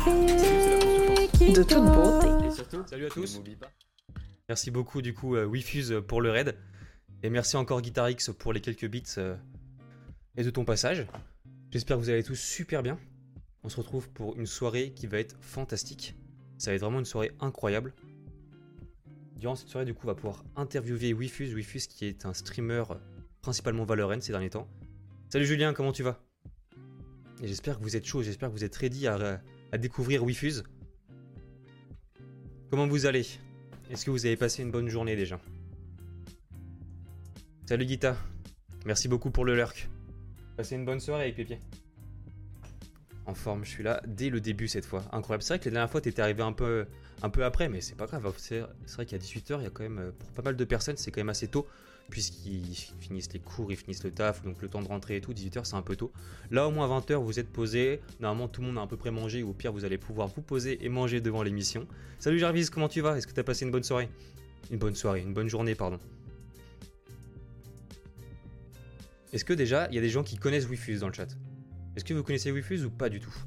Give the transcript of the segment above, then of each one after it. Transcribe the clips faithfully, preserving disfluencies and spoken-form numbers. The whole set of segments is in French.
de toute beauté. Et surtout, salut à tous. Ne m'oublie pas. Merci beaucoup du coup euh, Wifuse pour le raid. Et merci encore GuitarX pour les quelques bits euh, et de ton passage. J'espère que vous allez tous super bien. On se retrouve pour une soirée qui va être fantastique. Ça va être vraiment une soirée incroyable. Durant cette soirée, du coup, on va pouvoir interviewer Wifuse. Wifuse qui est un streamer euh, principalement Valorant ces derniers temps. Salut Julien, comment tu vas? Et j'espère que vous êtes chaud, j'espère que vous êtes ready à, à découvrir Wifuse. Comment vous allez? Est-ce que vous avez passé une bonne journée déjà? Salut Guita, merci beaucoup pour le lurk. Passez une bonne soirée avec Pépier. En forme, je suis là dès le début cette fois. Incroyable. C'est vrai que la dernière fois, t'étais arrivé un peu, un peu après, mais c'est pas grave. C'est vrai qu'à dix-huit heures, il y a quand même, pour pas mal de personnes, c'est quand même assez tôt, puisqu'ils finissent les cours, ils finissent le taf, donc le temps de rentrer et tout, dix-huit heures, c'est un peu tôt. Là, au moins vingt heures, vous êtes posé. Normalement, tout le monde a à peu près mangé, ou au pire, vous allez pouvoir vous poser et manger devant l'émission. Salut Jarvis, comment tu vas? Est-ce que t'as passé une bonne soirée? Une bonne soirée, une bonne journée, pardon. Est-ce que déjà, il y a des gens qui connaissent Wifuse dans le chat? Est-ce que vous connaissez Wifuse ou pas du tout?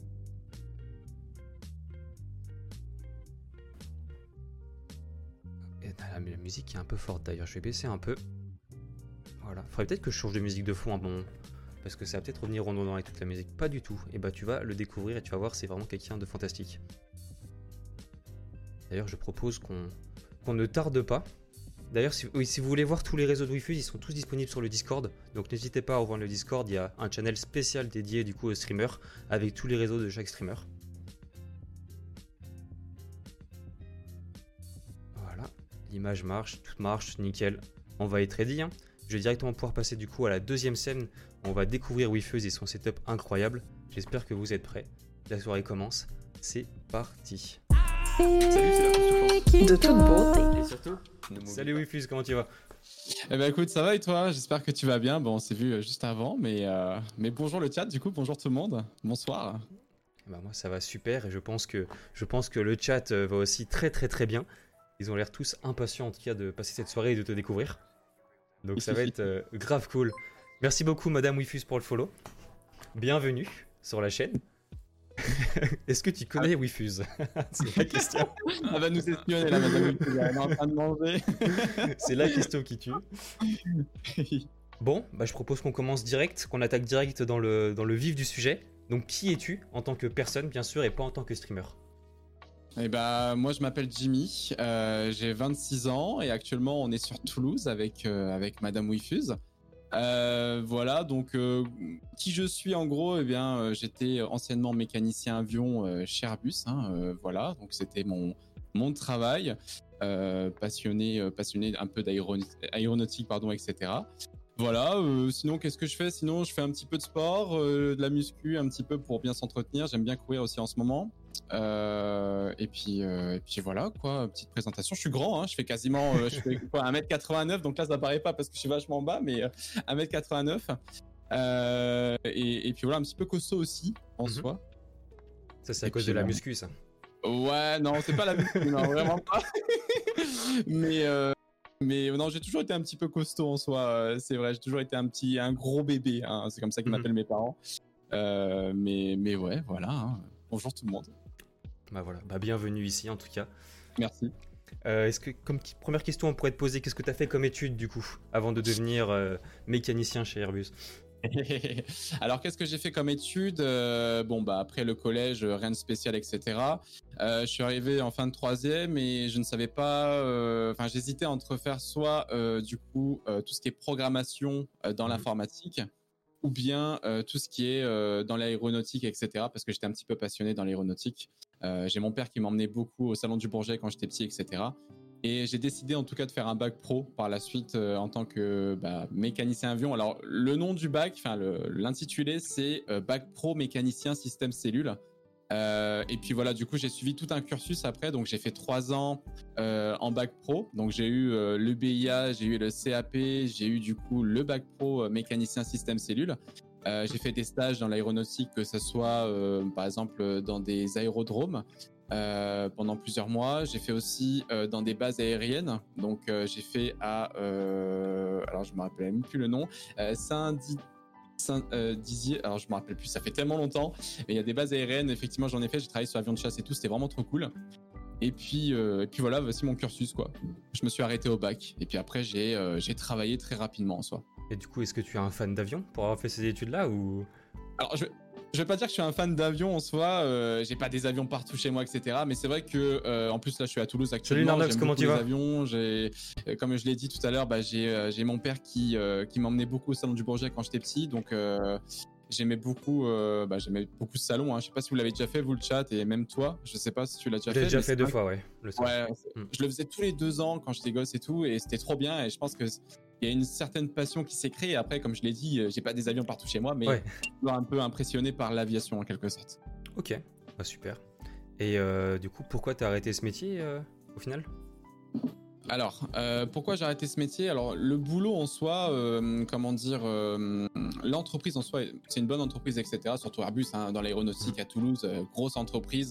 Et la, la musique est un peu forte d'ailleurs, je vais baisser un peu. Voilà, faudrait peut-être que je change de musique de fond un bon... Parce que ça va peut-être revenir redondant avec toute la musique. Pas du tout, et bah tu vas le découvrir et tu vas voir, c'est vraiment quelqu'un de fantastique. D'ailleurs, je propose qu'on qu'on ne tarde pas. D'ailleurs, si, oui, si vous voulez voir tous les réseaux de Wifuse, ils sont tous disponibles sur le Discord. Donc n'hésitez pas à rejoindre le Discord, il y a un channel spécial dédié du coup aux streamers, avec tous les réseaux de chaque streamer. Voilà, l'image marche, tout marche, nickel. On va être ready, hein. Je vais directement pouvoir passer du coup à la deuxième scène. On va découvrir Wifuse et son setup incroyable. J'espère que vous êtes prêts. La soirée commence, c'est parti. Salut, c'est la consultance. De toute beauté. Et surtout, ne m'oublie Salut pas. Wifuse, comment tu vas? Eh ben écoute, ça va et toi? J'espère que tu vas bien. Bon, on s'est vu euh, juste avant, mais, euh, mais bonjour le chat, du coup, bonjour tout le monde. Bonsoir. Bah moi ça va super et je pense que, je pense que le chat euh, va aussi très très très bien. Ils ont l'air tous impatients en tout cas de passer cette soirée et de te découvrir. Donc ça va être euh, grave cool. Merci beaucoup Madame Wifuse pour le follow. Bienvenue sur la chaîne. Est-ce que tu connais Wifuse? C'est la question. Elle va nous espionner là, madame. Elle est en train de manger. C'est la question qui tue. Bon, bah je propose qu'on commence direct, qu'on attaque direct dans le, dans le vif du sujet. Donc qui es-tu en tant que personne bien sûr et pas en tant que streamer? Eh ben, moi, je m'appelle Jimmy, euh, j'ai vingt-six ans et actuellement, on est sur Toulouse avec, euh, avec Madame Wifuse. Euh, voilà, donc euh, qui je suis en gros, eh bien, euh, j'étais anciennement mécanicien avion euh, chez Airbus, hein, euh, voilà, donc c'était mon, mon travail, euh, passionné, euh, passionné un peu d'aéronautique, pardon, et cetera. Voilà, euh, sinon qu'est-ce que je fais? Sinon je fais un petit peu de sport, euh, de la muscu, un petit peu pour bien s'entretenir, j'aime bien courir aussi en ce moment. Euh, et puis euh, et puis voilà quoi, petite présentation. Je suis grand, hein, je fais quasiment euh, je fais quoi, un mètre quatre-vingt-neuf, donc là ça paraît pas parce que je suis vachement bas, mais euh, un mètre quatre-vingt-neuf. Euh, et, et puis voilà, un petit peu costaud aussi en Mhm. soi. Ça c'est à Et cause puis, de la euh, muscu ça. Ouais, non, c'est pas la muscu, non, vraiment pas. mais euh, mais non, j'ai toujours été un petit peu costaud en soi, euh, c'est vrai, j'ai toujours été un petit un gros bébé, hein, c'est comme ça qu'ils Mhm. m'appellent mes parents. Euh, mais mais ouais, voilà, hein. Bonjour tout le monde. Bah voilà, bah bienvenue ici en tout cas. Merci. Euh, est-ce que, comme qui- première question, on pourrait te poser, qu'est-ce que tu as fait comme étude du coup, avant de devenir euh, mécanicien chez Airbus? Alors, qu'est-ce que j'ai fait comme études? Euh, Bon, bah après le collège, euh, rien de spécial, et cetera. Euh, je suis arrivé en fin de troisième et je ne savais pas. euh, Enfin, j'hésitais entre faire soit euh, du coup euh, tout ce qui est programmation euh, dans Mhm. l'informatique, ou bien euh, tout ce qui est euh, dans l'aéronautique, et cetera. Parce que j'étais un petit peu passionné dans l'aéronautique. Euh, j'ai mon père qui m'emmenait beaucoup au Salon du Bourget quand j'étais petit, et cetera. Et j'ai décidé en tout cas de faire un bac pro par la suite euh, en tant que bah, mécanicien avion. Alors le nom du bac, enfin l'intitulé, c'est euh, bac pro mécanicien système cellule. Euh, et puis voilà, du coup j'ai suivi tout un cursus après, donc j'ai fait trois ans euh, en bac pro. Donc j'ai eu euh, le B I A, j'ai eu le C A P, j'ai eu du coup le bac pro euh, mécanicien système cellule. Euh, j'ai fait des stages dans l'aéronautique, que ce soit euh, par exemple dans des aérodromes. Euh, pendant plusieurs mois. J'ai fait aussi euh, dans des bases aériennes. Donc, euh, j'ai fait à... Euh, alors, je ne me rappelle même plus le nom. Euh, Saint-Di... Saint-Dizier. Alors je me rappelle plus, ça fait tellement longtemps. Mais il y a des bases aériennes. Effectivement, j'en ai fait. J'ai travaillé sur l'avion de chasse et tout. C'était vraiment trop cool. Et puis, euh, et puis voilà, voici mon cursus quoi. Je me suis arrêté au bac. Et puis après, j'ai euh, j'ai travaillé très rapidement en soi. Et du coup, est-ce que tu es un fan d'avion pour avoir fait ces études-là ou... Alors je Je vais pas dire que je suis un fan d'avion en soi, euh, j'ai pas des avions partout chez moi, et cetera. Mais c'est vrai que, euh, en plus là, je suis à Toulouse actuellement. Salut Narnox, j'aime comment beaucoup tu les vas? avions. J'ai, euh, comme je l'ai dit tout à l'heure, bah, j'ai, euh, j'ai mon père qui, euh, qui m'emmenait beaucoup au salon du Bourget quand j'étais petit, donc euh, j'aimais beaucoup, euh, bah, j'aimais beaucoup ce salon. Hein. Je sais pas si vous l'avez déjà fait vous le chat et même toi. Je sais pas si tu l'as déjà Je l'ai fait. déjà mais fait c'est deux vrai fois, ouais. Le que- soir. Ouais, Mm. je le faisais tous les deux ans quand j'étais gosse et tout, et c'était trop bien. Et je pense que il y a une certaine passion qui s'est créée. Après, comme je l'ai dit, euh, j'ai pas des avions partout chez moi, mais Ouais. toujours un peu impressionné par l'aviation en quelque sorte. Ok, bah, super. Et euh, du coup, pourquoi t'as arrêté ce métier euh, au final? Alors, euh, pourquoi j'ai arrêté ce métier? Alors, le boulot en soi, euh, comment dire, euh, l'entreprise en soi, c'est une bonne entreprise, et cetera. Surtout Airbus, hein, dans l'aéronautique à Toulouse, euh, grosse entreprise.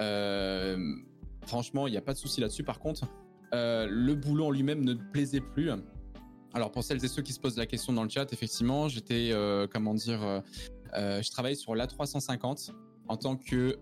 Euh, franchement, il n'y a pas de souci là-dessus. Par contre, euh, le boulot en lui-même ne me plaisait plus. Alors, pour celles et ceux qui se posent la question dans le chat, effectivement, j'étais, euh, comment dire, euh, euh, je travaillais sur l'A trois cent cinquante en tant que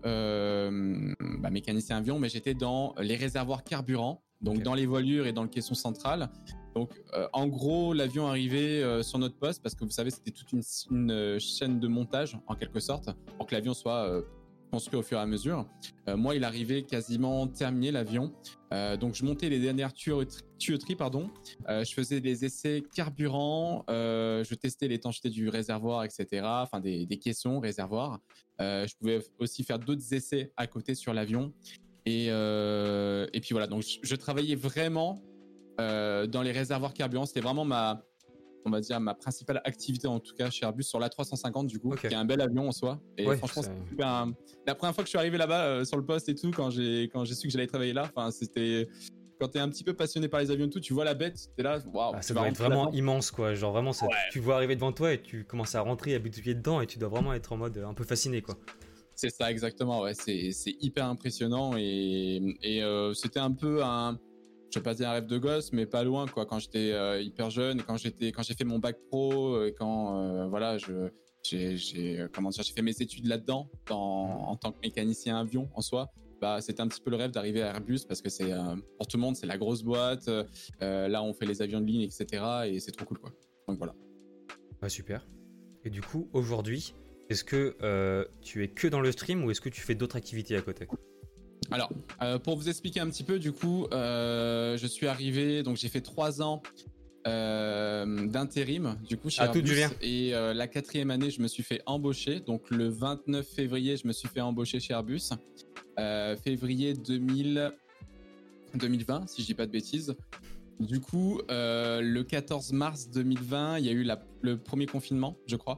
euh, bah, mécanicien avion, mais j'étais dans les réservoirs carburant, donc Ok. dans les voilures et dans le caisson central. Donc, euh, en gros, l'avion arrivait euh, sur notre poste parce que vous savez, c'était toute une, une euh, chaîne de montage en quelque sorte pour que l'avion soit euh, construit au fur et à mesure. Euh, moi, il arrivait quasiment terminé l'avion, euh, donc je montais les dernières tuyauteries, tuyauteries pardon. Euh, je faisais des essais carburant, euh, je testais l'étanchéité du réservoir, et cetera. Enfin, des, des caissons, réservoirs. Euh, je pouvais aussi faire d'autres essais à côté sur l'avion. Et, euh, et puis voilà, donc je, je travaillais vraiment euh, dans les réservoirs carburant. C'était vraiment ma, on va dire, ma principale activité, en tout cas chez Airbus, sur l'A trois cent cinquante, du coup, Ok. qui est un bel avion en soi. Et Ouais, franchement, c'est- c'était super. un- La première fois que je suis arrivé là-bas, euh, sur le poste et tout, quand j'ai quand j'ai su que j'allais travailler là, enfin, c'était. Quand t'es un petit peu passionné par les avions et tout, tu vois la bête, t'es là, waouh. Ah, tu ça vas doit être rentrer vraiment là-dedans. immense, quoi. Genre vraiment, ça- Ouais. tu vois arriver devant toi et tu commences à rentrer, à buter pied dedans et tu dois vraiment être en mode euh, un peu fasciné, quoi. C'est ça, exactement. Ouais, c'est c'est hyper impressionnant et, et euh, c'était un peu un, je vais pas dire un rêve de gosse, mais pas loin quoi. Quand j'étais euh, hyper jeune, quand j'étais, quand j'ai fait mon bac pro, euh, quand euh, voilà, je j'ai j'ai comment dire, j'ai fait mes études là-dedans, dans- en tant que mécanicien avion en soi. Bah, c'était un petit peu le rêve d'arriver à Airbus parce que c'est euh, pour tout le monde, c'est la grosse boîte. Euh, là, on fait les avions de ligne, et cetera. Et c'est trop cool quoi. Donc voilà. Ah, super. Et du coup, aujourd'hui, est-ce que euh, tu es que dans le stream ou est-ce que tu fais d'autres activités à côté? Alors, euh, pour vous expliquer un petit peu, du coup, euh, je suis arrivé, donc j'ai fait trois ans euh, d'intérim, du coup, chez À tout, Airbus. Julien. Et euh, la quatrième année, je me suis fait embaucher. Donc, le vingt-neuf février, je me suis fait embaucher chez Airbus. Euh, février deux mille... deux mille vingt, si je dis pas de bêtises. Du coup, euh, le quatorze mars deux mille vingt, il y a eu la- le premier confinement, je crois.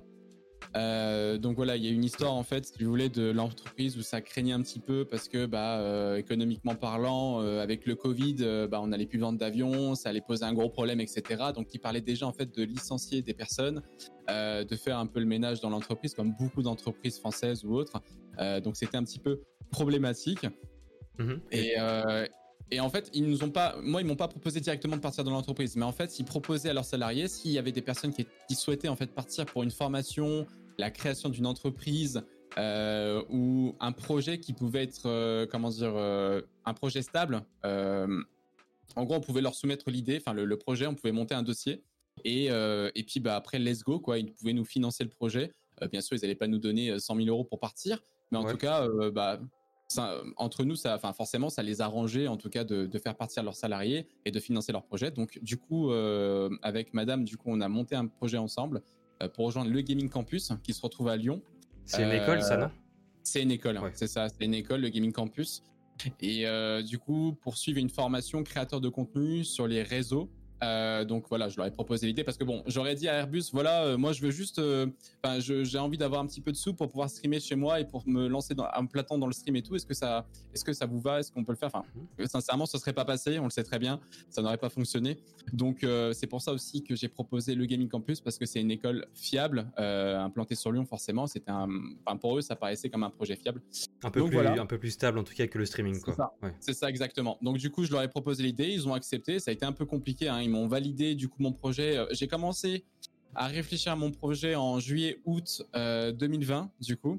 Euh, donc voilà, il y a une histoire en fait, si vous voulez, de l'entreprise où ça craignait un petit peu parce que, bah, euh, économiquement parlant, euh, avec le Covid, euh, bah, on n'allait plus vendre d'avions, ça allait poser un gros problème, et cetera. Donc, ils parlaient déjà en fait de licencier des personnes, euh, de faire un peu le ménage dans l'entreprise, comme beaucoup d'entreprises françaises ou autres. Euh, donc, c'était un petit peu problématique. Mhm. Et, euh, et en fait, ils nous ont pas, moi, ils m'ont pas proposé directement de partir dans l'entreprise, mais en fait, ils proposaient à leurs salariés, s'il y avait des personnes qui, qui souhaitaient en fait partir pour une formation, la création d'une entreprise euh, ou un projet qui pouvait être, euh, comment dire, euh, un projet stable. Euh, en gros, on pouvait leur soumettre l'idée, enfin le, le projet, on pouvait monter un dossier et, euh, et puis bah, après, let's go, quoi. Ils pouvaient nous financer le projet. Euh, bien sûr, ils n'allaient pas nous donner cent mille euros pour partir, mais en Ouais. tout cas, euh, bah, ça, entre nous, ça, enfin forcément, ça les arrangeait en tout cas de, de faire partir leurs salariés et de financer leur projet. Donc du coup, euh, avec Madame, du coup, on a monté un projet ensemble euh, pour rejoindre le Gaming Campus qui se retrouve à Lyon. C'est une Euh, école, ça, non? C'est une école, Ouais. c'est ça, c'est une école, le Gaming Campus. Et euh, du coup, poursuivre une formation créateur de contenu sur les réseaux. Euh, donc voilà, je leur ai proposé l'idée parce que bon, j'aurais dit à Airbus, voilà, euh, moi je veux juste, enfin, euh, j'ai envie d'avoir un petit peu de sous pour pouvoir streamer chez moi et pour me lancer dans, un platon dans le stream et tout. Est-ce que ça, est-ce que ça vous va? Est-ce qu'on peut le faire? Enfin, Mhm. sincèrement, ça serait pas passé, on le sait très bien, ça n'aurait pas fonctionné. Donc euh, c'est pour ça aussi que j'ai proposé le Gaming Campus parce que c'est une école fiable, euh, implantée sur Lyon forcément. C'était un, enfin pour eux, ça paraissait comme un projet fiable. Un peu, Donc plus, voilà. un peu plus stable en tout cas que le streaming, quoi. C'est ça. Ouais. C'est ça exactement. Donc du coup, je leur ai proposé l'idée, ils ont accepté. Ça a été un peu compliqué, hein. Ils m'ont validé du coup mon projet. Euh, J'ai commencé à réfléchir à mon projet en juillet-août euh, deux mille vingt, du coup.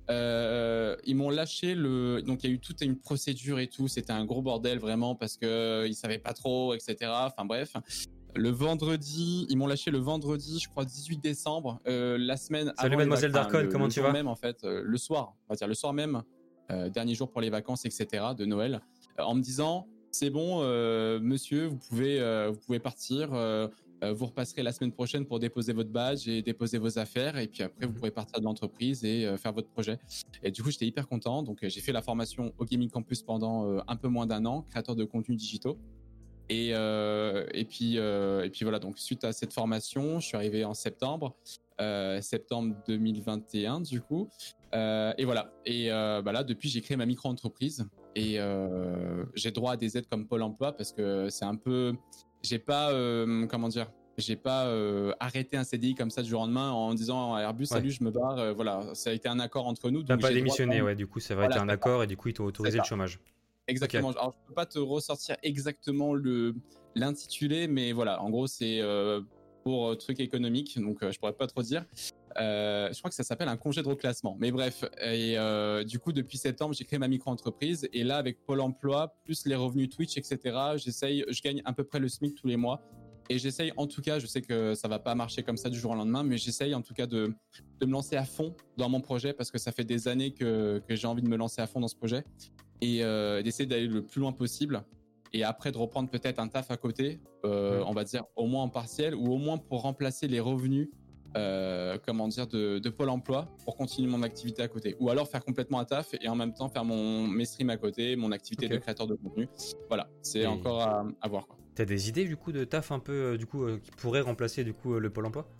Euh, ils m'ont lâché le. Donc, il y a eu toute une procédure et tout. C'était un gros bordel, vraiment, parce qu'ils ne savaient pas trop, et cetera. Enfin, bref. Le vendredi, ils m'ont lâché le vendredi, je crois, dix-huit décembre, euh, la semaine Salut avant les Mademoiselle vacances, Darkon, le- comment le tu jour vas? même, en fait, euh, le soir, on va dire le soir même, euh, dernier jour pour les vacances, et cetera, de Noël, euh, en me disant, c'est bon, euh, monsieur, vous pouvez, euh, vous pouvez partir, euh, euh, vous repasserez la semaine prochaine pour déposer votre badge et déposer vos affaires, et puis après, vous pourrez partir de l'entreprise et euh, faire votre projet. Et du coup, j'étais hyper content, donc euh, j'ai fait la formation au Gaming Campus pendant euh, un peu moins d'un an, créateur de contenus digitaux. Et, euh, et, puis, euh, et puis voilà, donc suite à cette formation, je suis arrivé en septembre, euh, septembre deux mille vingt et un du coup. Euh, et voilà, et euh, bah là, depuis, j'ai créé ma micro-entreprise et euh, j'ai droit à des aides comme Pôle emploi parce que c'est un peu. J'ai pas. Euh, comment dire j'ai pas euh, arrêté un C D I comme ça du jour au lendemain en disant à Airbus, salut, Ouais. je me barre. Euh, voilà, ça a été un accord entre nous. T'as donc pas j'ai droit démissionné, à- ouais, du coup ça va Voilà, être un c'est ça. accord et du coup ils t'ont autorisé C'est le ça. chômage. Exactement. Alors, je peux pas te ressortir exactement le l'intitulé, mais voilà, en gros, c'est euh, pour euh, truc économique, donc euh, je pourrais pas trop dire. Euh, je crois que ça s'appelle un congé de reclassement. Mais bref, et euh, du coup, depuis septembre, j'ai créé ma micro-entreprise et là, avec Pôle emploi, plus les revenus Twitch, et cetera, j'essaye, je gagne à peu près le SMIC tous les mois. Et j'essaye, en tout cas, je sais que ça va pas marcher comme ça du jour au lendemain, mais j'essaye en tout cas de, de me lancer à fond dans mon projet parce que ça fait des années que, que j'ai envie de me lancer à fond dans ce projet et euh, d'essayer d'aller le plus loin possible et après de reprendre peut-être un taf à côté, euh, on va dire au moins en partiel ou au moins pour remplacer les revenus euh, comment dire de, de Pôle emploi pour continuer mon activité à côté ou alors faire complètement un taf et en même temps faire mon, mes streams à côté, mon activité Ok. de créateur de contenu. Voilà, c'est Et- encore à, à voir quoi. T'as des idées du coup de taf un peu euh, du coup euh, qui pourraient remplacer du coup euh, le Pôle emploi?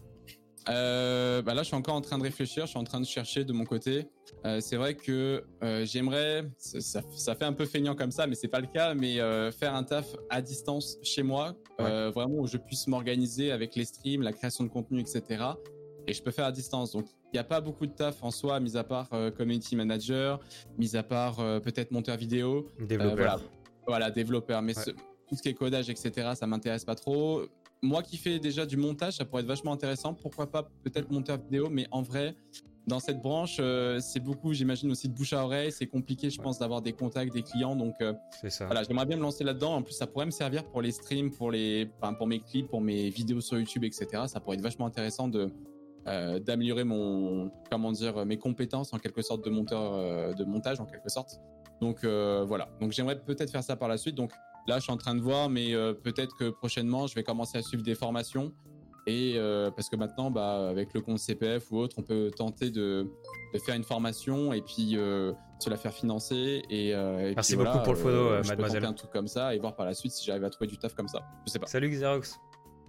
Euh, bah là, je suis encore en train de réfléchir, je suis en train de chercher de mon côté. Euh, c'est vrai que euh, j'aimerais, ça, ça, ça fait un peu feignant comme ça, mais c'est pas le cas, mais euh, faire un taf à distance chez moi, euh, vraiment où je puisse m'organiser avec les streams, la création de contenu, et cetera. Et je peux faire à distance. Donc, il n'y a pas beaucoup de taf en soi, mis à part euh, community manager, mis à part euh, peut-être monteur vidéo. Développeur. Euh, voilà. Voilà, développeur. Mais Ouais. ce- tout ce qui est codage, et cetera, ça m'intéresse pas trop. Moi qui fais déjà du montage, ça pourrait être vachement intéressant. Pourquoi pas peut-être monteur vidéo, mais en vrai, dans cette branche, euh, c'est beaucoup, j'imagine aussi de bouche à oreille. C'est compliqué, je Ouais. pense, d'avoir des contacts, des clients. Donc euh, C'est ça. voilà, j'aimerais bien me lancer là-dedans. En plus, ça pourrait me servir pour les streams, pour les, enfin, pour mes clips, pour mes vidéos sur YouTube, et cetera. Ça pourrait être vachement intéressant de euh, d'améliorer mon, comment dire, mes compétences en quelque sorte de monteur, euh, de montage en quelque sorte. Donc euh, voilà. Donc j'aimerais peut-être faire ça par la suite. Donc là, je suis en train de voir, mais euh, peut-être que prochainement, je vais commencer à suivre des formations. Et euh, parce que maintenant, bah, avec le compte C P F ou autre, on peut tenter de, de faire une formation et puis euh, se la faire financer. Et, euh, et Merci puis, beaucoup voilà, pour le follow, euh, je peux mademoiselle. tenter un truc comme ça et voir par la suite si j'arrive à trouver du taf comme ça. Je sais pas. Salut Xerox.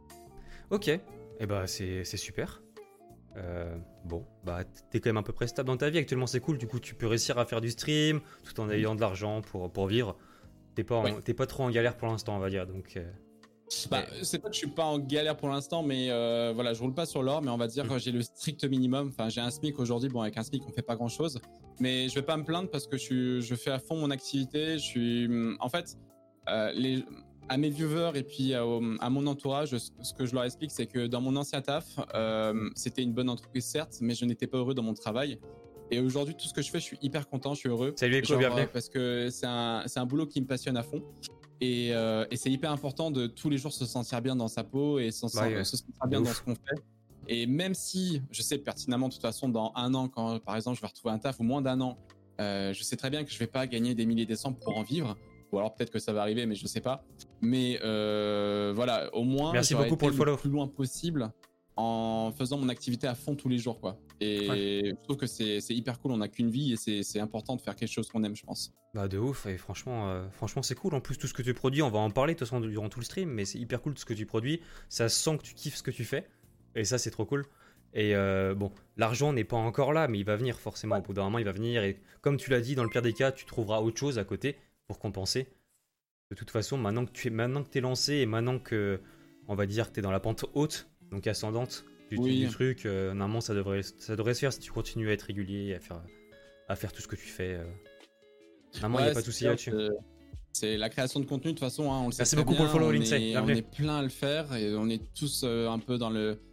Ok, et eh bah c'est c'est super. Euh, bon, bah t'es quand même à peu près stable dans ta vie actuellement, c'est cool. Du coup, tu peux réussir à faire du stream tout en ayant de l'argent pour, pour vivre. T'es pas, en- Oui. t'es pas trop en galère pour l'instant, on va dire. Donc, euh, Bah, c'est pas que je suis pas en galère pour l'instant, mais euh, voilà, je roule pas sur l'or, mais on va dire Mm. que j'ai le strict minimum. Enfin, j'ai un SMIC aujourd'hui. Bon, avec un SMIC, on fait pas grand chose, mais je vais pas me plaindre parce que je, suis, je fais à fond mon activité. Je suis, en fait, euh, les, à mes viewers et puis à, à mon entourage, ce ce que je leur explique, c'est que dans mon ancien taf, euh, c'était une bonne entreprise certes, mais je n'étais pas heureux dans mon travail. Et aujourd'hui, tout ce que je fais, je suis hyper content, je suis heureux. Salut Echo, Genre, bienvenue. euh, Parce que c'est un, c'est un boulot qui me passionne à fond. Et, euh, et c'est hyper important de tous les jours se sentir bien dans sa peau et se, Bah ouais. se sentir bien De dans ouf. ce qu'on fait. Et même si je sais pertinemment, de toute façon, dans un an, quand par exemple je vais retrouver un taf ou moins d'un an, euh, je sais très bien que je vais pas gagner des milliers et des cents pour en vivre. Ou alors peut-être que ça va arriver, mais je sais pas. Mais euh, voilà, au moins, Merci j'aurais beaucoup pour été le follow. plus loin possible en faisant mon activité à fond tous les jours, quoi. Et je trouve que c'est c'est hyper cool. On n'a qu'une vie et c'est c'est important de faire quelque chose qu'on aime, je pense. Bah de ouf, et franchement, euh, franchement c'est cool. En plus, tout ce que tu produis, on va en parler de toute façon durant tout le stream, mais c'est hyper cool tout ce que tu produis. Ça sent que tu kiffes ce que tu fais, et ça c'est trop cool. Et euh, bon, l'argent n'est pas encore là, mais il va venir forcément. Au bout d'un moment, il va venir. Et comme tu l'as dit, dans le pire des cas, tu trouveras autre chose à côté pour compenser. De toute façon, maintenant que tu es, maintenant que t'es lancé et maintenant que, on va dire que t'es dans la pente haute, donc ascendante du, Oui. du truc, euh, normalement ça devrait, ça devrait se faire si tu continues à être régulier, à faire, à faire tout ce que tu fais. Euh. Normalement, il n'y a Ouais, pas de c'est souci clair, là-dessus. c'est- C'est la création de contenu, de toute façon, hein, on le sait Merci très beaucoup pour bien, le follow, on Lindsay. est- Bienvenue. On est plein à le faire et on est tous euh, un peu dans le, dans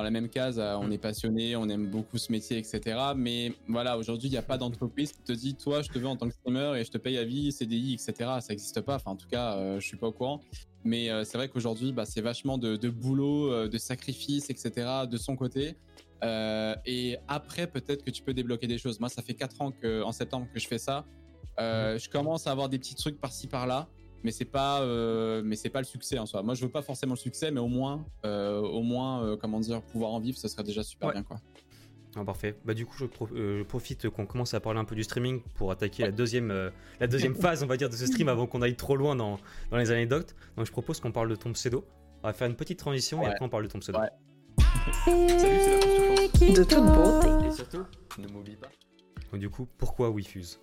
dans la même case, euh, on Mm. est passionné, on aime beaucoup ce métier, et cetera. Mais voilà, aujourd'hui, il n'y a pas d'entreprise qui te dit, toi, je te veux en tant que streamer et je te paye à vie, C D I, et cetera. Ça n'existe pas. Enfin, en tout cas, euh, je suis pas au courant. Mais euh, c'est vrai qu'aujourd'hui, bah, c'est vachement de, de boulot, euh, de sacrifice, et cetera de son côté. Euh, et après, peut-être que tu peux débloquer des choses. Moi, ça fait quatre ans que, en septembre que je fais ça. Euh, je commence à avoir des petits trucs par-ci par-là, mais c'est pas, euh, mais c'est pas le succès en soi. Moi, je veux pas forcément le succès, mais au moins, euh, au moins, euh, comment dire, pouvoir en vivre, ce serait déjà super Ouais. bien, quoi. Ah, parfait. Bah du coup, je, pro- euh, je profite qu'on commence à parler un peu du streaming pour attaquer la deuxième, euh, la deuxième phase, on va dire, de ce stream avant qu'on aille trop loin dans, dans les anecdotes. Donc je propose qu'on parle de ton pseudo. On va faire une petite transition et Ouais. après on parle de ton pseudo. Ouais. Salut, c'est la constance. De toute beauté. Et surtout, ne m'oublie pas. Donc du coup, pourquoi WeFuse?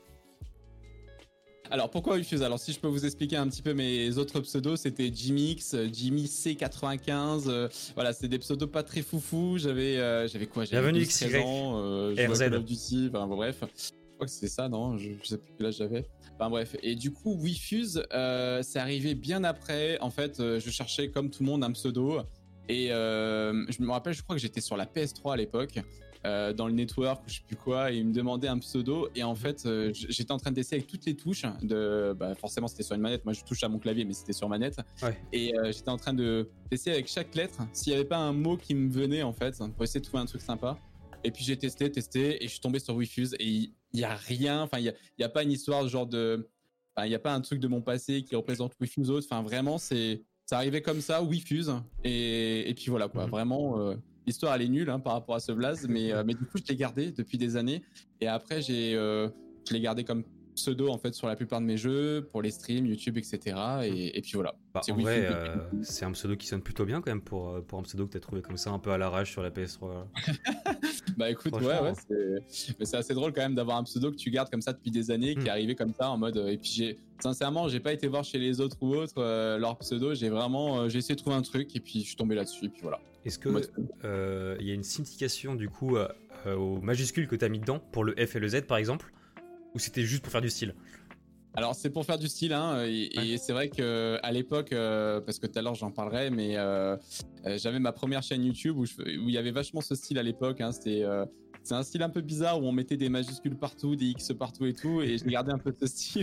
Alors pourquoi Ufuse? Alors si je peux vous expliquer un petit peu mes autres pseudos, c'était Jimmyx, Jimmy C quatre-vingt-quinze, euh, voilà, c'est des pseudos pas très foufou. J'avais euh, j'avais quoi? J'avais Bienvenue douze, treize X Y, ans, euh, je R jouais Z. à Call of Duty, enfin bon, bref. Je crois que c'était ça, non? je, je sais plus quel âge j'avais. Enfin bref, et du coup WeFuse, euh, c'est arrivé bien après. En fait, euh, je cherchais comme tout le monde un pseudo. Et euh, je me rappelle, je crois que j'étais sur la P S trois à l'époque. Euh, dans le network ou je sais plus quoi, et il me demandait un pseudo, et en fait euh, j'étais en train d'essayer avec toutes les touches de, bah, forcément c'était sur une manette, moi je touche à mon clavier mais c'était sur manette, Ouais. et euh, j'étais en train de d'essayer avec chaque lettre s'il y avait pas un mot qui me venait en fait pour essayer de trouver un truc sympa. Et puis j'ai testé testé et je suis tombé sur WeFuse, et il y, y a rien, enfin il y a, y a pas une histoire genre de, enfin il y a pas un truc de mon passé qui représente WeFuse autre, enfin vraiment c'est ça arrivait comme ça, WeFuse, et et puis voilà quoi, Mhm. vraiment euh, l'histoire elle est nulle hein, par rapport à ce blaze, mais, euh, mais du coup je l'ai gardé depuis des années, et après j'ai, euh, je l'ai gardé comme pseudo en fait sur la plupart de mes jeux, pour les streams, YouTube, et cetera. Et, et puis voilà. Bah, C'est en Wi-Fi vrai, depuis- euh, c'est un pseudo qui sonne plutôt bien quand même pour, euh, pour un pseudo que t'as trouvé comme ça un peu à l'arrache sur la P S trois. Bah écoute, ouais, Franchement. ouais, c'est... mais c'est assez drôle quand même d'avoir un pseudo que tu gardes comme ça depuis des années, qui Mm. est arrivé comme ça en mode. euh, Et puis j'ai, sincèrement, j'ai pas été voir chez les autres ou autres euh, leur pseudo. J'ai vraiment, euh, j'ai essayé de trouver un truc et puis je suis tombé là-dessus. Et puis voilà. Est-ce que Moi, euh, il y a une signification du coup euh, euh, aux majuscules que t'as mis dedans pour le F et le Z par exemple, ou c'était juste pour faire du style? Alors c'est pour faire du style, hein, et, Ouais. et c'est vrai que à l'époque, euh, parce que tout à l'heure j'en parlerai, mais euh, euh, j'avais ma première chaîne YouTube où, je, où il y avait vachement ce style à l'époque. Hein, c'était euh, c'est un style un peu bizarre où on mettait des majuscules partout, des X partout et tout, et j'ai gardé un peu ce style.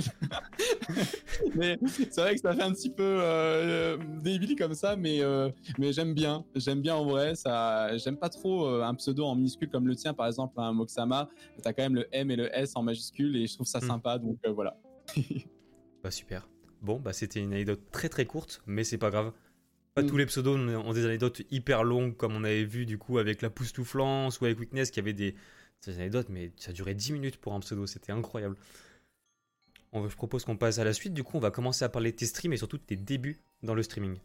Mais c'est vrai que ça fait un petit peu euh, débile comme ça, mais euh, mais j'aime bien, j'aime bien en vrai. Ça, j'aime pas trop euh, un pseudo en minuscule comme le tien, par exemple, un Moxama. T'as quand même le M et le S en majuscule, et je trouve ça Mm. sympa, donc euh, voilà. Bah super. Bon, bah c'était une anecdote très très courte, mais c'est pas grave. Pas Mm. tous les pseudos ont ont des anecdotes hyper longues, comme on avait vu du coup avec la Poustouflance ou avec Weakness, qui avait des, des anecdotes, mais ça durait dix minutes pour un pseudo, c'était incroyable. On, je propose qu'on passe à la suite, du coup on va commencer à parler de tes streams et surtout de tes débuts dans le streaming.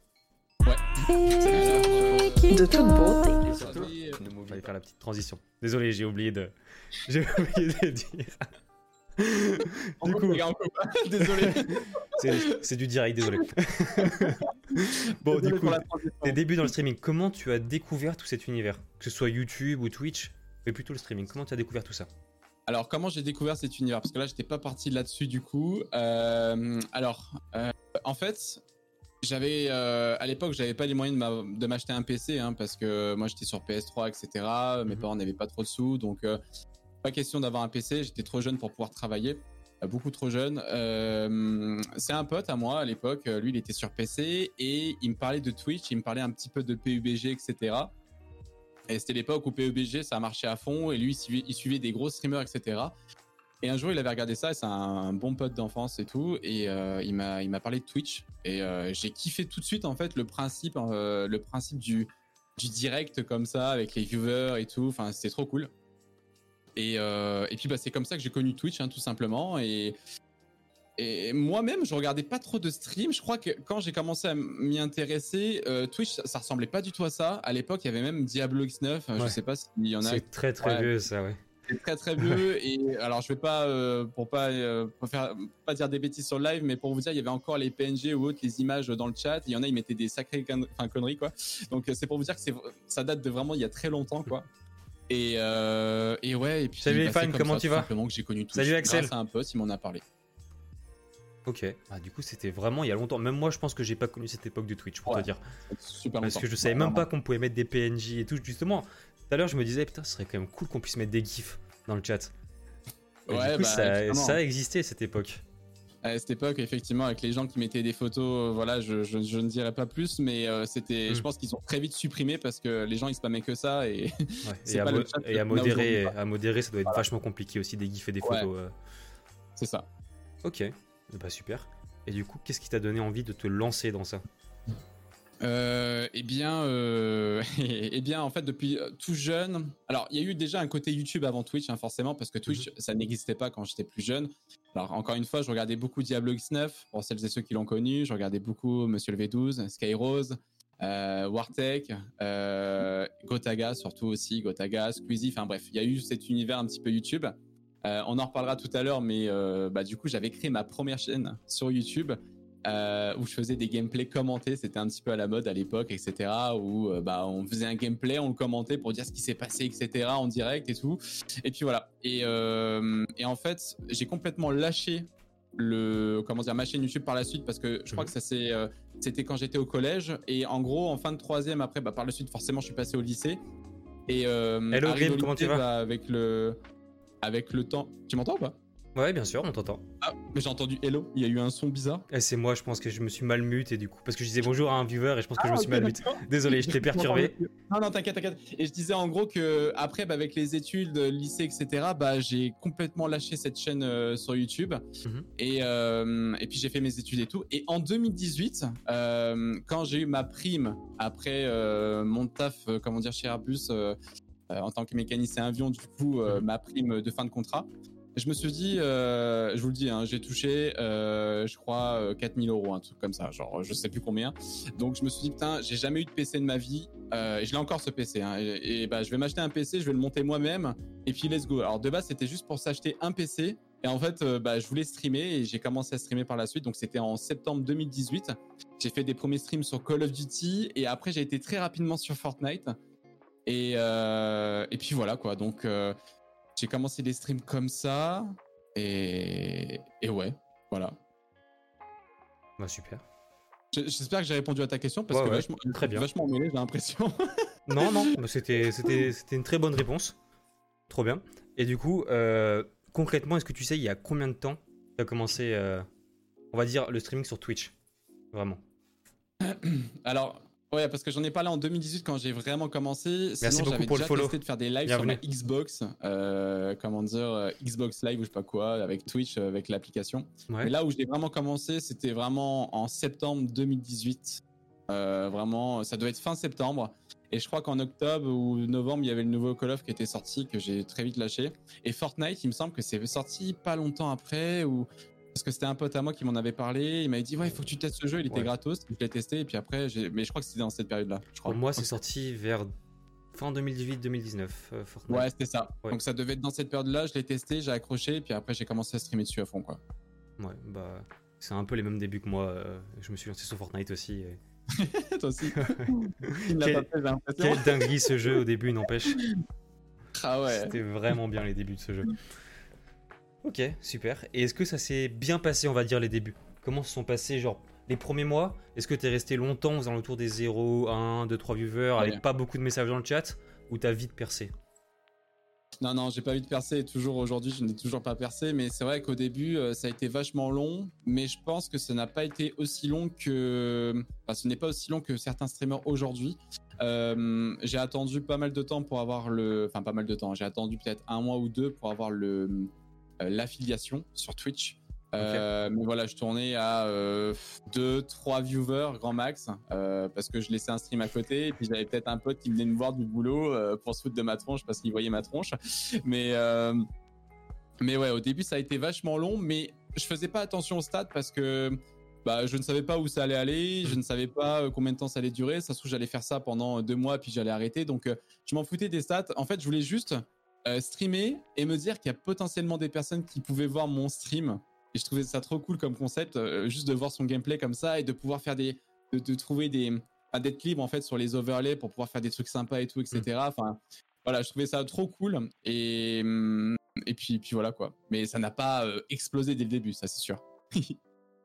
De toute beauté. Et surtout, Euh, ne On m'oublie va pas. faire la petite transition. Désolé, j'ai oublié de... J'ai oublié de dire... Du coup, désolé. c'est c'est du direct, désolé. Bon, Désolé du coup, pour la transition. tes débuts dans le streaming, comment tu as découvert tout cet univers? Que ce soit YouTube ou Twitch, mais plutôt le streaming, comment tu as découvert tout ça? Alors, comment j'ai découvert cet univers? Parce que là, j'étais pas parti là-dessus du coup. Euh, alors, euh, en fait, j'avais euh, à l'époque, j'avais pas les moyens de m'a- de m'acheter un P C, hein, parce que moi, j'étais sur P S trois, et cetera. Mes Mhm. parents n'avaient pas trop de sous, donc euh, pas question d'avoir un P C. J'étais trop jeune pour pouvoir travailler, euh, beaucoup trop jeune. Euh, c'est un pote à moi à l'époque. euh, Lui, il était sur P C et il me parlait de Twitch, il me parlait un petit peu de P U B G, et cetera. Et c'était l'époque où P U B G, ça marchait à fond, et lui, il suivait, il suivait des gros streamers, et cetera. Et un jour, il avait regardé ça, et c'est un bon pote d'enfance et tout, et euh, il m'a, il m'a parlé de Twitch, et euh, j'ai kiffé tout de suite en fait le principe, euh, le principe du, du direct comme ça avec les viewers et tout. Enfin, c'était trop cool. Et, euh, et puis bah c'est comme ça que j'ai connu Twitch, hein, tout simplement. Et et moi-même, je regardais pas trop de streams. Je crois que quand j'ai commencé à m'y intéresser, euh, Twitch, ça, ça ressemblait pas du tout à ça. À l'époque, il y avait même Diablo X neuf. euh, Ouais. Je sais pas s'il y en a. C'est très très Ouais. vieux ça, ouais. C'est très très vieux. Et alors, je vais pas euh, pour pas euh, pour faire pas dire des bêtises sur le live, mais pour vous dire, il y avait encore les P N G ou autres, les images dans le chat. Il y en a, ils mettaient des sacrées con- enfin, conneries quoi. Donc euh, c'est pour vous dire que c'est ça date de vraiment il y a très longtemps quoi. Et euh, et ouais. Et puis Salut les bah, fans, c'est comme comment ça, tu tout vas? simplement que j'ai connu Twitch. Salut Axel. Grâce à un pote, il m'en a parlé. Ok. Ah, du coup, c'était vraiment il y a longtemps. Même moi, je pense que j'ai pas connu cette époque de Twitch, pour Ouais. te dire. Super Parce longtemps. que je savais Ouais, même vraiment. pas qu'on pouvait mettre des P N J et tout. Justement, tout à l'heure, je me disais, putain, ce serait quand même cool qu'on puisse mettre des gifs dans le chat. Et Ouais, du coup, bah, ça, carrément. ça a existé cette époque. À cette époque, effectivement, avec les gens qui mettaient des photos, euh, voilà, je, je, je ne dirais pas plus, mais euh, c'était, Mm. je pense qu'ils ont très vite supprimé parce que les gens ils spammaient que ça et Ouais. c'est Et, à pas mo- le chat et à qu'on a aujourd'hui, modérer, quoi. à modérer, ça doit être vachement compliqué aussi, des gifs et des Ouais. photos. euh. C'est ça. Ok, bah super. Et du coup, qu'est-ce qui t'a donné envie de te lancer dans ça? Euh, eh bien, euh, eh bien, en fait, depuis euh, tout jeune, alors il y a eu déjà un côté YouTube avant Twitch, hein, forcément, parce que Twitch, Mhm. ça n'existait pas quand j'étais plus jeune. Alors encore une fois, je regardais beaucoup Diablo X neuf pour celles et ceux qui l'ont connu. Je regardais beaucoup Monsieur le V douze, Skyrose, euh, Wartech, euh, Gotaga surtout aussi, Gotaga, Squeezie. Enfin bref, il y a eu cet univers un petit peu YouTube. Euh, on en reparlera tout à l'heure, mais euh, bah, du coup, j'avais créé ma première chaîne sur YouTube. Euh, où je faisais des gameplays commentés, c'était un petit peu à la mode à l'époque, et cetera. Où euh, bah, on faisait un gameplay, on le commentait pour dire ce qui s'est passé, et cetera en direct et tout. Et puis voilà. Et, euh, et en fait, j'ai complètement lâché le, comment dire, ma chaîne YouTube par la suite parce que je crois Mhm. que ça c'est, euh, c'était quand j'étais au collège. Et en gros, en fin de troisième, après, bah, par la suite, forcément, je suis passé au lycée. Et euh, Hello, arrivé Grim, au comment tu lycée, vas? bah, avec le, avec le temps. Tu m'entends ou pas? Ouais, bien sûr, on t'entend. Ah, mais j'ai entendu hello. Il y a eu un son bizarre. Et c'est moi, je pense que je me suis mal mute et du coup, parce que je disais bonjour à un viewer et je pense que je me suis Ah, ok, mal mute. d'accord. Désolé, je t'ai perturbé. Non, non, t'inquiète, t'inquiète. Et je disais en gros que après, bah, avec les études, le lycée, et cetera, bah, j'ai complètement lâché cette chaîne euh, sur YouTube. Mhm. Et, euh, et puis j'ai fait mes études et tout. Et en deux mille dix-huit, euh, quand j'ai eu ma prime après euh, mon taf, euh, comment dire, chez Airbus, euh, euh, en tant que mécanicien avion, du coup, euh, Mhm. ma prime de fin de contrat, je me suis dit, euh, je vous le dis, hein, j'ai touché, euh, je crois, euh, quatre mille euros, un truc comme ça, genre, je sais plus combien. Donc, je me suis dit, putain, j'ai jamais eu de P C de ma vie, euh, et je l'ai encore ce P C, hein, et, et bah, je vais m'acheter un P C, je vais le monter moi-même, et puis let's go. Alors, de base, c'était juste pour s'acheter un P C, et en fait, euh, bah, je voulais streamer, et j'ai commencé à streamer par la suite, donc c'était en septembre deux mille dix-huit. J'ai fait des premiers streams sur Call of Duty, et après, j'ai été très rapidement sur Fortnite, et, euh, et puis voilà, quoi, donc... Euh, j'ai commencé les streams comme ça, et, et ouais, voilà. Bah super. J'espère que j'ai répondu à ta question, parce Ouais, que ouais, vachement, très bien. vachement mêlé, j'ai l'impression. Non, non, bah, c'était, c'était, c'était une très bonne réponse. Trop bien. Et du coup, euh, concrètement, est-ce que tu sais il y a combien de temps tu as commencé, euh, on va dire, le streaming sur Twitch? Vraiment. Alors, ouais, parce que j'en ai parlé en deux mille dix-huit quand j'ai vraiment commencé. Merci Sinon, beaucoup j'avais pour le déjà follow. testé de faire des lives Bienvenue. sur ma Xbox, euh, comment dire, euh, Xbox Live ou je sais pas quoi, avec Twitch, euh, avec l'application. Ouais. Mais là où j'ai vraiment commencé, c'était vraiment en septembre deux mille dix-huit. Euh, vraiment, ça doit être fin septembre. Et je crois qu'en octobre ou novembre, il y avait le nouveau Call of qui était sorti, que j'ai très vite lâché. Et Fortnite, il me semble que c'est sorti pas longtemps après, ou parce que c'était un pote à moi qui m'en avait parlé. Il m'avait dit, ouais, il faut que tu testes ce jeu, il était Ouais. gratos. Je l'ai testé, et puis après, j'ai... mais je crois que c'était dans cette période-là. Je crois. Pour moi, c'est sorti vers fin deux mille dix-huit deux mille dix-neuf. Euh, Fortnite. Ouais, c'était ça. Ouais. Donc ça devait être dans cette période-là. Je l'ai testé, j'ai accroché, et puis après, j'ai commencé à streamer dessus à fond, quoi. Ouais, bah, c'est un peu les mêmes débuts que moi. euh, je me suis lancé sur Fortnite aussi. Et... Toi aussi. Il ne l'a Quel- pas fait, j'ai l'impression. Quelle dinguerie ce jeu au début, n'empêche. Ah ouais. C'était vraiment bien les débuts de ce jeu. Ok, super. Et est-ce que ça s'est bien passé, on va dire, les débuts? Comment se sont passés, genre, les premiers mois? Est-ce que t'es resté longtemps aux alentours des zéro, un, deux, trois viewers, Ouais. avec pas beaucoup de messages dans le chat? Ou t'as vite percé? Non, non, j'ai pas vite percé et toujours aujourd'hui, je n'ai toujours pas percé. Mais c'est vrai qu'au début, euh, ça a été vachement long. Mais je pense que ça n'a pas été aussi long que. Enfin, ce n'est pas aussi long que certains streamers aujourd'hui. Euh, j'ai attendu pas mal de temps pour avoir le. Enfin, pas mal de temps. J'ai attendu peut-être un mois ou deux pour avoir le euh, l'affiliation sur Twitch. Euh, mais voilà, je tournais à euh, deux, trois viewers grand max euh, parce que je laissais un stream à côté et puis j'avais peut-être un pote qui venait me voir du boulot euh, pour se foutre de ma tronche parce qu'il voyait ma tronche. Mais euh, mais ouais, au début ça a été vachement long, mais je faisais pas attention aux stats parce que bah je ne savais pas où ça allait aller, je ne savais pas euh, combien de temps ça allait durer. Ça se trouve j'allais faire ça pendant deux mois puis j'allais arrêter, donc euh, je m'en foutais des stats. En fait, je voulais juste euh, streamer et me dire qu'il y a potentiellement des personnes qui pouvaient voir mon stream. Et je trouvais ça trop cool comme concept, euh, juste de voir son gameplay comme ça et de pouvoir faire des, de, de trouver des, enfin, d'être libre en fait sur les overlays pour pouvoir faire des trucs sympas et tout, et cetera. Enfin, voilà, je trouvais ça trop cool et et puis puis voilà quoi. Mais ça n'a pas euh, explosé dès le début, ça c'est sûr.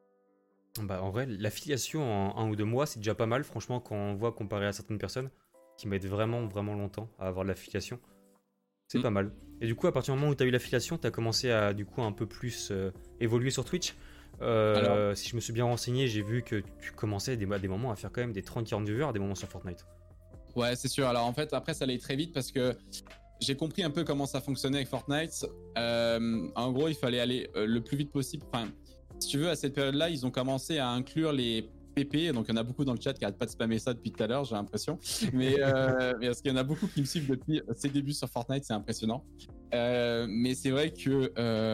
Bah, en vrai, l'affiliation en un ou deux mois, c'est déjà pas mal, franchement, quand on voit comparé à certaines personnes qui mettent vraiment, vraiment longtemps à avoir de l'affiliation. C'est Mm. pas mal. Et du coup, à partir du moment où tu as eu l'affiliation, tu as commencé à du coup un peu plus euh, évoluer sur Twitch. Euh, Alors- si je me suis bien renseigné, j'ai vu que tu commençais des, à des moments à faire quand même des trente quarante viewers à des moments sur Fortnite. Ouais, c'est sûr. Alors en fait, après, ça allait très vite parce que j'ai compris un peu comment ça fonctionnait avec Fortnite. Euh, en gros, il fallait aller euh, le plus vite possible. Enfin, si tu veux, à cette période-là, ils ont commencé à inclure les P P. Donc, il y en a beaucoup dans le chat qui n'arrêtent pas de spammer ça depuis tout à l'heure, j'ai l'impression. Mais, euh, mais parce qu'il y en a beaucoup qui me suivent depuis ses débuts sur Fortnite, c'est impressionnant. Euh, mais c'est vrai que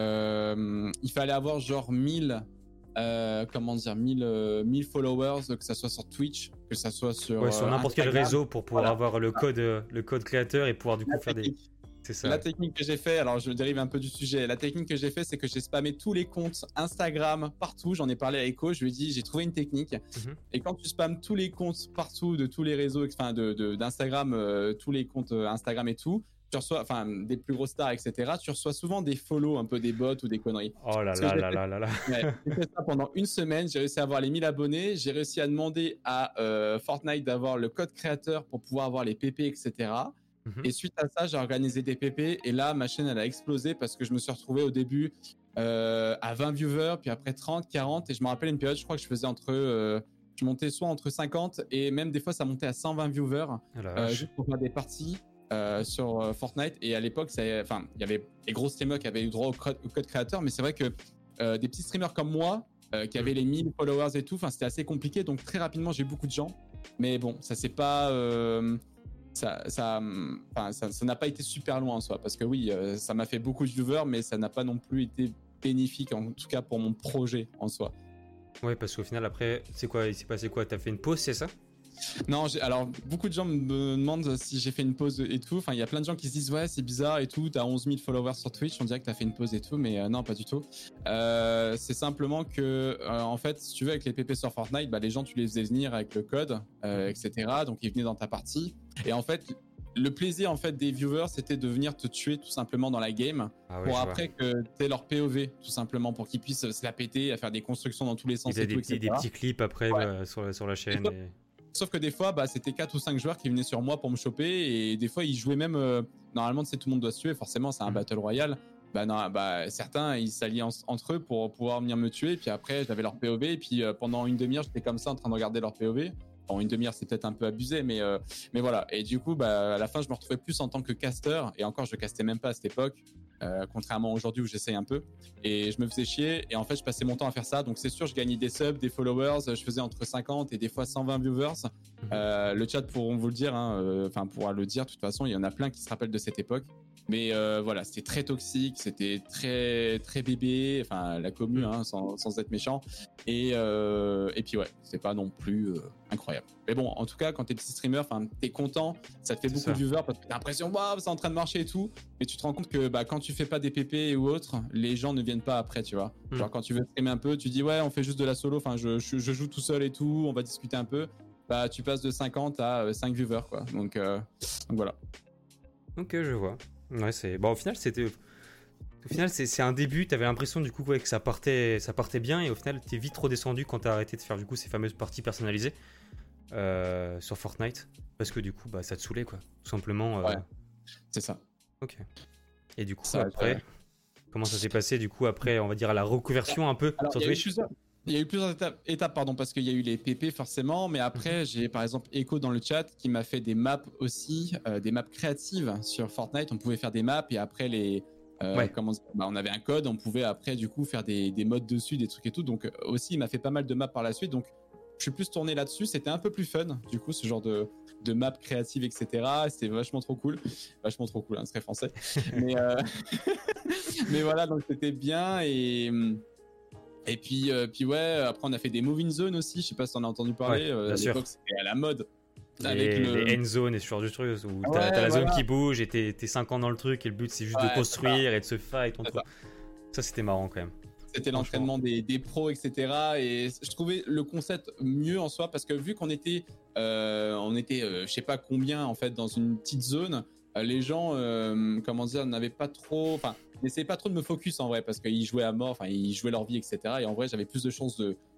euh, il fallait avoir genre mille, euh, comment dire, mille, euh, mille followers, que ça soit sur Twitch, que ça soit sur Ouais, sur euh, n'importe quel Instagram. réseau pour pouvoir Voilà. avoir le code, euh, le code créateur et pouvoir du coup La faire des. technique. C'est ça. La technique que j'ai fait, alors je dérive un peu du sujet. La technique que j'ai fait, c'est que j'ai spammé tous les comptes Instagram partout. J'en ai parlé à Echo. Je lui ai dit, j'ai trouvé une technique. Mhm. Et quand tu spammes tous les comptes partout de tous les réseaux, enfin de, de- d'Instagram, euh, tous les comptes euh, Instagram et tout, tu reçois, enfin des plus grosses stars, et cetera. Tu reçois souvent des follow, un peu des bots ou des conneries. Oh là Ce que là j'ai là fait- là là là. Ouais, j'ai fait ça pendant une semaine. J'ai réussi à avoir les mille abonnés. J'ai réussi à demander à euh, Fortnite d'avoir le code créateur pour pouvoir avoir les P P, et cetera. Mhm. Et suite à ça, j'ai organisé des P P. Et là, ma chaîne, elle a explosé parce que je me suis retrouvé au début euh, à vingt viewers, puis après trente, quarante. Et je me rappelle une période, je crois que je faisais entre. Euh, je montais soit entre cinquante et même des fois, ça montait à cent vingt viewers Oh la euh, vache. juste pour faire des parties. Euh, sur euh, Fortnite. Et à l'époque, ça- enfin, il y avait des gros streamers qui avaient eu droit au, cro- au code créateur, mais c'est vrai que euh, des petits streamers comme moi, euh, qui avaient les mille followers et tout, enfin, c'était assez compliqué. Donc très rapidement, j'ai eu beaucoup de gens. Mais bon, ça c'est pas, euh, ça, ça, enfin, ça, ça n'a pas été super loin en soi, parce que oui, euh, ça m'a fait beaucoup de viewers, mais ça n'a pas non plus été bénéfique, en tout cas pour mon projet en soi. Ouais, parce qu'au final, après, c'est quoi? Il s'est passé quoi? T'as fait une pause, c'est ça? Non, j'ai- alors beaucoup de gens me demandent si j'ai fait une pause et tout. Enfin, il y a plein de gens qui se disent ouais, c'est bizarre et tout. T'as onze mille followers sur Twitch, on dirait que t'as fait une pause et tout, mais euh, non, pas du tout. Euh, c'est simplement que, euh, en fait, si tu veux, avec les P P sur Fortnite, bah, les gens, tu les faisais venir avec le code, euh, et cetera. Donc, ils venaient dans ta partie. Et en fait, le plaisir en fait des viewers, c'était de venir te tuer tout simplement dans la game Ah ouais, pour je après que t'aies leur P O V tout simplement pour qu'ils puissent se la péter, à faire des constructions dans tous les vois. sens Il y et a des tout, petits, des et cetera. petits clips après Ouais. euh, sur, la, sur la chaîne. fois- et- Sauf que des fois, bah, c'était quatre ou cinq joueurs qui venaient sur moi pour me choper et des fois, ils jouaient même. euh, normalement, c'est tout le monde doit se tuer, forcément, c'est un Mhm. battle royale. Bah, non, bah, certains, ils s'allient en- entre eux pour pouvoir venir me tuer. Puis après, j'avais leur P O V. Et puis euh, pendant une demi-heure, j'étais comme ça en train de regarder leur P O V. Bon, une demi-heure, c'est peut-être un peu abusé, mais, euh, mais voilà. Et du coup, bah, à la fin, je me retrouvais plus en tant que caster. Et encore, je castais même pas à cette époque, euh, contrairement à aujourd'hui où j'essaye un peu. Et je me faisais chier. Et en fait, je passais mon temps à faire ça. Donc, c'est sûr, je gagnais des subs, des followers. Je faisais entre cinquante et des fois cent vingt viewers. Euh, le chat pourront vous le dire, hein, euh, enfin pourra le dire. De toute façon, il y en a plein qui se rappellent de cette époque. Mais euh, voilà, c'était très toxique, c'était très très bébé, enfin la commu, hein, sans, sans être méchant. Et euh, et puis ouais, c'est pas non plus euh, incroyable. Mais bon, en tout cas, quand t'es petit streamer, enfin t'es content, ça te fait C'est beaucoup ça. de viewers parce que t'as l'impression waouh, c'est en train de marcher et tout. Mais tu te rends compte que bah quand tu fais pas des P P ou autre, les gens ne viennent pas après, tu vois. Mm. Genre quand tu veux streamer un peu, tu dis ouais, on fait juste de la solo, enfin je, je je joue tout seul et tout, on va discuter un peu. Bah tu passes de cinquante à euh, cinq viewers quoi. Donc, euh, donc voilà. Ok, je vois. Ouais, c'est. Bon, au final, c'était. Au final, c'est c'est un début. T'avais l'impression du coup ouais, que ça partait, ça partait bien, et au final, t'es vite redescendu quand t'as arrêté de faire du coup ces fameuses parties personnalisées euh, sur Fortnite, parce que du coup, bah, ça te saoulait quoi, tout simplement. euh, Ouais. C'est ça. Ok. Et du coup, Ça, après, ouais. comment ça s'est passé du coup après, on va dire à la reconversion un peu Alors, sur il y a eu Twitch. plusieurs, il y a eu plusieurs étapes, étapes, pardon, parce qu'il y a eu les P P forcément, mais après, j'ai par exemple Echo dans le chat qui m'a fait des maps aussi, euh, des maps créatives sur Fortnite. On pouvait faire des maps et après les. euh, Ouais. comment, bah, on avait un code, on pouvait après du coup faire des, des modes dessus, des trucs et tout. Donc euh, aussi, il m'a fait pas mal de maps par la suite. Donc je suis plus tourné là-dessus. C'était un peu plus fun, du coup, ce genre de, de maps créatives, et cetera. C'était vachement trop cool. Vachement trop cool, hein, c'est très français. mais, euh... mais voilà, donc c'était bien et. Et puis, euh, puis ouais, après on a fait des Moving Zone aussi, je sais pas si t'en as entendu parler, Ouais, euh, bien à sûr. l'époque c'était à la mode. Les, Avec le... les end zones et ce genre de trucs où t'as Ouais, t'as la zone voilà. qui bouge et t'es t'es cinq ans dans le truc et le but c'est juste Ouais, de construire et de se fight C'est entre. ça. Ça, c'était marrant quand même. C'était l'entraînement des, des pros, et cetera. Et je trouvais le concept mieux en soi parce que vu qu'on était, euh, on était, euh, je sais pas combien en fait dans une petite zone, euh, les gens, euh, comment dire, n'avaient pas trop, enfin, n'essayaient pas trop de me focus en vrai parce qu'ils jouaient à mort, enfin, ils jouaient leur vie, et cetera. Et en vrai, j'avais plus de chances de,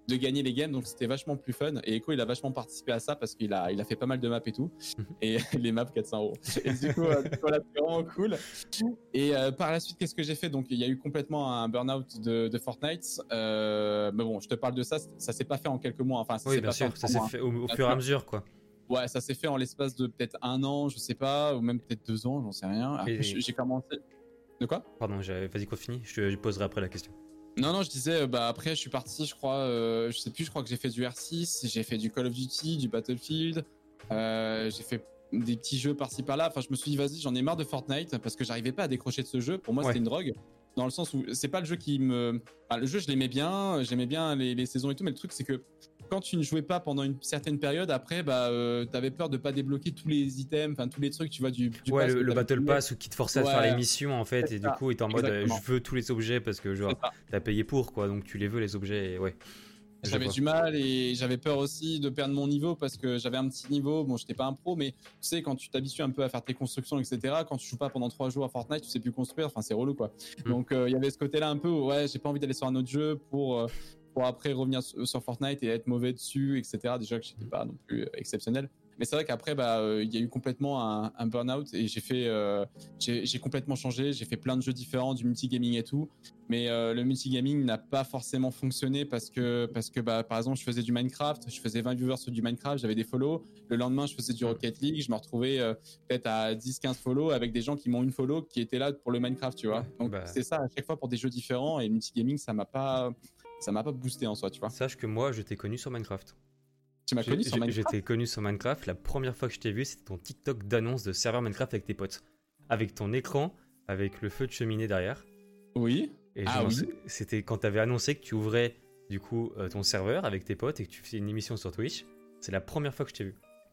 de gagner les games, donc c'était vachement plus fun. Et Echo, il a vachement participé à ça parce qu'il a, il a fait pas mal de maps et tout. Et les maps quatre cents euros. Et du coup, euh, voilà, c'est vraiment cool. Et euh, par la suite, qu'est-ce que j'ai fait? Donc, il y a eu complètement un burn-out de, de Fortnite. Euh, mais bon, je te parle de ça, ça s'est pas fait en quelques mois. Enfin, ça Oui, s'est bien pas sûr, fait ça en s'est mois. fait au, au fur et à mesure, quoi. Ouais, ça s'est fait en l'espace de peut-être un an, je sais pas, ou même peut-être deux ans, j'en sais rien. Après, Et- j'ai commencé. De quoi? Pardon, j'ai- vas-y, continue, je te je poserai après la question. Non, non, je disais, euh, bah après, je suis parti, je crois, euh, je sais plus, je crois que j'ai fait du R six, j'ai fait du Call of Duty, du Battlefield, euh, j'ai fait des petits jeux par-ci par-là. Enfin, je me suis dit, vas-y, j'en ai marre de Fortnite parce que j'arrivais pas à décrocher de ce jeu. Pour moi, Ouais. c'était une drogue. Dans le sens où c'est pas le jeu qui me. Enfin, le jeu, je l'aimais bien, j'aimais bien les, les saisons et tout, mais le truc, c'est que quand tu ne jouais pas pendant une certaine période, après, bah, euh, t'avais peur de pas débloquer tous les items, enfin, tous les trucs, tu vois, du. du Ouais, pass le, que le t'avais Battle payé. Pass ou qui te forçait à Ouais. faire les missions en fait, C'est et du ça. coup, il est en mode euh, Exactement. je veux tous les objets parce que genre C'est ça. t'as payé pour quoi, donc tu les veux les objets, et ouais. Je J'avais vois. du mal et j'avais peur aussi de perdre mon niveau parce que j'avais un petit niveau. Bon, j'étais pas un pro, mais tu sais, quand tu t'habitues un peu à faire tes constructions, et cetera, quand tu joues pas pendant trois jours à Fortnite, tu sais plus construire. Enfin, c'est relou, quoi. Mm. Donc, il euh, y avait ce côté-là un peu où, ouais, j'ai pas envie d'aller sur un autre jeu pour, euh, pour après revenir sur, sur Fortnite et être mauvais dessus, et cetera. Déjà que j'étais pas non plus euh, exceptionnel. Mais c'est vrai qu'après, bah, il euh, y a eu complètement un, un burn-out et j'ai fait, euh, j'ai, j'ai complètement changé. J'ai fait plein de jeux différents, du multigaming et tout. Mais euh, le multigaming n'a pas forcément fonctionné parce que, parce que bah, par exemple, je faisais du Minecraft, je faisais vingt viewers sur du Minecraft, j'avais des follow. Le lendemain, je faisais du Rocket League, je me retrouvais euh, peut-être à dix quinze follow avec des gens qui m'ont une follow qui étaient là pour le Minecraft, tu vois. Ouais, Donc bah... c'est ça à chaque fois pour des jeux différents et le multigaming, ça m'a pas, ça m'a pas boosté en soi, tu vois. Sache que moi, je t'ai connu sur Minecraft. Tu m'as connu sur Minecraft. J'étais connu sur Minecraft. La première fois que je t'ai vu, c'était ton TikTok d'annonce de serveur Minecraft avec tes potes. Avec ton écran, avec le feu de cheminée derrière. Oui. Et ah oui. C'était quand tu avais annoncé que tu ouvrais du coup euh, ton serveur avec tes potes et que tu faisais une émission sur Twitch. C'est la première fois que je t'ai vu.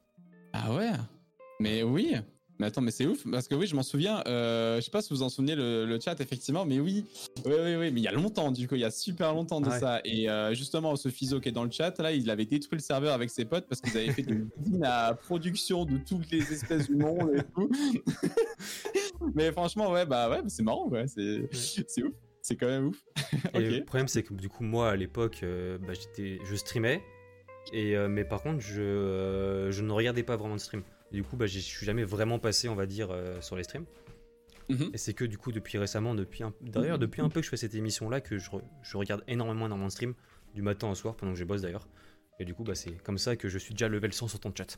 Ah ouais. Mais oui. Mais attends, mais c'est ouf, parce que oui, je m'en souviens, euh, je sais pas si vous vous en souvenez le, le chat, effectivement, mais oui, oui, oui, oui, mais il y a longtemps, du coup, il y a super longtemps de ah ouais. ça. Et euh, justement, ce Fizo qui est dans le chat, là, il avait détruit le serveur avec ses potes parce qu'ils avaient fait des usines à production de toutes les espèces du monde et tout. Mais franchement, ouais, bah ouais, c'est marrant, ouais, c'est, c'est ouf, c'est quand même ouf. Et okay. Le problème, c'est que du coup, moi, à l'époque, euh, bah, j'étais, je streamais, et, euh, mais par contre, je, euh, je ne regardais pas vraiment de stream. Et du coup, bah, je suis jamais vraiment passé, on va dire, euh, sur les streams. Mm-hmm. Et c'est que du coup, depuis récemment, depuis un... d'ailleurs, depuis un peu que je fais cette émission-là, que je, re... je regarde énormément, énormément de stream, du matin au soir, pendant que je bosse d'ailleurs. Et du coup, bah, c'est comme ça que je suis déjà level cent sur ton chat.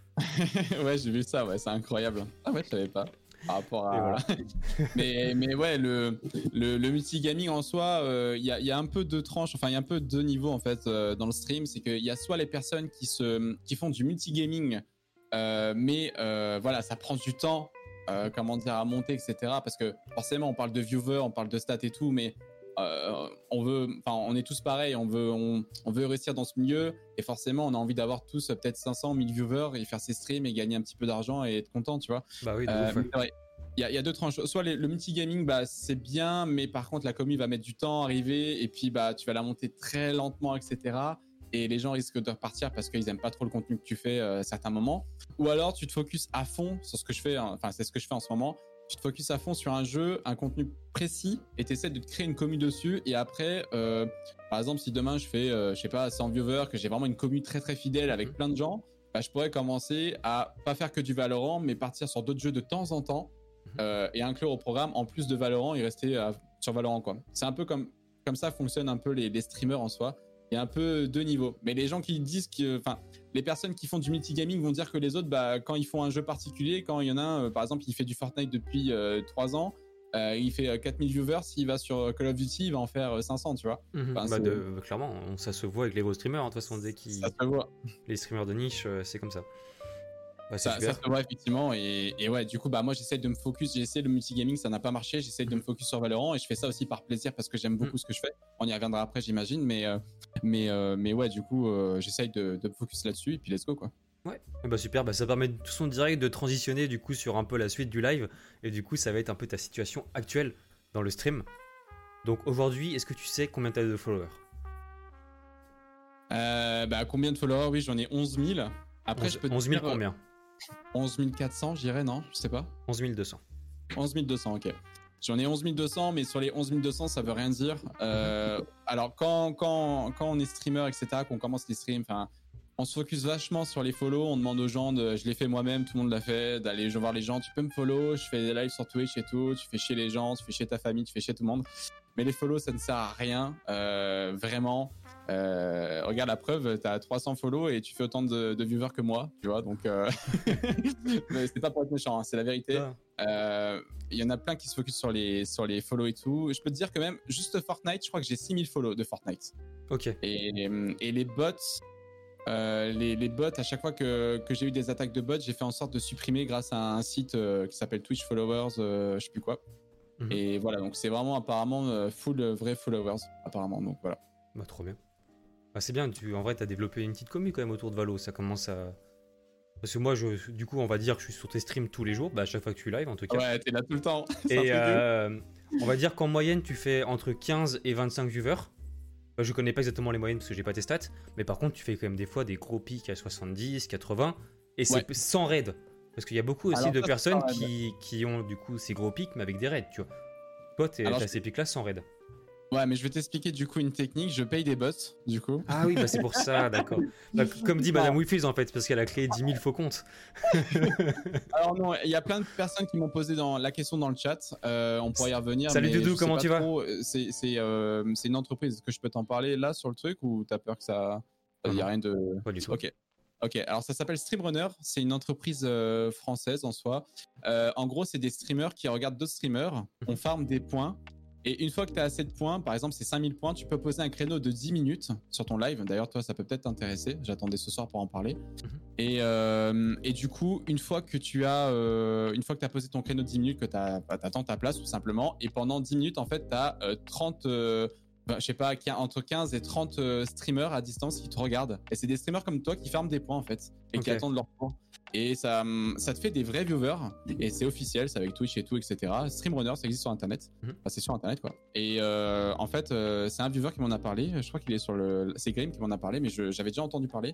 Ouais, j'ai vu ça, ouais, c'est incroyable. Ah ouais, je savais pas. Par rapport à. Voilà. mais, mais ouais, le, le, le multigaming en soi, il euh, y, a, y a un peu deux tranches, enfin, il y a un peu deux niveaux en fait euh, dans le stream. C'est qu'il y a soit les personnes qui, se, qui font du multigaming, euh, mais euh, voilà, ça prend du temps, euh, comment dire, à monter, et cetera. Parce que forcément, on parle de viewers, on parle de stats et tout, mais. Euh, on veut, enfin, on est tous pareils, on veut, on, on veut réussir dans ce milieu et forcément, on a envie d'avoir tous peut-être cinq cents, mille viewers et faire ses streams et gagner un petit peu d'argent et être content, tu vois. Bah oui, de euh, ouf, ouais. C'est vrai. Il y a, il y a deux tranches. Soit les, le multigaming, bah, c'est bien, mais par contre, la commu va mettre du temps à arriver et puis bah, tu vas la monter très lentement, et cetera. Et les gens risquent de repartir parce qu'ils aiment pas trop le contenu que tu fais euh, à certains moments. Ou alors, tu te focuses à fond sur ce que je fais, hein, enfin, c'est ce que je fais en ce moment. Tu te focuses à fond sur un jeu, un contenu précis et tu essaies de te créer une commu dessus. Et après, euh, par exemple, si demain je fais, euh, je sais pas, cent viewers, que j'ai vraiment une commu très très fidèle avec mmh. plein de gens, bah, je pourrais commencer à pas faire que du Valorant, mais partir sur d'autres jeux de temps en temps euh, et inclure au programme en plus de Valorant et rester euh, sur Valorant, quoi. C'est un peu comme, comme ça fonctionnent un peu les, les streamers en soi. Il y a un peu deux niveaux. Mais les gens qui disent que, enfin, les personnes qui font du multigaming vont dire que les autres, bah, quand ils font un jeu particulier, quand il y en a un, euh, par exemple, il fait du Fortnite depuis euh, trois ans, euh, il fait euh, quatre mille viewers, s'il va sur Call of Duty, il va en faire euh, cinq cents, tu vois. Mmh, enfin, bah de, clairement, on, ça se voit avec les gros streamers, hein, de toute façon, dès qu'ils... Ça se voit. Les streamers de niche, euh, c'est comme ça. Bah, ça, ça se voit effectivement et, et ouais, du coup bah moi j'essaie de me focus, j'ai essayé le multigaming, ça n'a pas marché, j'essaie de me focus sur Valorant et je fais ça aussi par plaisir parce que j'aime beaucoup mmh. ce que je fais. On y reviendra après j'imagine, mais euh, mais euh, mais ouais du coup euh, j'essaie de, de me focus là-dessus et puis let's go quoi. Ouais, bah super, bah ça permet tout son direct de transitionner du coup sur un peu la suite du live et du coup ça va être un peu ta situation actuelle dans le stream. Donc aujourd'hui, est-ce que tu sais combien tu as de followers? euh, Bah combien de followers? Oui, j'en ai onze mille. Après onze, je peux te onze mille dire, combien? onze mille quatre cents, je dirais, non? Je sais pas. onze mille deux cents. onze mille deux cents, ok. J'en ai onze mille deux cents, mais sur les onze mille deux cents, ça veut rien dire. Euh, alors, quand, quand, quand on est streamer, et cetera, qu'on commence les streams, enfin, on se focus vachement sur les follow. On demande aux gens, de, je l'ai fait moi-même, tout le monde l'a fait, d'aller voir les gens. Tu peux me follow, je fais des lives sur Twitch et tout. Tu fais chier les gens, tu fais chier ta famille, tu fais chier tout le monde. Mais les follow, ça ne sert à rien, euh, vraiment. Euh, regarde la preuve, t'as trois cents follow et tu fais autant de, de viewers que moi, tu vois. Donc, euh... mais c'est pas pour être méchant, hein, c'est la vérité. Il euh, y en a plein qui se focus sur les sur les follow et tout. Je peux te dire que même juste Fortnite, je crois que j'ai six mille follow de Fortnite. Ok. Et, et les bots, euh, les, les bots, à chaque fois que, que j'ai eu des attaques de bots, j'ai fait en sorte de supprimer grâce à un site euh, qui s'appelle Twitch Followers, euh, je sais plus quoi. Mm-hmm. Et voilà, donc c'est vraiment apparemment euh, full euh, vrai followers, apparemment. Donc voilà. Bah trop bien. Bah, c'est bien, tu, en vrai, tu as développé une petite commu quand même autour de Valo. Ça commence à. Parce que moi, je, du coup, on va dire que je suis sur tes streams tous les jours, bah, à chaque fois que tu live en tout cas. Ouais, t'es là tout le temps. Et euh, on va dire qu'en moyenne, tu fais entre quinze et vingt-cinq viewers. Bah, je connais pas exactement les moyennes parce que j'ai pas tes stats, mais par contre, tu fais quand même des fois des gros pics à soixante-dix, quatre-vingts, et c'est ouais. sans raid. Parce qu'il y a beaucoup aussi Alors, de ça, personnes qui, qui ont du coup ces gros pics, mais avec des raids, tu vois. Toi, t'as je... ces pics-là sans raid. Ouais, mais je vais t'expliquer du coup une technique. Je paye des bots, du coup. Ah oui, bah c'est pour ça, d'accord. Donc, comme dit Madame Wifuse, en fait, parce qu'elle a créé dix mille faux comptes. Alors non, il y a plein de personnes qui m'ont posé dans la question dans le chat. Euh, on pourrait y revenir. Salut Doudou, comment tu trop. vas C'est c'est euh, c'est une entreprise. Est-ce que je peux t'en parler là sur le truc ou t'as peur que ça Il y a rien de. Pas du tout. Ok. Ok, alors ça s'appelle Streamrunner, c'est une entreprise euh, française en soi. Euh, en gros, c'est des streamers qui regardent d'autres streamers, on farm des points. Et une fois que tu as assez de points, par exemple c'est cinq mille points, tu peux poser un créneau de dix minutes sur ton live. D'ailleurs, toi, ça peut peut-être t'intéresser. J'attendais ce soir pour en parler. Mm-hmm. Et, euh, et du coup, une fois que tu as, euh, une fois que tu as posé ton créneau de dix minutes, que tu attends ta place tout simplement, et pendant dix minutes, en fait, tu as euh, trente, euh, ben, je sais pas, entre quinze et trente euh, streamers à distance qui te regardent. Et c'est des streamers comme toi qui farment des points en fait, et okay. qui attendent leurs points. Et ça, ça te fait des vrais viewers, et c'est officiel, c'est avec Twitch et tout, et cetera. Streamrunner, ça existe sur Internet. Mm-hmm. Enfin, c'est sur Internet, quoi. Et euh, en fait, euh, c'est un viewer qui m'en a parlé. Je crois qu'il est sur le... C'est Grim qui m'en a parlé, mais je, j'avais déjà entendu parler.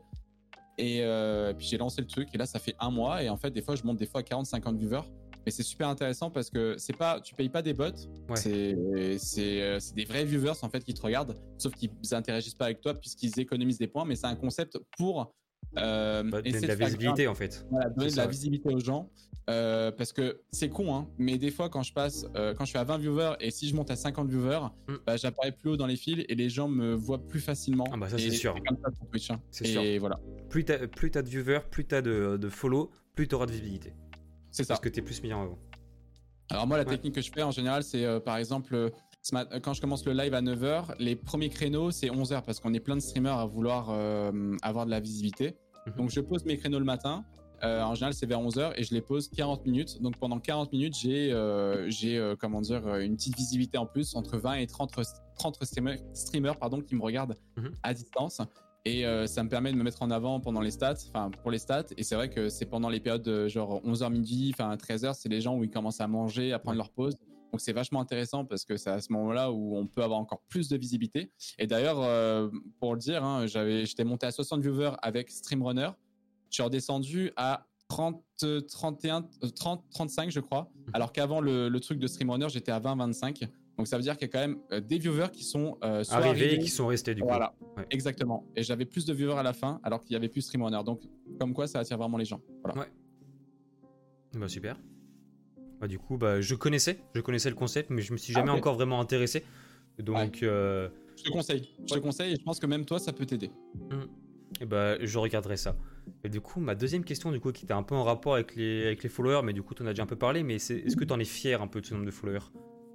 Et euh, puis j'ai lancé le truc, et là, ça fait un mois. Et en fait, des fois, je monte des fois à quarante cinquante viewers. Mais c'est super intéressant parce que c'est pas, tu payes pas des bots, ouais. c'est, c'est, c'est des vrais viewers en fait qui te regardent, sauf qu'ils n'interagissent pas avec toi puisqu'ils économisent des points, mais c'est un concept pour euh, bah, donner de la visibilité en fait. Voilà, donner de la visibilité aux gens. Euh, parce que c'est con, hein, mais des fois quand je passe, euh, quand je suis à vingt viewers et si je monte à cinquante viewers, mm. bah, j'apparais plus haut dans les fils et les gens me voient plus facilement. Ah bah ça et c'est sûr. C'est comme ça sur Twitch. Hein. C'est et sûr. Voilà. Plus t'as, plus t'as de viewers, plus t'as de, de follow, plus t'auras de visibilité. C'est ça. Parce que t'es plus mis en avant. Alors moi, la ouais. technique que je fais en général, c'est euh, par exemple, euh, quand je commence le live à neuf heures, les premiers créneaux, c'est onze heures parce qu'on est plein de streamers à vouloir euh, avoir de la visibilité. Mm-hmm. Donc je pose mes créneaux le matin. Euh, en général, c'est vers onze heures et je les pose quarante minutes. Donc pendant quarante minutes, j'ai, euh, j'ai euh, comment dire, une petite visibilité en plus entre vingt et trente, trente streamers, streamers pardon, qui me regardent mm-hmm. à distance. Et euh, ça me permet de me mettre en avant pendant les stats, enfin pour les stats. Et c'est vrai que c'est pendant les périodes de genre onze heures midi, enfin treize heures, c'est les gens où ils commencent à manger, à prendre leur pause. Donc c'est vachement intéressant parce que c'est à ce moment-là où on peut avoir encore plus de visibilité. Et d'ailleurs, euh, pour le dire, hein, j'avais, j'étais monté à soixante viewers avec Streamrunner. Je suis redescendu à trente, trente et un, trente, trente-cinq je crois. Alors qu'avant le, le truc de Streamrunner, j'étais à vingt, vingt-cinq. Donc ça veut dire qu'il y a quand même euh, des viewers qui sont euh, soit arrivés, arrivés et qui sont restés du coup. Voilà, ouais. Exactement. Et j'avais plus de viewers à la fin alors qu'il y avait plus Streamrunner. Donc comme quoi ça attire vraiment les gens. Voilà. Ouais. Bah super. Bah du coup bah je connaissais, je connaissais le concept, mais je me suis jamais ah, okay. encore vraiment intéressé. Donc ouais. euh... je te conseille, je ouais. te conseille et je pense que même toi ça peut t'aider. Mmh. Et bah je regarderai ça. Et du coup ma deuxième question du coup qui était un peu en rapport avec les avec les followers, mais du coup tu en as déjà un peu parlé, mais c'est, est-ce que tu en es fier un peu de ce nombre de followers?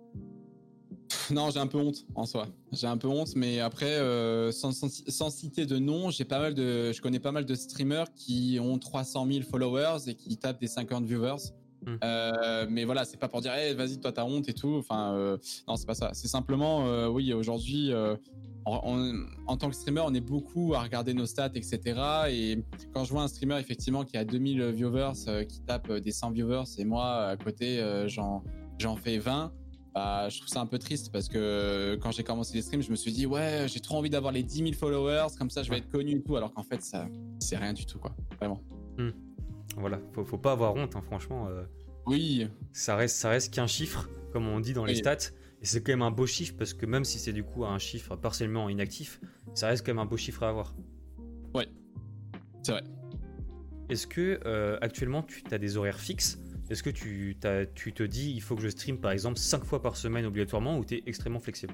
Non, j'ai un peu honte en soi. J'ai un peu honte, mais après, euh, sans, sans, sans citer de nom, j'ai pas mal de, je connais pas mal de streamers qui ont trois cent mille followers et qui tapent des cinquante viewers. Mm. Euh, mais voilà, c'est pas pour dire, hey, vas-y, toi, t'as honte et tout. Enfin, euh, non, c'est pas ça. C'est simplement, euh, oui, aujourd'hui, euh, on, on, en tant que streamer, on est beaucoup à regarder nos stats, et cetera. Et quand je vois un streamer effectivement qui a deux mille viewers, euh, qui tape des cent viewers, et moi à côté, euh, j'en, j'en fais vingt. Bah, je trouve ça un peu triste parce que quand j'ai commencé les streams, je me suis dit ouais, j'ai trop envie d'avoir les dix mille followers, comme ça je vais être connu et tout, alors qu'en fait ça c'est rien du tout quoi, vraiment. Mmh. Voilà, faut, faut pas avoir honte, hein, franchement. Euh, oui. Ça reste, ça reste qu'un chiffre, comme on dit dans les Oui. stats. Et c'est quand même un beau chiffre parce que même si c'est du coup un chiffre partiellement inactif, ça reste quand même un beau chiffre à avoir. C'est vrai. Est-ce que euh, actuellement tu as des horaires fixes? Est-ce que tu, t'as- tu te dis il faut que je stream par exemple cinq fois par semaine obligatoirement ou tu es extrêmement flexible?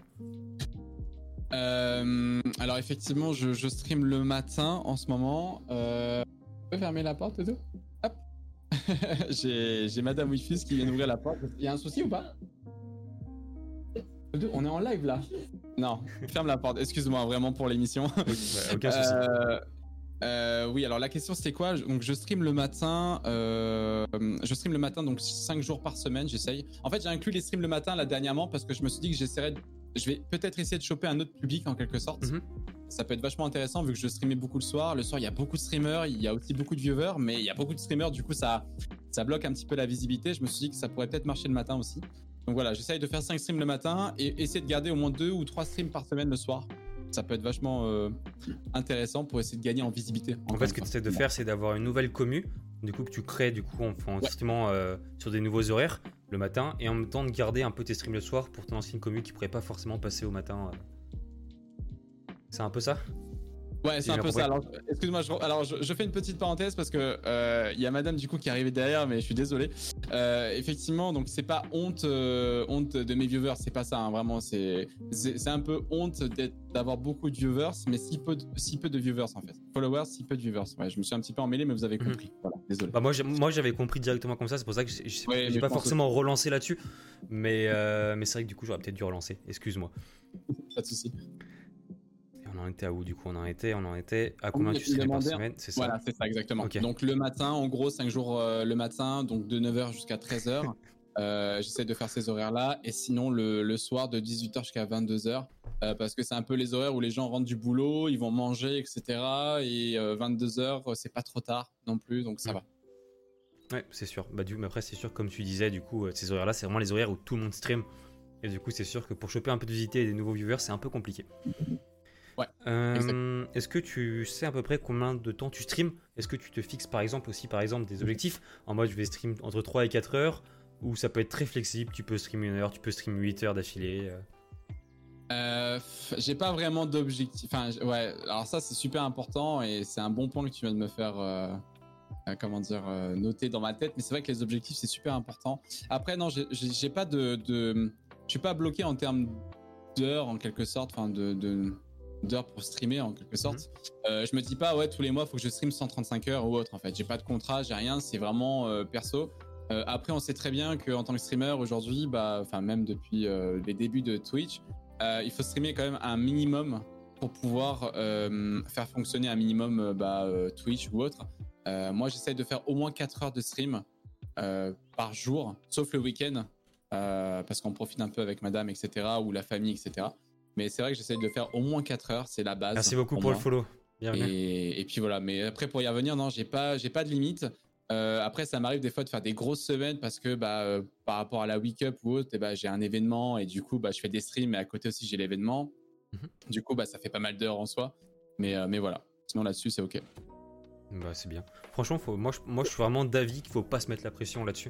Euh, alors effectivement, je, je stream le matin en ce moment. Euh... Tu peux fermer la porte, Dodo? Hop. j'ai, j'ai Madame Wifus qui vient d'ouvrir la porte. Il y a un souci ou pas? Dodo, on est en live là. Non, ferme la porte. Excuse-moi vraiment pour l'émission. Ouais, aucun souci. Euh, euh, oui, alors la question c'était quoi? Donc je stream le matin, euh, je stream le matin donc cinq jours par semaine, j'essaye. En fait, j'ai inclus les streams le matin là dernièrement parce que je me suis dit que j'essaierais, de... je vais peut-être essayer de choper un autre public en quelque sorte. Mhm. Ça peut être vachement intéressant vu que je streamais beaucoup le soir. Le soir, il y a beaucoup de streamers, il y a aussi beaucoup de viewers, mais il y a beaucoup de streamers, du coup ça, ça bloque un petit peu la visibilité. Je me suis dit que ça pourrait peut-être marcher le matin aussi. Donc voilà, j'essaye de faire cinq streams le matin et essayer de garder au moins deux ou trois streams par semaine le soir. Ça peut être vachement euh, intéressant pour essayer de gagner en visibilité. En fait, ce que tu essaies de faire, c'est d'avoir une nouvelle commu, du coup que tu crées du coup en, en Ouais. streamant euh, sur des nouveaux horaires le matin et en même temps de garder un peu tes streams le soir pour ton ancienne commu qui pourrait pas forcément passer au matin. euh. C'est un peu ça? Ouais, c'est Si un j'ai peu compris. ça. Alors, excuse-moi, je, alors je, je fais une petite parenthèse parce que euh, il y a Madame du coup qui est arrivée derrière, mais je suis désolé. Euh, effectivement, donc c'est pas honte, euh, honte de mes viewers, c'est pas ça. Hein, vraiment, c'est, c'est, c'est un peu honte d'être, d'avoir beaucoup de viewers, mais si peu, de, si peu de viewers en fait. Followers, si peu de viewers. Ouais, je me suis un petit peu emmêlé, mais vous avez compris. Mhm. Voilà, désolé. Bah moi, j'ai- moi j'avais compris directement comme ça, c'est pour ça que j'ai j'ai- Ouais, j'ai mais pas je pense forcément relancé là-dessus, mais, euh, mais c'est vrai que du coup j'aurais peut-être dû relancer, excuse-moi. Pas de souci. Et on en était à où du coup? On en était, on en était à combien Oui, tu streamais par demandais- semaine, c'est ça? Voilà, c'est ça, exactement. Ok. Donc le matin, en gros, cinq jours euh, le matin, donc de neuf heures jusqu'à treize heures. euh, j'essaie de faire ces horaires-là. Et sinon, le, le soir, de dix-huit heures jusqu'à vingt-deux heures. Euh, parce que c'est un peu les horaires où les gens rentrent du boulot, ils vont manger, et cetera. Et euh, vingt-deux heures, c'est pas trop tard non plus, donc ça Mm. va. Ouais, c'est sûr. Bah, du, mais après, c'est sûr, comme tu disais, du coup, euh, ces horaires-là, c'est vraiment les horaires où tout le monde stream. Et du coup, c'est sûr que pour choper un peu de visité et des nouveaux viewers, c'est un peu compliqué. Ouais, Euh, est-ce que tu sais à peu près combien de temps tu streams? Est-ce que tu te fixes par exemple aussi par exemple des objectifs en mode je vais stream entre trois et quatre heures ou ça peut être très flexible, tu peux streamer une heure, tu peux streamer huit heures d'affilée euh. Euh, j'ai pas vraiment d'objectif. Enfin, j- ouais, alors ça, c'est super important et c'est un bon point que tu viens de me faire. Euh... euh, comment dire, euh, noter dans ma tête, mais c'est vrai que les objectifs c'est super important. Après non, j'ai- j'ai j'ai pas de, de, je suis pas bloqué en termes d'heures en quelque sorte, enfin de, de d'heures pour streamer en quelque sorte. Euh, je me dis pas ouais tous les mois faut que je stream cent trente-cinq heures ou autre en fait. J'ai pas de contrat, j'ai rien, c'est vraiment euh, perso. Euh, après on sait très bien qu'en tant que streamer aujourd'hui, bah, enfin même depuis euh, les débuts de Twitch, euh, il faut streamer quand même un minimum pour pouvoir euh, faire fonctionner un minimum euh, bah, euh, Twitch ou autre. Euh, moi, j'essaie de faire au moins quatre heures de stream euh, par jour, sauf le week-end, euh, parce qu'on profite un peu avec madame, et cetera, ou la famille, et cetera. Mais c'est vrai que j'essaie de faire au moins quatre heures, c'est la base. Merci beaucoup pour, moi. le follow. Bienvenue. Et, et puis voilà, mais après, pour y revenir, non, j'ai pas, j'ai pas de limite. Euh, après, ça m'arrive des fois de faire des grosses semaines parce que bah, euh, par rapport à la Week Up ou autre, eh bah, j'ai un événement et du coup, bah, je fais des streams et à côté aussi, j'ai l'événement. Mhm. Du coup, bah, ça fait pas mal d'heures en soi. Mais, euh, mais voilà, sinon là-dessus, c'est OK. Bah, c'est bien. Franchement, faut, moi, je, moi je suis vraiment d'avis qu'il faut pas se mettre la pression là-dessus.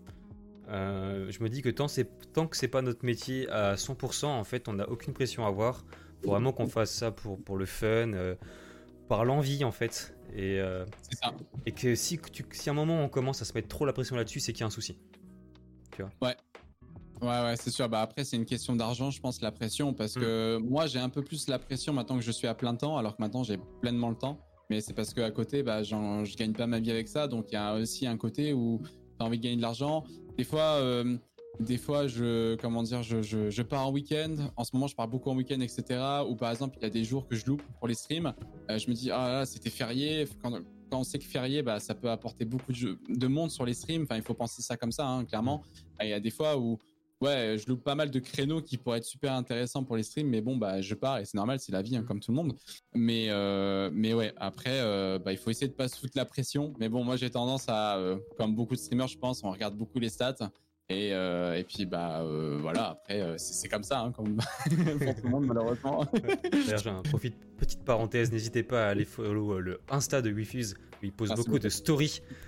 Euh, je me dis que tant, c'est, tant que c'est pas notre métier à cent pour cent, en fait, on n'a aucune pression à avoir. Faut vraiment qu'on fasse ça pour, pour le fun, euh, par l'envie en fait. Et, euh, C'est ça. et que si, que tu, si à un moment on commence à se mettre trop la pression là-dessus, c'est qu'il y a un souci. Ouais, ouais, c'est sûr. Bah, après, c'est une question d'argent, je pense, la pression. Parce Mm. que moi, j'ai un peu plus la pression maintenant que je suis à plein temps, alors que maintenant, j'ai pleinement le temps. Mais c'est parce qu'à côté, bah, j'en, je gagne pas ma vie avec ça. Donc, il y a aussi un côté où tu as envie de gagner de l'argent. Des fois, euh, des fois je, comment dire, je, je, je pars en week-end. En ce moment, je pars beaucoup en week-end, et cetera. Ou par exemple, il y a des jours que je loupe pour les streams. Euh, je me dis, ah là, c'était férié. Quand, quand on sait que férié, bah, ça peut apporter beaucoup de, jeux- de monde sur les streams. Enfin, il faut penser ça comme ça, hein, clairement. Il y a des fois où ouais, je loupe pas mal de créneaux qui pourraient être super intéressants pour les streams, mais bon, bah, je pars et c'est normal, c'est la vie, hein, comme tout le monde. Mais, euh, mais ouais, après, euh, bah, il faut essayer de pas se foutre la pression. Mais bon, moi, j'ai tendance à, euh, comme beaucoup de streamers, je pense, on regarde beaucoup les stats. Et, euh, et puis, bah, euh, voilà, après, euh, c'est, c'est comme ça, hein, comme pour tout le monde, malheureusement. D'ailleurs, j'en profite, petite parenthèse, n'hésitez pas à aller follow euh, le Insta de Wifuse, où il pose Merci beaucoup beaucoup. de stories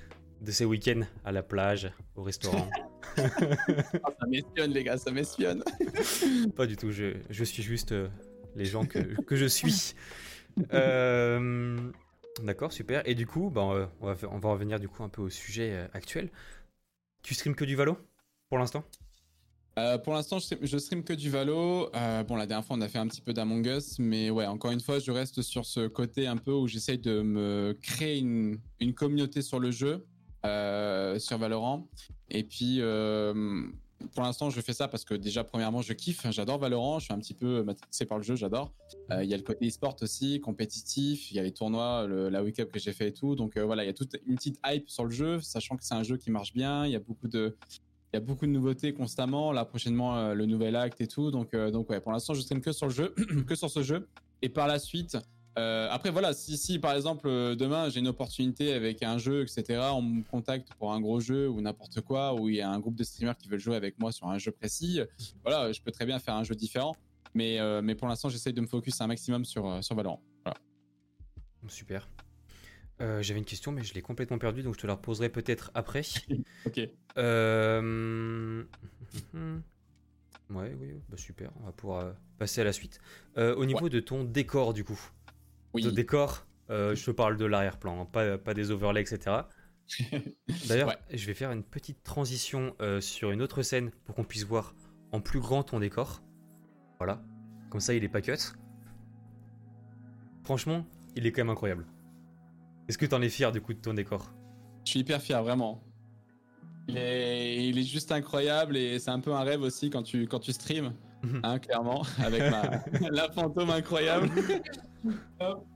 de ces week-ends à la plage, au restaurant? Ah, ça m'espionne, les gars, ça m'espionne. Pas du tout, je, je suis juste euh, les gens que, que je suis. Euh, D'accord, super. Et du coup, bah, on, va, fa- on va revenir du coup un peu au sujet euh, actuel. Tu stream que du Valo pour l'instant? Euh, pour l'instant, je, stream- je stream que du Valo. Euh, bon, la dernière fois, on a fait un petit peu d'Among Us, mais ouais, encore une fois, je reste sur ce côté un peu où j'essaye de me créer une, une communauté sur le jeu, euh, sur Valorant. Et puis, euh, pour l'instant, je fais ça parce que déjà, premièrement, je kiffe, j'adore Valorant, je suis un petit peu matrixé par le jeu, j'adore. Euh, Il y a le côté e-sport aussi, compétitif, il y a les tournois, le- la week-up que j'ai fait et tout. Donc euh, voilà, il y a toute une petite hype sur le jeu, sachant que c'est un jeu qui marche bien, il y a beaucoup de il y a beaucoup de nouveautés constamment. Là, prochainement, euh, le nouvel acte et tout. Donc, euh, donc ouais, pour l'instant, je stream que sur le jeu, que sur ce jeu. Et par la suite, euh, après, voilà, si, si par exemple, euh, demain, j'ai une opportunité avec un jeu, et cetera, on me contacte pour un gros jeu ou n'importe quoi, ou il y a un groupe de streamers qui veulent jouer avec moi sur un jeu précis, voilà, je peux très bien faire un jeu différent. Mais, euh, mais pour l'instant, j'essaye de me focus un maximum sur, euh, sur Valorant. Voilà. Super. Euh, J'avais une question, mais je l'ai complètement perdue, donc je te la reposerai peut-être après. Ok. Euh... Ouais, oui, bah super, on va pouvoir euh, passer à la suite. Euh, au niveau Ouais. de ton décor, du coup. Oui. De décor, euh, je te parle de l'arrière-plan, hein, pas, pas des overlays, et cetera. D'ailleurs, Ouais. je vais faire une petite transition euh, sur une autre scène pour qu'on puisse voir en plus grand ton décor. Voilà, comme ça il est pas cut. Franchement, il est quand même incroyable. Est-ce que t'en es fier du coup de ton décor? Je suis hyper fier, vraiment. Il est, il est juste incroyable et c'est un peu un rêve aussi quand tu, quand tu streams, Mhm. hein, clairement, avec ma, la fantôme incroyable. Hop.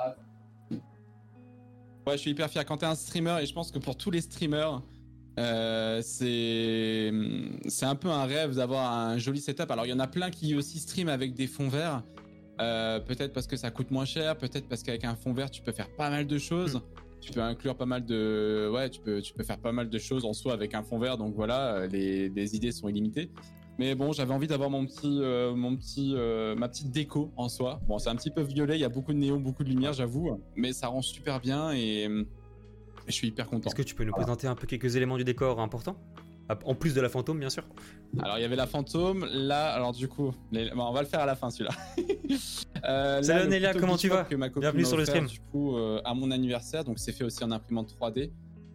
Ouais, je suis hyper fier. Quand t'es un streamer, et je pense que pour tous les streamers, euh, c'est c'est un peu un rêve d'avoir un joli setup. Alors, il y en a plein qui aussi streament avec des fonds verts. Euh, peut-être parce que ça coûte moins cher, peut-être parce qu'avec un fond vert, tu peux faire pas mal de choses. Tu peux inclure pas mal de, ouais, tu peux, tu peux faire pas mal de choses en soi avec un fond vert. Donc voilà, les, les idées sont illimitées. Mais bon, j'avais envie d'avoir mon petit, euh, mon petit, euh, ma petite déco en soi. Bon, c'est un petit peu violet, il y a beaucoup de néon, beaucoup de lumière, j'avoue, mais ça rend super bien et, et je suis hyper content. Est-ce que tu peux nous Voilà. présenter un peu quelques éléments du décor importants? En plus de la fantôme, bien sûr. Alors il y avait la fantôme, là, alors du coup, les- bon, on va le faire à la fin celui-là. euh, Salut là, le Nélia, couteau comment Bishop tu vas? que ma copine Bienvenue m'a sur le offert, stream. Du coup, euh, à mon anniversaire, donc c'est fait aussi en imprimante trois D.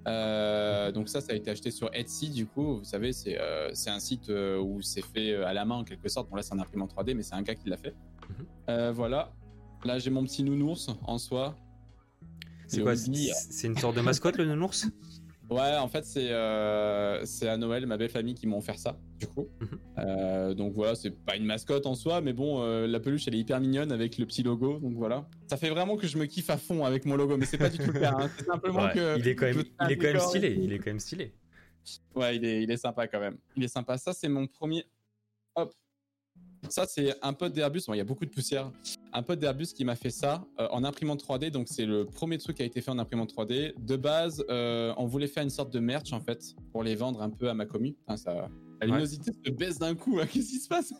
Euh, donc ça, ça a été acheté sur Etsy. Du coup, vous savez, c'est euh, c'est un site euh, où c'est fait euh, à la main en quelque sorte. Bon là, c'est un imprimante trois D, mais c'est un gars qui l'a fait. Mhm. Euh, voilà. Là, j'ai mon petit nounours en soi. C'est Le quoi? Woody. C'est c'est une sorte de mascotte, le nounours? Ouais, en fait, c'est euh, c'est à Noël, ma belle famille qui m'ont offert ça, du coup. Mhm. Euh, donc voilà, c'est pas une mascotte en soi, mais bon, euh, la peluche, elle est hyper mignonne avec le petit logo, donc voilà. Ça fait vraiment que je me kiffe à fond avec mon logo, mais c'est pas du tout le cas, hein. C'est simplement Ouais, que... il est quand je même, fais un il est quand même décor et stylé. tout. Il est quand même stylé. Ouais, il est, il est sympa quand même. Il est sympa. Ça, c'est mon premier... Hop. Ça, c'est un pote d'Airbus. Bon, il y a beaucoup de poussière. Un pote d'Airbus qui m'a fait ça euh, en imprimante trois D. Donc, c'est le premier truc qui a été fait en imprimante trois D. De base, euh, on voulait faire une sorte de merch, en fait, pour les vendre un peu à ma commu. Hein, ça... La luminosité se baisse d'un coup. Hein. Qu'est-ce qui se passe?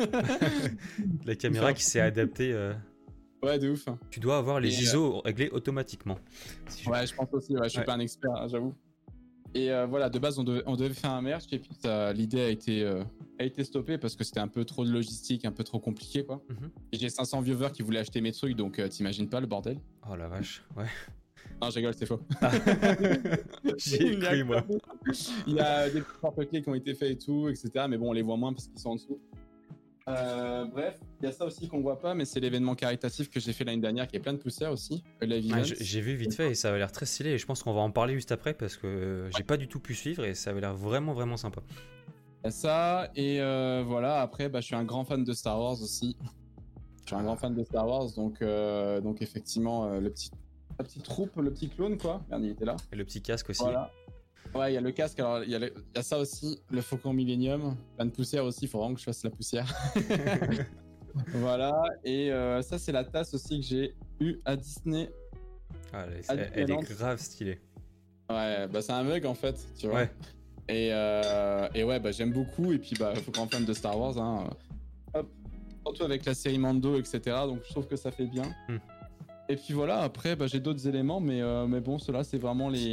La caméra qui s'est adaptée. euh, Ouais, de ouf. Tu dois avoir les Et, I S O réglés automatiquement. Si je- Ouais, je pense aussi. Ouais, je suis Ouais. pas un expert, hein, j'avoue. Et euh, voilà, de base, on devait, on devait faire un merch. Et puis, ça- l'idée a été, euh, a été stoppée parce que c'était un peu trop de logistique, un peu trop compliqué, quoi. Mhm. Et j'ai cinq cents viewers qui voulaient acheter mes trucs, donc euh, t'imagines pas le bordel. Oh la vache, ouais. Non, je rigole, c'est faux. J'ai Il y a- cru, moi. Il y a des petits porte-clés qui ont été faits et tout, et cetera. Mais bon, on les voit moins parce qu'ils sont en dessous. Euh, bref, il y a ça aussi qu'on voit pas, mais c'est l'événement caritatif que j'ai fait l'année dernière qui est plein de poussière aussi. Le Live Ouais, Event. j- J'ai vu vite fait et ça avait l'air très stylé. Et je pense qu'on va en parler juste après parce que euh, j'ai pas du tout pu suivre et ça avait l'air vraiment, vraiment sympa. Il y a ça, et euh, voilà, après, bah, je suis un grand fan de Star Wars aussi. Je suis un grand fan de Star Wars, donc, euh, donc effectivement, euh, le petit, la petite troupe, le petit clone, quoi. Merde, il était là. Et le petit casque aussi. Voilà. Ouais, il y a le casque, alors il y, a le- il y a ça aussi, le Faucon Millennium. Plein de poussière aussi, il faut vraiment que je fasse la poussière. Voilà, et euh, ça, c'est la tasse aussi que j'ai eue à Disney. Ah, elle, Ah, elle- elle est excellente. grave stylée. Ouais, bah c'est un mug en fait, tu vois. Ouais. Et, euh, et ouais, bah j'aime beaucoup, et puis bah, faut qu'on fan de Star Wars, hein. Hop. Surtout avec la série Mando, et cetera. Donc je trouve que ça fait bien. Hmm. Et puis voilà, après, bah, j'ai d'autres éléments, mais, euh, mais bon, ceux-là, c'est vraiment les,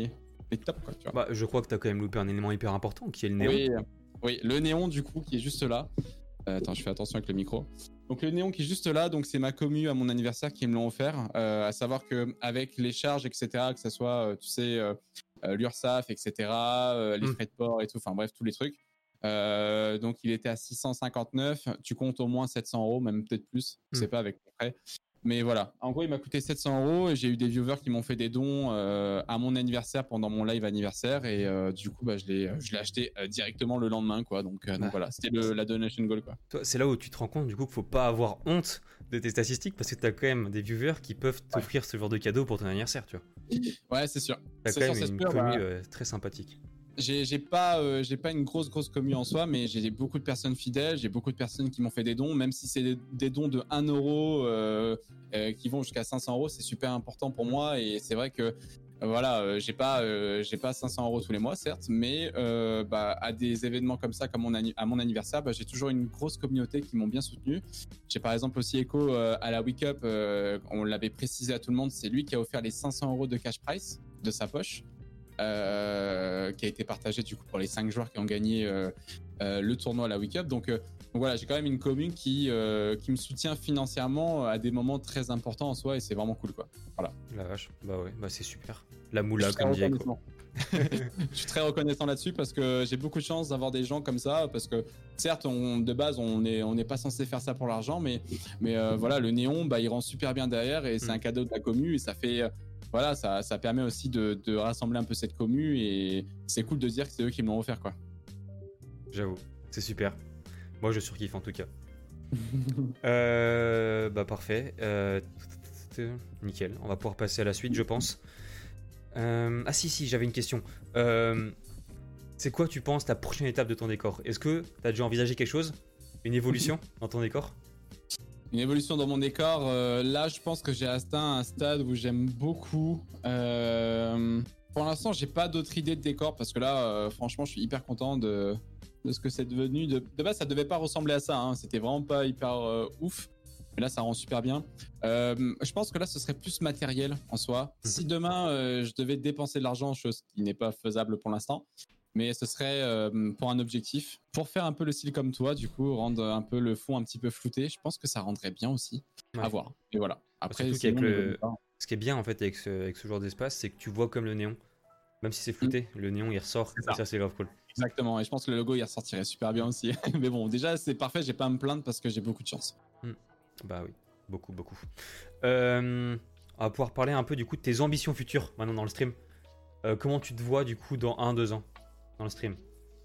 mais top quoi, tu vois. Bah, je crois que t'as quand même loupé un élément hyper important qui est le néon. Oui, oui, le néon du coup qui est juste là. Euh, attends, je fais attention avec le micro. Donc le néon qui est juste là, donc c'est ma commu à mon anniversaire qui me l'ont offert. Euh, à savoir que avec les charges, et cetera, que ça soit, euh, tu sais, euh, euh, l'URSSAF, et cetera, euh, les Mm. frais de port et tout, enfin bref, tous les trucs. Euh, donc il était à six cent cinquante-neuf. Tu comptes au moins sept cents euros, même peut-être plus. Je sais Mm. pas avec les frais. Mais voilà, en gros, il m'a coûté sept cents euros et j'ai eu des viewers qui m'ont fait des dons euh, à mon anniversaire pendant mon live anniversaire et euh, du coup, bah, je l'ai, je l'ai acheté euh, directement le lendemain, quoi. Donc, euh, donc Ah. voilà, c'était le, la donation goal, quoi. Toi, c'est là où tu te rends compte du coup qu'il faut pas avoir honte de tes statistiques parce que t'as quand même des viewers qui peuvent t'offrir ce genre de cadeau pour ton anniversaire, tu vois. Ouais, c'est sûr. T'as C'est quand sûr, même c'est une sûr, commu bah, euh, très sympathique. J'ai, j'ai pas, euh, j'ai pas une grosse grosse commu en soi, mais j'ai beaucoup de personnes fidèles, j'ai beaucoup de personnes qui m'ont fait des dons, même si c'est des, des dons de un euro euh, euh, qui vont jusqu'à cinq cents euros, c'est super important pour moi et c'est vrai que euh, voilà, euh, j'ai pas, euh, j'ai pas cinq cents euros tous les mois certes, mais euh, bah, à des événements comme ça, comme mon anni- à mon anniversaire, bah, j'ai toujours une grosse communauté qui m'ont bien soutenu. J'ai par exemple aussi Echo euh, à la Wake Up, euh, on l'avait précisé à tout le monde, c'est lui qui a offert les cinq cents euros de cash price de sa poche. Euh, qui a été partagé du coup pour les cinq joueurs qui ont gagné euh, euh, le tournoi à la Wake Up. Donc, euh, donc voilà, j'ai quand même une commune qui, euh, qui me soutient financièrement à des moments très importants en soi et c'est vraiment cool quoi. Voilà. La vache, bah ouais, bah c'est super. La moula Je suis comme très dit Echo. reconnaissant. Je suis très reconnaissant là-dessus parce que j'ai beaucoup de chance d'avoir des gens comme ça parce que certes on, de base on n'est on n'est pas censé faire ça pour l'argent mais, mais euh, voilà le néon bah, il rend super bien derrière et c'est Mm. un cadeau de la commu et ça fait voilà ça, ça permet aussi de, de rassembler un peu cette commu et c'est cool de dire que c'est eux qui me l'ont offert quoi. J'avoue, c'est super. Moi je surkiffe en tout cas. Euh, bah parfait. Euh, nickel, on va pouvoir passer à la suite je pense. Euh, ah si si, j'avais une question. Euh, c'est quoi tu penses ta prochaine étape de ton décor? Est-ce que t'as déjà envisagé quelque chose? Une évolution dans ton décor? Une évolution dans mon décor, euh, là je pense que j'ai atteint un stade où j'aime beaucoup. Euh, pour l'instant j'ai pas d'autres idées de décor parce que là euh, franchement je suis hyper content de, de ce que c'est devenu. De, de base ça devait pas ressembler à ça, hein. C'était vraiment pas hyper euh, ouf. Mais là ça rend super bien. Euh, je pense que là ce serait plus matériel en soi. Si demain euh, je devais dépenser de l'argent, chose qui n'est pas faisable pour l'instant, mais ce serait euh, pour un objectif, pour faire un peu le style comme toi, du coup, rendre un peu le fond un petit peu flouté. Je pense que ça rendrait bien aussi. Ouais. À voir. Et voilà. Après, Surtout sinon, qu'avec niveau le- décor- Ce qui est bien en fait avec ce, avec ce genre d'espace, c'est que tu vois comme le néon. Même si c'est flouté, le néon il ressort. C'est Et ça. ça c'est grave cool. Exactement. Et je pense que le logo il ressortirait super bien aussi. Mais bon, déjà c'est parfait. J'ai pas à me plaindre parce que j'ai beaucoup de chance. Bah oui, beaucoup, beaucoup. Euh, on va pouvoir parler un peu du coup de tes ambitions futures maintenant dans le stream. Euh, comment tu te vois du coup dans un deux ans dans le stream?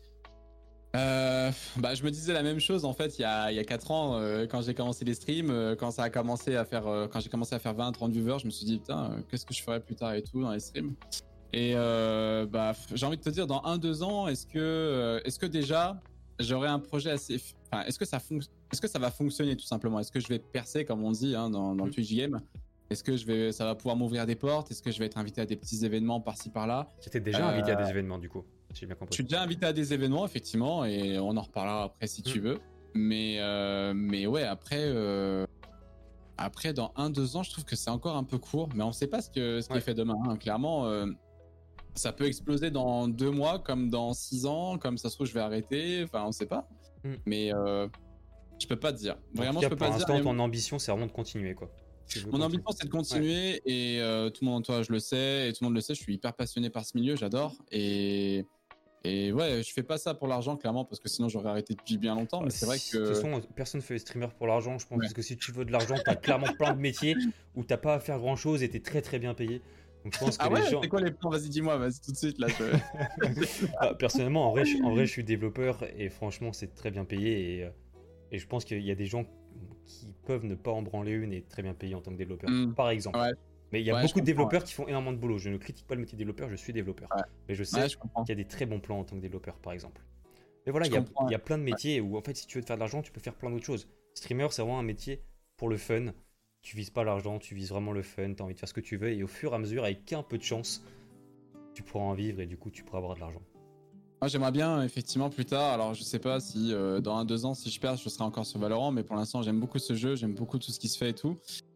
Euh, bah, je me disais la même chose en fait il y a, il y a quatre ans euh, quand j'ai commencé les streams, euh, quand ça a commencé à faire, euh, quand j'ai commencé à faire vingt trente viewers, je me suis dit putain, euh, qu'est-ce que je ferais plus tard et tout dans les streams. Et euh, bah, j'ai envie de te dire dans un deux ans, est-ce que, euh, est-ce que déjà j'aurai un projet assez, enfin, est-ce que ça fonc- est-ce que ça va fonctionner tout simplement, est-ce que je vais percer comme on dit hein, dans, dans le Twitch game, est-ce que je vais, ça va pouvoir m'ouvrir des portes, est-ce que je vais être invité à des petits événements par-ci par-là. J'étais déjà Euh, invité à des événements du coup, si j'ai bien Je compris. suis déjà invité à des événements, effectivement, et on en reparlera après si tu Mm. veux. Mais, euh, mais ouais, après, euh, après, dans un, deux ans, je trouve que c'est encore un peu court, mais on sait pas ce, que, ce qui Ouais. est fait demain. Hein. Clairement, euh, ça peut exploser dans deux mois, comme dans six ans, comme ça se trouve, je vais arrêter. Enfin, on sait pas. Mm. Mais euh, je peux pas te dire. En Vraiment, tout cas, je peux pour pas te dire. l'instant, mais- ton ambition c'est vraiment de continuer quoi. Tu veux Mon continuer. ambition, c'est de continuer et euh, tout le monde, toi, je le sais, et tout le monde le sait, je suis hyper passionné par ce milieu, j'adore. Et, et ouais, je fais pas ça pour l'argent, clairement, parce que sinon j'aurais arrêté depuis bien longtemps, mais c'est vrai Si- De que. toute façon, personne ne fait streamer pour l'argent, je pense, Ouais. parce que si tu veux de l'argent, t'as clairement plein de métiers où t'as pas à faire grand chose et t'es très très bien payé. Donc je pense que Ah les ouais, gens. c'est quoi les plans? Vas-y, dis-moi, vas-y tout de suite, là. Je... Ah, personnellement, en vrai, je, en vrai, je suis développeur et franchement, c'est très bien payé. Et, euh, et je pense qu'il y a des gens qui peuvent ne pas en branler une et être très bien payés en tant que développeur, Mm. par exemple. Ouais. Mais il y a Ouais, je beaucoup de comprends, développeurs qui font énormément de boulot. Je ne critique pas le métier de développeur, je suis développeur. Ouais. Mais je sais Ouais, je comprends. qu'il y a des très bons plans en tant que développeur, par exemple. Mais voilà, Je il y, a, comprends, il y a plein de métiers où, en fait, si tu veux te faire de l'argent, tu peux faire plein d'autres choses. Streamer, c'est vraiment un métier pour le fun. Tu vises pas l'argent, tu vises vraiment le fun, tu as envie de faire ce que tu veux. Et au fur et à mesure, avec un peu de chance, tu pourras en vivre et du coup, tu pourras avoir de l'argent. Moi, j'aimerais bien, effectivement, plus tard. Alors, je sais pas si euh, dans un, deux ans, si je perds, je serai encore sur Valorant, mais pour l'instant, j'aime beaucoup ce jeu, j'aime beaucoup tout ce qui se fait et tout.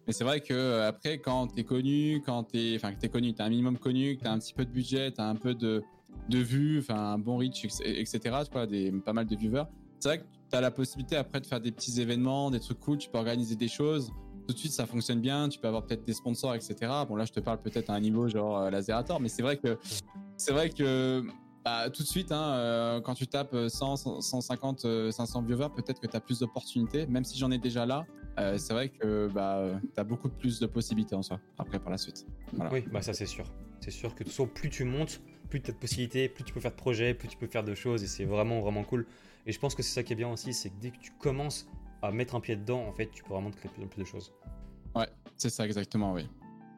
Mais c'est vrai que euh, après, quand t'es connu, quand t'es, enfin, que t'es connu, t'as un minimum connu, que t'as un petit peu de budget, t'as un peu de, de vues, enfin, un bon reach, et cetera. Tu vois, des, pas mal de viewers. C'est vrai que t'as la possibilité après de faire des petits événements, des trucs cool. Tu peux organiser des choses. Tout de suite, ça fonctionne bien. Tu peux avoir peut-être des sponsors, et cetera. Bon, là, je te parle peut-être à un niveau genre euh, la Zerator, mais c'est vrai que, c'est vrai que. Bah, tout de suite, hein, euh, quand tu tapes cent, cent cinquante, cinq cents viewers, peut-être que tu as plus d'opportunités. Même si j'en ai déjà là, euh, c'est vrai que bah, tu as beaucoup plus de possibilités en soi, après par la suite. Voilà. Oui, bah ça c'est sûr. C'est sûr que de toute façon, plus tu montes, plus tu as de possibilités, plus tu peux faire de projets, plus tu peux faire de choses, et c'est vraiment, vraiment cool. Et je pense que c'est ça qui est bien aussi, c'est que dès que tu commences à mettre un pied dedans, en fait, tu peux vraiment te créer de plus en plus de choses. Ouais, c'est ça exactement, oui.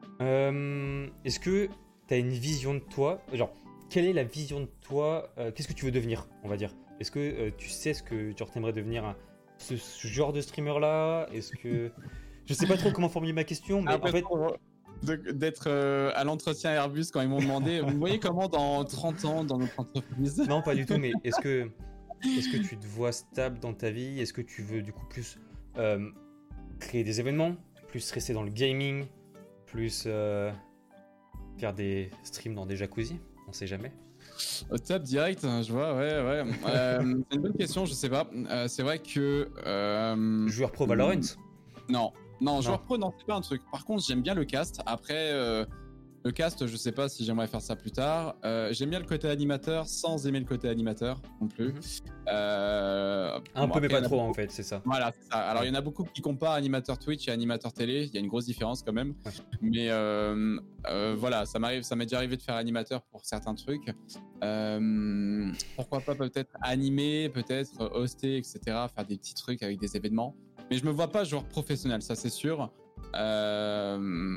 Euh, est-ce que tu as une vision de toi, genre, quelle est la vision de toi euh, Qu'est-ce que tu veux devenir, on va dire? Est-ce que euh, tu sais ce que tu aimerais devenir un, ce, ce genre de streamer-là? Est-ce que... Je sais pas trop comment formuler ma question, mais Après, en fait... d'être euh, à l'entretien Airbus quand ils m'ont demandé, vous voyez comment dans trente ans dans notre entreprise? Non, pas du tout, mais est-ce que, est-ce que tu te vois stable dans ta vie? Est-ce que tu veux du coup plus euh, créer des événements, plus rester dans le gaming, plus euh, faire des streams dans des jacuzzi? On sait jamais. Au top direct, je vois, ouais, ouais. Euh, c'est une bonne question, je sais pas. Euh, c'est vrai que. Euh, Joueur pro Valorant? Non, non, Non. joueur pro, non, c'est pas un truc. Par contre, j'aime bien le cast. Après, euh, le cast, je sais pas si j'aimerais faire ça plus tard. Euh, j'aime bien le côté animateur sans aimer le côté animateur non plus. Mhm. Euh, Un bon, peu, mais après, pas il y en a trop beaucoup- en fait, c'est ça. Voilà, c'est ça. Alors, il y en a beaucoup qui comparent animateur Twitch et animateur télé. Il y a une grosse différence quand même. Ouais. Mais euh, euh, voilà, ça m'arrive, ça m'est déjà arrivé de faire animateur pour certains trucs. Euh, pourquoi pas peut-être animer, peut-être hoster, et cetera. Faire des petits trucs avec des événements. Mais je me vois pas joueur professionnel, ça c'est sûr. Euh,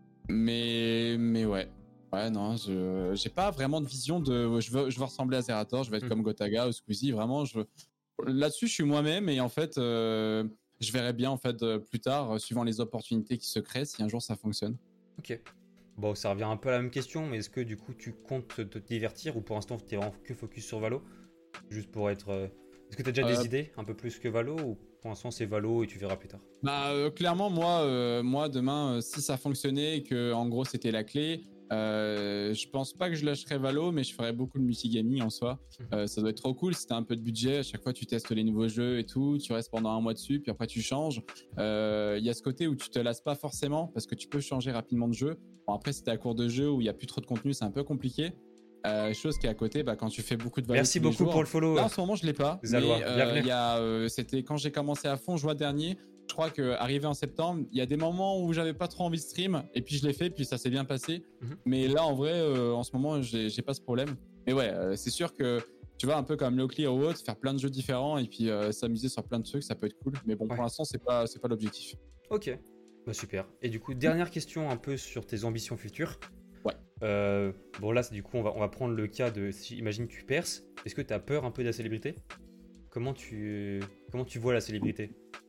mais mais ouais. Ouais, non, je j'ai pas vraiment de vision de je veux je veux ressembler à Zerator, je veux être Mm. comme Gotaga ou Squeezie, vraiment je veux... Là-dessus, je suis moi-même et en fait euh, je verrai bien en fait euh, plus tard euh, suivant les opportunités qui se créent si un jour ça fonctionne. Ok. Bon, ça revient un peu à la même question, mais est-ce que du coup tu comptes te, te divertir ou pour l'instant tu es vraiment que focus sur Valo? Juste pour être. euh, Est-ce que tu as déjà Euh, des idées un peu plus que Valo ou pour l'instant c'est Valo et tu verras plus tard? Bah euh, clairement moi euh, moi demain euh, si ça fonctionnait et que en gros c'était la clé, euh, je pense pas que je lâcherais Valo mais je ferais beaucoup de multigaming en soi. Mhm. Euh, ça doit être trop cool si t'as un peu de budget, à chaque fois tu testes les nouveaux jeux et tout, tu restes pendant un mois dessus puis après tu changes. Il euh, y a ce côté où tu te lasses pas forcément parce que tu peux changer rapidement de jeu. Bon après si t'es à court de jeu où il y a plus trop de contenu c'est un peu compliqué. Euh, chose qui est à côté, bah, quand tu fais beaucoup de Valo Merci tous les beaucoup jours- pour le follow. Là en ce moment je l'ai pas. Zalois, mais, euh, bienvenue. il y a, euh, c'était quand j'ai commencé à fond juin dernier. Je crois que arrivé en septembre, il y a des moments où j'avais pas trop envie de stream et puis je l'ai fait puis ça s'est bien passé. Mhm. Mais là en vrai, euh, en ce moment, j'ai j'ai pas ce problème. Mais ouais, euh, c'est sûr que tu vois un peu comme Loclear ou autre, faire plein de jeux différents et puis euh, s'amuser sur plein de trucs, ça peut être cool. Mais bon, Ouais. pour l'instant, c'est pas c'est pas l'objectif. Ok, bah super. Et du coup, dernière question un peu sur tes ambitions futures. Ouais. Euh, bon là, c'est- du coup, on va, on va prendre le cas de, si, imagine tu perces, est-ce que tu as peur un peu de la célébrité? Comment tu, comment tu vois la célébrité?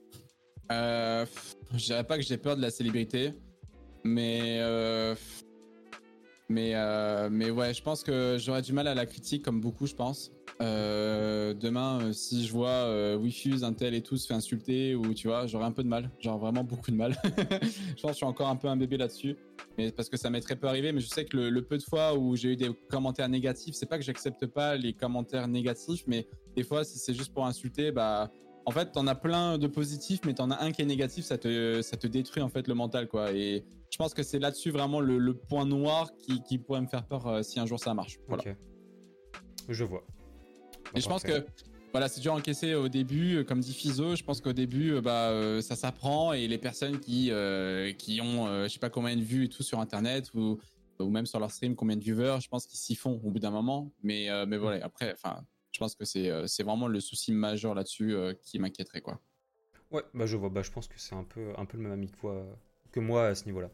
Euh, pff, je dirais pas que j'ai peur de la célébrité, mais euh, mais euh, mais ouais, je pense que j'aurais du mal à la critique comme beaucoup, je pense. Euh, demain, euh, si je vois euh, Wifuse, Intel et tout se fait insulter ou tu vois, j'aurais un peu de mal, genre vraiment beaucoup de mal. Je pense que je suis encore un peu un bébé là-dessus, mais parce que ça m'est très peu arrivé. Mais je sais que le, le peu de fois où j'ai eu des commentaires négatifs, c'est pas que j'accepte pas les commentaires négatifs, mais des fois, si c'est juste pour insulter, bah en fait, t'en as plein de positifs, mais t'en as un qui est négatif, ça te, ça te détruit en fait le mental, quoi. Et je pense que c'est là-dessus vraiment le, le point noir qui, qui pourrait me faire peur euh, si un jour ça marche. Voilà. Ok. Je vois. Et je pense Parfait. que voilà, c'est dur à encaisser au début, euh, comme dit Fizo. Je pense qu'au début, euh, bah, euh, ça s'apprend et les personnes qui euh, qui ont, euh, je sais pas combien de vues et tout sur Internet ou ou même sur leur stream, combien de viewers, je pense qu'ils s'y font au bout d'un moment. Mais euh, mais voilà, après, enfin, je pense que c'est euh, c'est vraiment le souci majeur là-dessus euh, qui m'inquiéterait, quoi. Ouais, bah je vois. Bah je pense que c'est un peu, un peu le même ami que moi, que moi à ce niveau-là.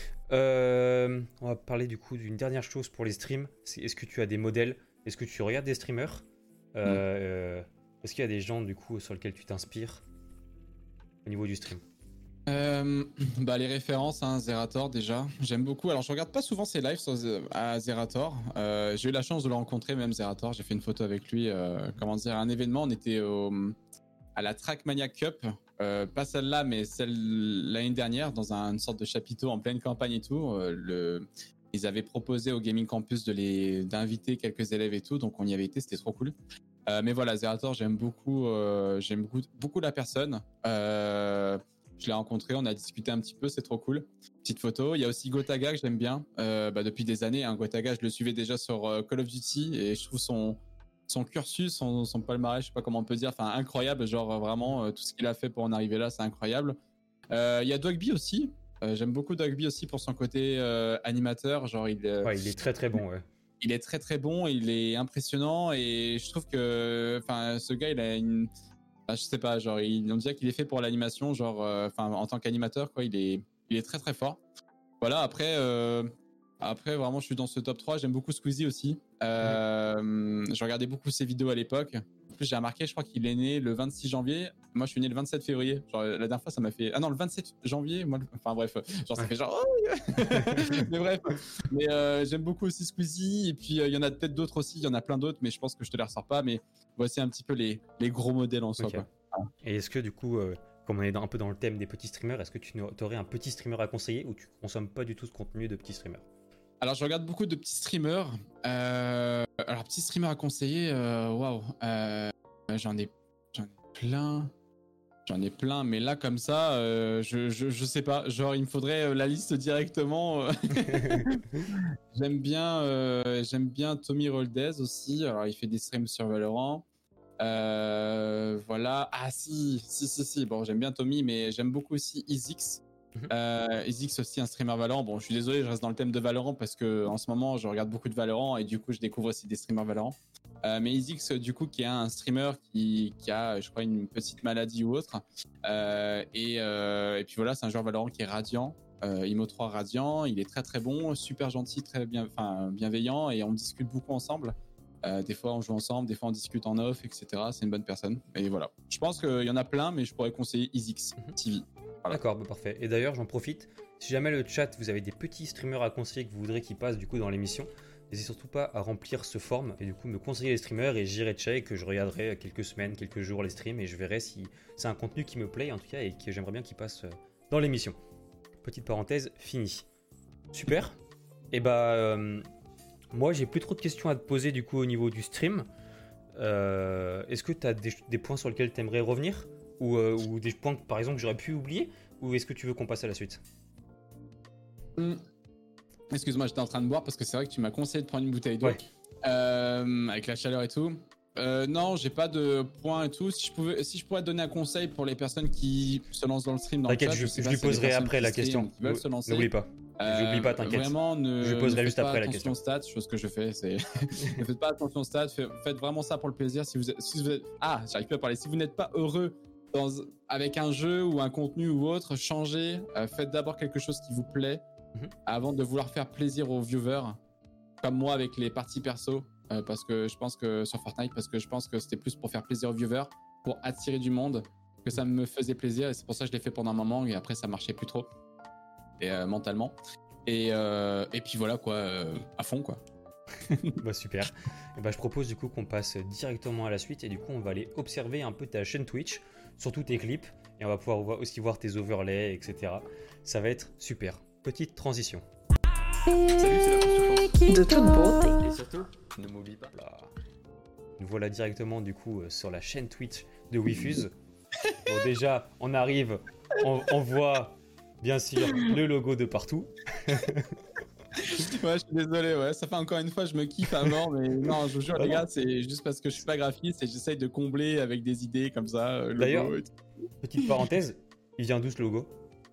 Euh, on va parler du coup d'une dernière chose pour les streams. C'est, est-ce que tu as des modèles? Est-ce que tu regardes des streamers? Euh, euh, Est-ce qu'il y a des gens du coup sur lesquels tu t'inspires au niveau du stream? Euh, bah les références, hein, Zerator déjà, j'aime beaucoup. Alors je regarde pas souvent ses lives sur, Z- à Zerator. Euh, j'ai eu la chance de le rencontrer même Zerator. J'ai fait une photo avec lui. Euh, comment dire, à un événement, on était au, à la Trackmania Cup euh, pas celle-là, mais celle l'année dernière, dans un, une sorte de chapiteau en pleine campagne et tout. Euh, le, ils avaient proposé au Gaming Campus de les d'inviter quelques élèves et tout, donc on y avait été, c'était trop cool. Euh, mais voilà, Zerator, j'aime beaucoup, euh, j'aime beaucoup, beaucoup la personne. Euh, je l'ai rencontré, on a discuté un petit peu, c'est trop cool. Petite photo. Il y a aussi Gotaga que j'aime bien euh, bah, depuis des années. Hein. Gotaga, je le suivais déjà sur euh, Call of Duty et je trouve son son cursus, son, son palmarès, je sais pas comment on peut dire, enfin incroyable. Genre vraiment euh, tout ce qu'il a fait pour en arriver là, c'est incroyable. Euh, Il y a Dogby aussi. Euh, j'aime beaucoup Dogby aussi pour son côté euh, animateur. Genre il, euh, Ouais, il est très très bon, ouais. il est très très bon, il est impressionnant et je trouve que, enfin, ce gars, il a une, enfin, je sais pas, genre, il, on dirait qu'il est fait pour l'animation, genre, enfin, euh, en tant qu'animateur, quoi, il est, il est très très fort. Voilà, après, euh, après, vraiment, je suis dans ce top trois. J'aime beaucoup Squeezie aussi. Euh, mmh. Je regardais beaucoup ses vidéos à l'époque. En plus, j'ai remarqué, je crois qu'il est né le vingt-six janvier. Moi, je suis né le vingt-sept février. Genre, la dernière fois, ça m'a fait. Ah non, le vingt-sept janvier. Moi, enfin bref, genre ça fait genre. Oh mais bref. Mais euh, j'aime beaucoup aussi Squeezie. Et puis, il euh, y en a peut-être d'autres aussi. Il y en a plein d'autres, mais je pense que je te les ressors pas. Mais voici un petit peu les, les gros modèles en soi. Okay. Quoi. Et est-ce que du coup, euh, comme on est dans, un peu dans le thème des petits streamers, est-ce que tu aurais un petit streamer à conseiller ou tu consommes pas du tout ce contenu de petits streamers? Alors, je regarde beaucoup de petits streamers. Euh, alors, petits streamers à conseiller, waouh. Wow. Euh, j'en ai, j'en ai plein. J'en ai plein, mais là, comme ça, euh, je, je, je sais pas. Genre, il me faudrait la liste directement. J'aime bien, euh, j'aime bien Tommy Roldez aussi. Alors, il fait des streams sur Valorant. Euh, voilà. Ah, si, si, si, si. Bon, j'aime bien Tommy, mais j'aime beaucoup aussi Izix. Euh, Izix aussi, un streamer Valorant. Bon, je suis désolé, je reste dans le thème de Valorant parce que en ce moment, je regarde beaucoup de Valorant et du coup, je découvre aussi des streamers Valorant. Euh, mais Izix, du coup, qui est un streamer qui, qui a, je crois, une petite maladie ou autre. Euh, et, euh, et puis voilà, c'est un joueur Valorant qui est radiant. Euh, Imo trois radiant, il est très très bon, super gentil, très bien, enfin bienveillant et on discute beaucoup ensemble. Euh, des fois, on joue ensemble, des fois, on discute en off, et cetera. C'est une bonne personne. Et voilà. Je pense qu'il y en a plein, mais je pourrais conseiller Izix T V. Voilà. D'accord, bah parfait. Et d'ailleurs, j'en profite. Si jamais le chat, vous avez des petits streamers à conseiller que vous voudrez qu'ils passent du coup dans l'émission, n'hésitez surtout pas à remplir ce form et du coup me conseiller les streamers et j'irai check, que je regarderai quelques semaines, quelques jours les streams et je verrai si c'est un contenu qui me plaît en tout cas et que j'aimerais bien qu'il passe dans l'émission. Petite parenthèse, finie. Super. Et bah, euh, moi j'ai plus trop de questions à te poser du coup au niveau du stream. Euh, est-ce que tu as des, des points sur lesquels tu aimerais revenir ? Ou, euh, ou des points que, par exemple que j'aurais pu oublier, ou est-ce que tu veux qu'on passe à la suite? mmh. Excuse-moi, j'étais en train de boire parce que c'est vrai que tu m'as conseillé de prendre une bouteille d'eau. Ouais. Euh, avec la chaleur et tout. Euh, non, j'ai pas de points et tout. Si je pouvais, si je pourrais te donner un conseil pour les personnes qui se lancent dans le stream, dans t'inquiète, le chat, je, je, je lui poserai après la question. N'oublie pas. Euh, J'oublie pas, t'inquiète. Vraiment, ne, je poserai ne juste faites après pas la question. Stats, chose que je fais, c'est ne faites pas attention aux stats. Faites, faites vraiment ça pour le plaisir. Si vous, êtes, si vous êtes, ah, j'arrive plus à parler. Si vous n'êtes pas heureux dans, avec un jeu ou un contenu ou autre, changez. Euh, faites d'abord quelque chose qui vous plaît mm-hmm. avant de vouloir faire plaisir aux viewers. Comme moi avec les parties perso, euh, parce que je pense que sur Fortnite, parce que je pense que c'était plus pour faire plaisir aux viewers, pour attirer du monde, que ça me faisait plaisir et c'est pour ça que je l'ai fait pendant un moment et après ça marchait plus trop et euh, mentalement. Et, euh, et puis voilà quoi, euh, à fond quoi. Bah super. Et bah je propose du coup qu'on passe directement à la suite et du coup on va aller observer un peu ta chaîne Twitch, surtout tes clips et on va pouvoir aussi voir tes overlays, et cetera. Ça va être super. Petite transition. Salut, c'est la consultance. De toute beauté. Et surtout, ne m'oublie pas. Là. Nous voilà directement du coup sur la chaîne Twitch de Wifuse. Bon déjà, on arrive, on, on voit bien sûr le logo de partout. Ouais, je suis désolé, ouais, ça fait encore une fois, je me kiffe à mort, mais non, je vous jure, les gars, c'est juste parce que je suis pas graphiste et j'essaye de combler avec des idées comme ça. Euh, D'ailleurs, petite parenthèse, il vient d'où ce logo?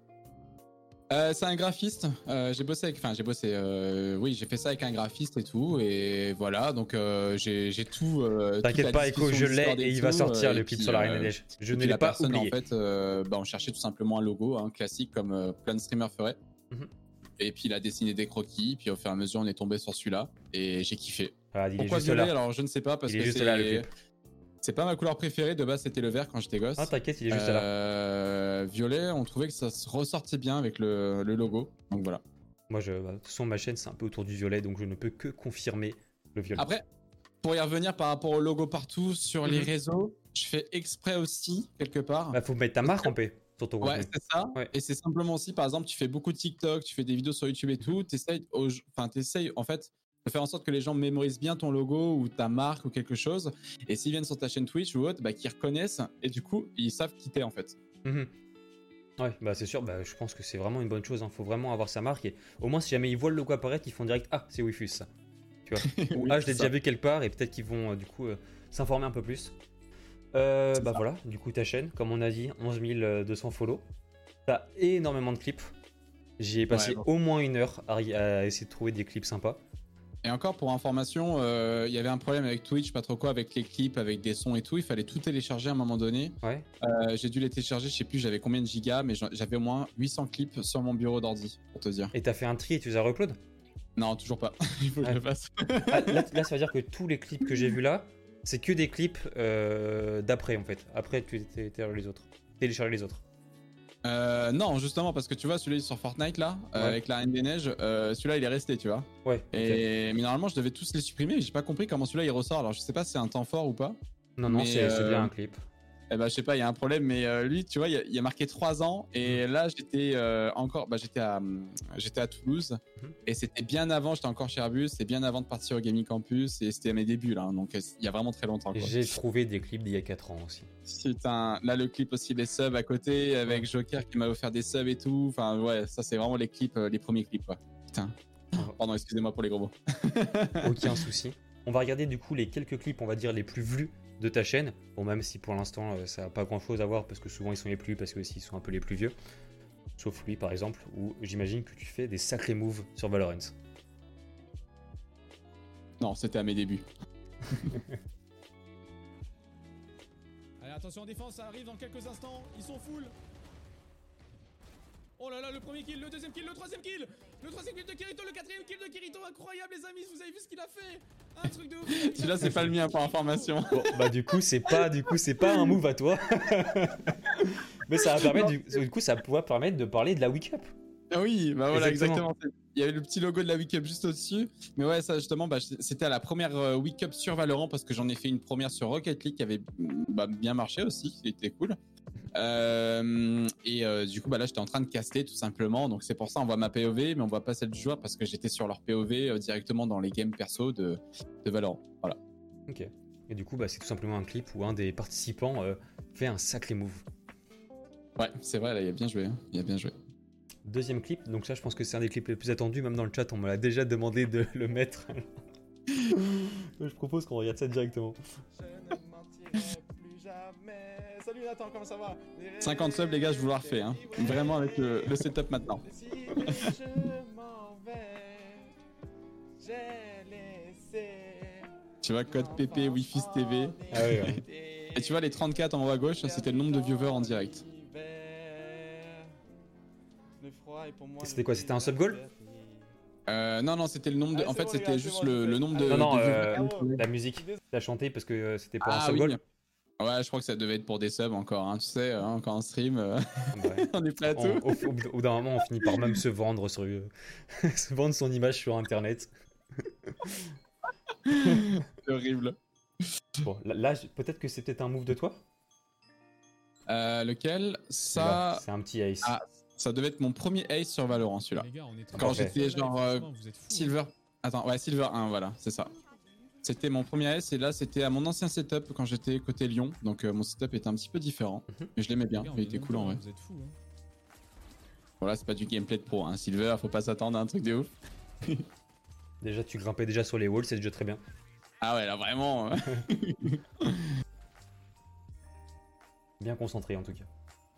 Euh, c'est un graphiste. Euh, j'ai bossé avec, enfin j'ai bossé. Euh, oui, j'ai fait ça avec un graphiste et tout, et voilà. Donc euh, j'ai, j'ai tout. Euh, T'inquiète pas, Echo, je l'ai et, et il va sortir euh, le clip sur la Reine des Neiges. Je ne l'ai pas personne, oublié. En fait, euh, bah, on cherchait tout simplement un logo, hein, classique comme euh, plein de streamers feraient. Mm-hmm. Et puis il a dessiné des croquis. Puis au fur et à mesure, on est tombé sur celui-là et j'ai kiffé. Ah, il Pourquoi est juste violet? là. Alors je ne sais pas parce il est que juste c'est... là le clip. C'est pas ma couleur préférée, de base c'était le vert quand j'étais gosse. Ah t'inquiète, il est juste euh, là. Violet, on trouvait que ça se ressortait bien avec le, le logo, donc voilà. Moi, je, bah, de toute façon, ma chaîne c'est un peu autour du violet, donc je ne peux que confirmer le violet. Après, pour y revenir par rapport au logo partout sur mm-hmm. les réseaux, je fais exprès aussi, quelque part. Bah, faut mettre ta marque en paix sur ton Ouais, contenu. c'est ça. Ouais. Et c'est simplement aussi, par exemple, tu fais beaucoup de TikTok, tu fais des vidéos sur YouTube et tout, t'essayes, au- enfin, t'essayes en fait de faire en sorte que les gens mémorisent bien ton logo ou ta marque ou quelque chose. Et s'ils viennent sur ta chaîne Twitch ou autre, bah, qu'ils reconnaissent et du coup, ils savent qui t'es en fait. Mhm. Ouais, bah c'est sûr, bah, je pense que c'est vraiment une bonne chose. Hein. Faut vraiment avoir sa marque. Et au moins, si jamais ils voient le logo apparaître, ils font direct ah, c'est Wifus ça. Tu vois. Ou Oui, ah, je c'est l'ai ça. déjà vu quelque part et peut-être qu'ils vont euh, du coup euh, s'informer un peu plus. Euh, C'est bah ça. voilà, du coup, ta chaîne, comme on a dit, onze mille deux cents follow. T'as énormément de clips. J'y ai passé Ouais, bon. au moins une heure à, à essayer de trouver des clips sympas. Et encore pour information, euh, il y avait un problème avec Twitch, pas trop quoi, avec les clips, avec des sons et tout. Il fallait tout télécharger à un moment donné. Ouais. Euh, j'ai dû les télécharger, je sais plus, j'avais combien de gigas, mais j'en- j'avais au moins huit cents clips sur mon bureau d'ordi, pour te dire. Et t'as fait un tri et tu les as re-upload. Non, toujours pas. Il faut que Ouais. je le fasse. Ah, là, là, ça veut dire que tous les clips que j'ai vus là, c'est que des clips euh, d'après en fait. Après, tu télécharges les autres. Télécharger les autres. Euh, non, justement, parce que tu vois, celui sur Fortnite là, euh, Ouais. avec la Reine des Neiges, euh, celui-là il est resté, tu vois. Ouais. ok. Et mais normalement, je devais tous les supprimer, mais j'ai pas compris comment celui-là il ressort. Alors je sais pas si c'est un temps fort ou pas. Non, non, mais, c'est c'est euh, bien un clip. Eh ben, je sais pas, il y a un problème, mais euh, lui, tu vois, il y a, il y a marqué trois ans, et là, j'étais euh, encore, bah, j'étais à, hum, j'étais à Toulouse, Mhm. et c'était bien avant, j'étais encore chez Airbus, c'était bien avant de partir au Gaming Campus, et c'était à mes débuts, là, hein, donc euh, il y a vraiment très longtemps, quoi. J'ai trouvé des clips d'il y a quatre ans aussi. Putain, là, le clip aussi, les subs à côté, avec Ouais. Joker qui m'a offert des subs et tout, enfin, ouais, ça, c'est vraiment les clips, euh, les premiers clips, quoi. Putain. Ouais. Pardon, excusez-moi pour les gros mots. Aucun souci. On va regarder du coup les quelques clips, on va dire les plus vus de ta chaîne. Bon, même si pour l'instant euh, ça n'a pas grand chose à voir parce que souvent ils sont les plus, parce que aussi ils sont un peu les plus vieux. Sauf lui par exemple, où j'imagine que tu fais des sacrés moves sur Valorant. Non, c'était à mes débuts. Allez, attention en défense, ça arrive dans quelques instants. Ils sont full. Oh là là, le premier kill, le deuxième kill, le troisième kill. Le troisième kill de Kirito, le quatrième kill de Kirito. Incroyable, les amis, vous avez vu ce qu'il a fait? Un truc de ouf. Il a Celui-là, fait- c'est pas le mien, pour information. Bon, bah du coup c'est pas du coup c'est pas un move à toi. Mais ça va permettre du, du coup ça pourra permettre de parler de la Wake Up. Ah oui, bah voilà, Exactement. exactement. Il y avait le petit logo de la Wake Up juste au-dessus. Mais ouais, ça justement, bah, c'était à la première euh, Wake Up sur Valorant parce que j'en ai fait une première sur Rocket League qui avait bah, bien marché aussi, qui était cool. Euh, et euh, du coup, bah là, j'étais en train de caster tout simplement. Donc c'est pour ça on voit ma P O V, mais on voit pas celle du joueur parce que j'étais sur leur P O V euh, directement dans les games perso de, de Valorant. Voilà. Ok. Et du coup bah c'est tout simplement un clip où un des participants euh, fait un sacré move. Ouais, c'est vrai, là, il a bien joué. Hein. Il a bien joué. Deuxième clip, donc ça je pense que c'est un des clips les plus attendus, même dans le chat on me l'a déjà demandé de le mettre. Je propose qu'on regarde ça directement. Je ne mentirai plus jamais. Salut Nathan, comment ça va? cinquante subs, les gars, je vous le refais. Hein. Vraiment avec le, le setup maintenant. Si je m'en vais, j'ai laissé. Tu vois, code P P, Wi-Fi T V. Ah ouais, ouais. Et tu vois, les trente-quatre en haut à gauche, c'était le nombre de viewers en direct. C'était quoi, c'était un sub goal? Euh, non, non, c'était le nombre de. Ah, En c'est fait, bon, c'était les gars, juste c'est bon, le, je le fais. nombre de. Non, non, de euh, viewers. la musique. T'as chanté parce que euh, c'était pour un Ah sub oui. goal. Ouais, je crois que ça devait être pour des subs encore. Hein. Tu sais, hein, quand on stream, euh, Ouais. on est prêt à tout. On- au, au- au bout d'un moment, on finit par même se vendre sur euh, se vendre son image sur internet. C'est horrible. Bon, là, là, j- peut-être que c'est peut-être un move de toi. Euh, lequel Là, Ça. c'est un petit ace. Ah, ça devait être mon premier ace sur Valorant, celui-là. Les gars, on est trop- Quand Parfait. j'étais genre euh, Franchement, vous êtes fous, hein. Silver. Attends, ouais, Silver un, voilà, c'est ça. C'était mon premier ace et là, c'était à mon ancien setup quand j'étais côté Lyon. Donc, euh, mon setup était un petit peu différent. Mhm. Mais je l'aimais bien, Les gars, on il est était même cool en pas, vrai. Vous êtes fous, hein. Voilà, c'est pas du gameplay de pro, hein. Silver, faut pas s'attendre à un truc de ouf. Déjà, tu grimpais déjà sur les walls, c'est déjà très bien. Ah ouais, là vraiment. euh, Bien concentré en tout cas.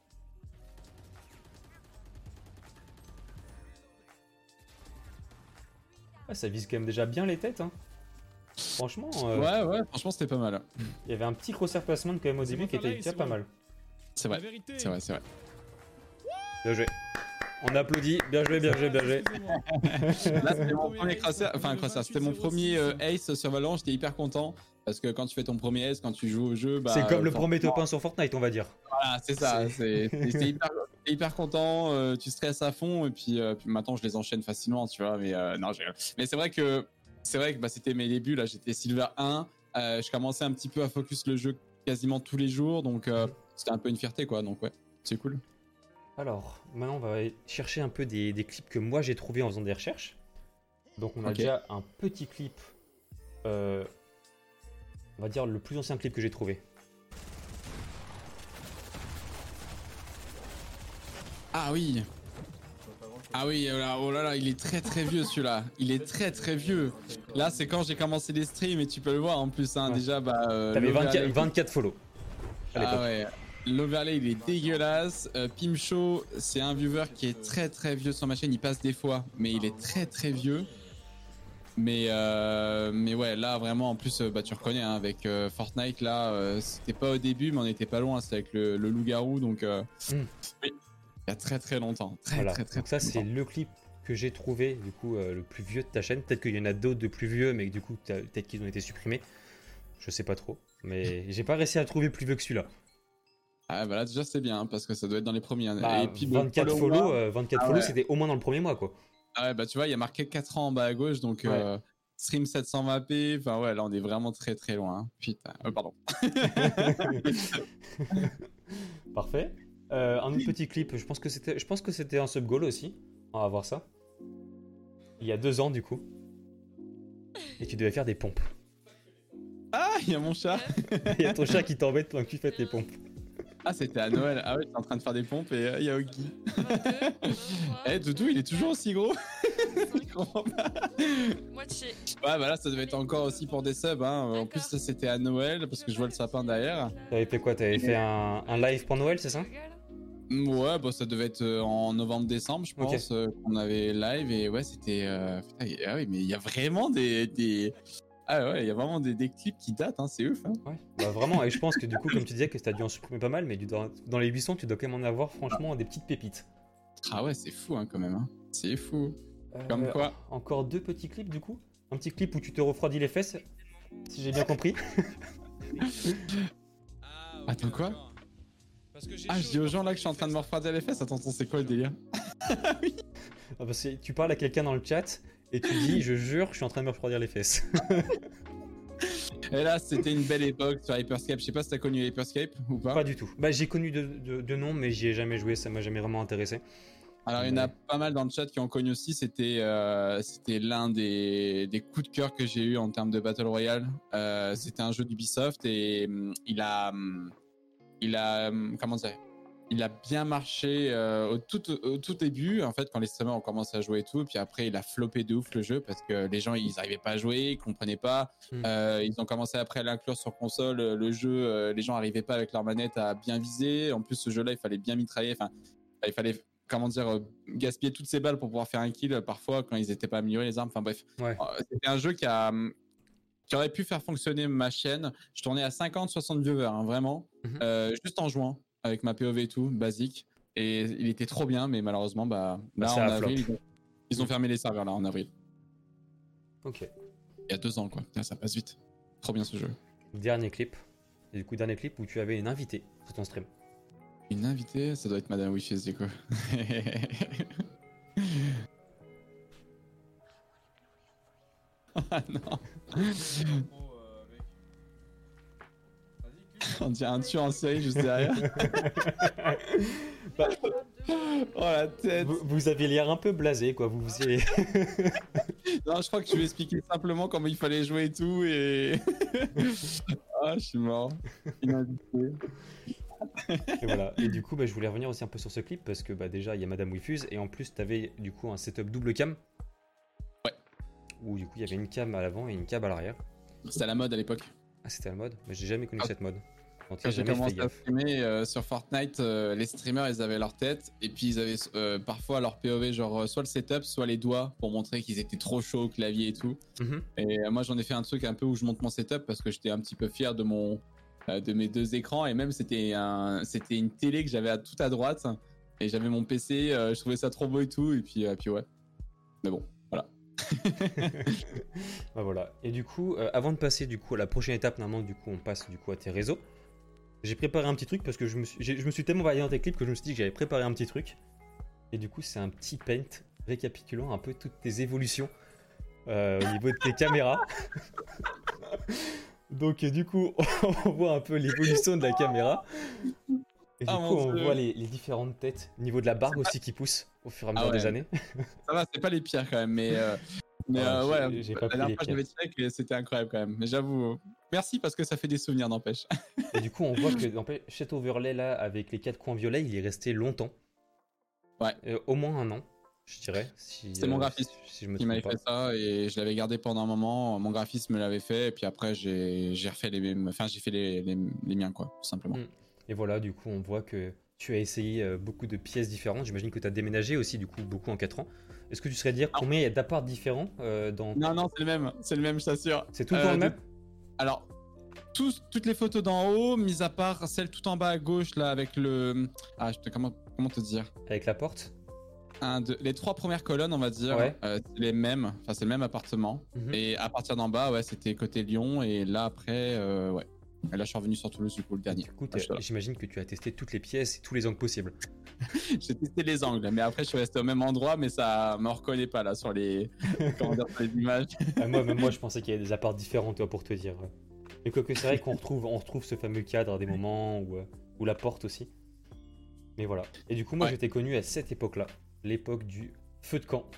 Ah, ça vise quand même déjà bien les têtes. Hein. Franchement, euh, Ouais, ouais, franchement, c'était pas mal. il y avait un petit crosshair placement quand même au C'est début bon, qui était pareil, déjà c'est pas bon. mal. C'est La vrai, vérité. c'est vrai, c'est vrai. Bien joué. On applaudit. Bien joué, bien joué, bien joué. Excusez-moi. Là, c'était mon premier crosshair, enfin crosshair, c'était mon premier euh, ace sur Valorant, j'étais hyper content. Parce que quand tu fais ton premier ace, quand tu joues au jeu, bah. C'est comme le euh, premier top un sur Fortnite, on va dire. Voilà, c'est ça. C'est c'est- c'est hyper, t'es hyper content, euh, tu stresses à fond, et puis, euh, puis maintenant je les enchaîne facilement, tu vois. Mais euh, non, j'ai- mais c'est vrai que c'est vrai que bah, c'était mes débuts. Là, j'étais Silver un. Euh, je commençais un petit peu à focus le jeu quasiment tous les jours, donc euh, c'était un peu une fierté quoi, donc ouais, c'est cool. Alors, maintenant, on va chercher un peu des, des clips que moi j'ai trouvés en faisant des recherches. Donc, on a Ok. déjà un petit clip, euh, on va dire le plus ancien clip que j'ai trouvé. Ah oui. Ah oui, oh là, oh là là, il est très très vieux celui-là. Il est très très vieux. Là, c'est quand j'ai commencé les streams et tu peux le voir en plus. Hein, Ouais. déjà, bah. Euh, T'avais l'overlay- vingt-quatre, vingt-quatre follow à l'époque. Ah ouais. L'overlay, il est dégueulasse. Euh, Pimcho, c'est un viewer qui est très très vieux sur ma chaîne. Il passe des fois, mais il est très très vieux. Mais euh, mais ouais, là vraiment, en plus, euh, bah tu reconnais hein, avec euh, Fortnite, là, euh, c'était pas au début, mais on était pas loin. C'était avec le, le loup-garou, donc. Euh, Mm. Oui. Il y a très très longtemps. Très Voilà. très très. Donc ça, très c'est longtemps. le clip que j'ai trouvé, du coup, euh, le plus vieux de ta chaîne. Peut-être qu'il y en a d'autres de plus vieux, mais que du coup, t'as- peut-être qu'ils ont été supprimés. Je sais pas trop. Mais j'ai pas réussi à trouver plus vieux que celui-là. Ah bah là déjà c'est bien parce que ça doit être dans les premiers. hein. Bah, Et puis le vingt-quatre follow follow, moi- euh, vingt-quatre Ah follow, ouais. c'était au moins dans le premier mois, quoi. Ah ouais bah tu vois il y a marqué quatre ans en bas à gauche donc Ouais. euh, stream sept cent vingt p. Enfin ouais là on est vraiment très très loin. hein. Putain. Euh, pardon. Parfait. Euh, un autre petit clip, je pense que c'était, je pense que c'était un sub goal aussi. On va voir ça. Il y a deux ans du coup. Et tu devais faire des pompes. Ah il y a mon chat. Il y a ton chat qui t'embête pendant que tu fais tes pompes. Ah c'était à Noël. Ah ouais j'étais en train de faire des pompes et euh, il y a Oggy. vingt-deux, Eh Doudou il est toujours aussi gros. Je comprends pas. moitié. Ouais bah là ça devait être encore aussi pour des subs. Hein. En plus ça, c'était à Noël parce que je vois le sapin derrière. T'avais fait quoi? T'avais fait un, un live pour Noël, c'est ça? Ouais, bah ça devait être euh, en novembre-décembre, je Ok. pense, euh, qu'on avait live et ouais, c'était. Euh... putain, y- ah oui, mais il y a vraiment des, des... ah ouais, il y a vraiment des, des clips qui datent, hein, c'est ouf. Hein. Ouais. Bah vraiment, et je pense que du coup, comme tu disais que t'as dû en supprimer pas mal, mais du- dans, dans les huit cents, tu dois quand même en avoir franchement des petites pépites. Ah ouais, c'est fou hein, quand même. Hein. C'est fou. Comme Euh, quoi. Encore deux petits clips du coup. Un petit clip où tu te refroidis les fesses, si j'ai bien compris. Ah, Attends, ok, quoi d'accord. Parce que j'ai Ah, je chaud, dis aux je gens là me que je suis en train de me refroidis refroidir les fesses. Attends, attends, c'est quoi le délire? Ah, parce que tu parles à quelqu'un dans le chat et tu dis je jure je suis en train de me refroidir les fesses. Et là, c'était une belle époque sur Hyperscape. Je sais pas si t'as connu Hyperscape ou pas. Pas du tout. Bah j'ai connu de, de, de nom mais j'y ai jamais joué, ça m'a jamais vraiment intéressé. Alors, il y en a Ouais. pas mal dans le chat qui ont connu aussi. C'était euh, c'était l'un des, des coups de cœur que j'ai eu en termes de Battle Royale. Euh, c'était un jeu d'Ubisoft et hum, il a, hum, il a, hum, comment dire, il a bien marché euh, au, tout, au tout début, en fait, quand les streamers ont commencé à jouer et tout. Puis après, il a floppé de ouf le jeu parce que les gens, ils n'arrivaient pas à jouer, ils comprenaient pas. Hmm. Euh, ils ont commencé après à l'inclure sur console. Le jeu, euh, les gens n'arrivaient pas avec leur manette à bien viser. En plus, ce jeu-là, il fallait bien mitrailler. Enfin, il fallait comment dire, euh, gaspiller toutes ces balles pour pouvoir faire un kill euh, parfois quand ils n'étaient pas améliorés les armes. Enfin bref, Ouais. Euh, c'était un jeu qui a hum, qui aurait pu faire fonctionner ma chaîne. Je tournais à cinquante soixante viewers, hein, vraiment, Mhm. euh, juste en jouant avec ma P O V et tout, basique. Et il était trop bien, mais malheureusement, bah Bah, là ça en a avril, flop. ils ont, ils ont fermé les serveurs là en avril. Ok. Il y a deux ans quoi. Putain, ça passe vite. Trop bien ce jeu. Dernier clip. Et du coup dernier clip où tu avais une invitée sur ton stream. Une invitée, ça doit être Madame Wishes du coup. Ah non. On dirait un tueur en série juste derrière. Bah, Oh la tête. vous, vous aviez l'air un peu blasé quoi, vous faisiez... Non, je crois que je lui ai expliqué simplement comment il fallait jouer et tout et. Ah, je suis mort. Une invitée. Et voilà. Et du coup, bah, je voulais revenir aussi un peu sur ce clip parce que bah, déjà il y a Madame Wifuse et en plus tu avais du coup un setup double cam. Ouais. Où du coup il y avait une cam à l'avant et une cam à l'arrière. C'était à la mode à l'époque. Ah c'était la mode? Mais j'ai jamais connu Ah. cette mode. En tout Quand cas, j'ai jamais fait commencé à gaffe. streamer euh, sur Fortnite, euh, les streamers ils avaient leur tête et puis ils avaient euh, parfois leur P O V, genre euh, soit le setup, soit les doigts pour montrer qu'ils étaient trop chauds au clavier et tout. Mhm. Et euh, moi j'en ai fait un truc un peu où je monte mon setup parce que j'étais un petit peu fier de mon euh, de mes deux écrans et même c'était un c'était une télé que j'avais à, tout à droite et j'avais mon P C, euh, je trouvais ça trop beau et tout et puis euh, puis ouais. Mais bon, voilà. Bah voilà. Et du coup, euh, avant de passer du coup à la prochaine étape, normalement du coup on passe du coup à tes réseaux. J'ai préparé un petit truc parce que je me suis, j'ai- je me suis tellement varié dans tes clips que je me suis dit que j'avais préparé un petit truc. Et du coup, c'est un petit paint récapitulant un peu toutes tes évolutions euh, au niveau de tes caméras. Donc euh, du coup, on voit un peu l'évolution de la caméra. Et du Ah, coup, mon on Dieu. voit les, les différentes têtes. Au niveau de la barbe aussi qui pousse au fur et à Ah mesure des ouais. années. Ça va, c'est pas les pires quand même, mais, euh, mais Ah, euh, j'ai- ouais, j'ai pas la pris dernière les fois je pires. l'avais check et c'était incroyable quand même. Mais j'avoue, merci parce que ça fait des souvenirs, n'empêche. Et du coup, on voit que n'empêche, cet overlay là, avec les quatre coins violets, il est resté longtemps. Ouais. Euh, au moins un an, je dirais. Si, C'est mon euh, graphiste Si je me qui m'avait trompe fait pas. ça et je l'avais gardé pendant un moment. Mon graphiste me l'avait fait et puis après j'ai j'ai refait les mêmes, enfin j'ai fait les, les, les miens quoi, tout simplement. Mm. Et voilà, du coup, on voit que tu as essayé euh, beaucoup de pièces différentes. J'imagine que tu as déménagé aussi, du coup, beaucoup en quatre ans. Est-ce que tu saurais dire Non. combien il y a d'apparts différents euh, dans... Non non c'est le même, c'est le même, je t'assure. C'est tout le temps Euh, le de- même? Alors tous, toutes les photos d'en haut, mis à part celle tout en bas à gauche là avec le, ah je te- comment comment te dire. Avec la porte? Un, deux, les trois premières colonnes, on va dire, Ouais. euh, c'est les mêmes, enfin c'est le même appartement. Mhm. Et à partir d'en bas, ouais, c'était côté Lyon. Et là après, euh, ouais. Et là, je suis revenu sur Toulouse du coup le dernier. Du coup, Ah, je suis là. j'imagine que tu as testé toutes les pièces et tous les angles possibles. J'ai testé les angles, mais après je suis resté au même endroit, mais ça me reconnaît pas là sur les, comment dire, sur les images. Ah, moi, même moi, je pensais qu'il y avait des apparts différents, toi, pour te dire. Mais quoique, c'est vrai qu'on retrouve, on retrouve ce fameux cadre à des moments, ou, euh, ou la porte aussi. Mais voilà. Et du coup, moi, Ouais. je t'ai connu à cette époque-là, l'époque du feu de camp,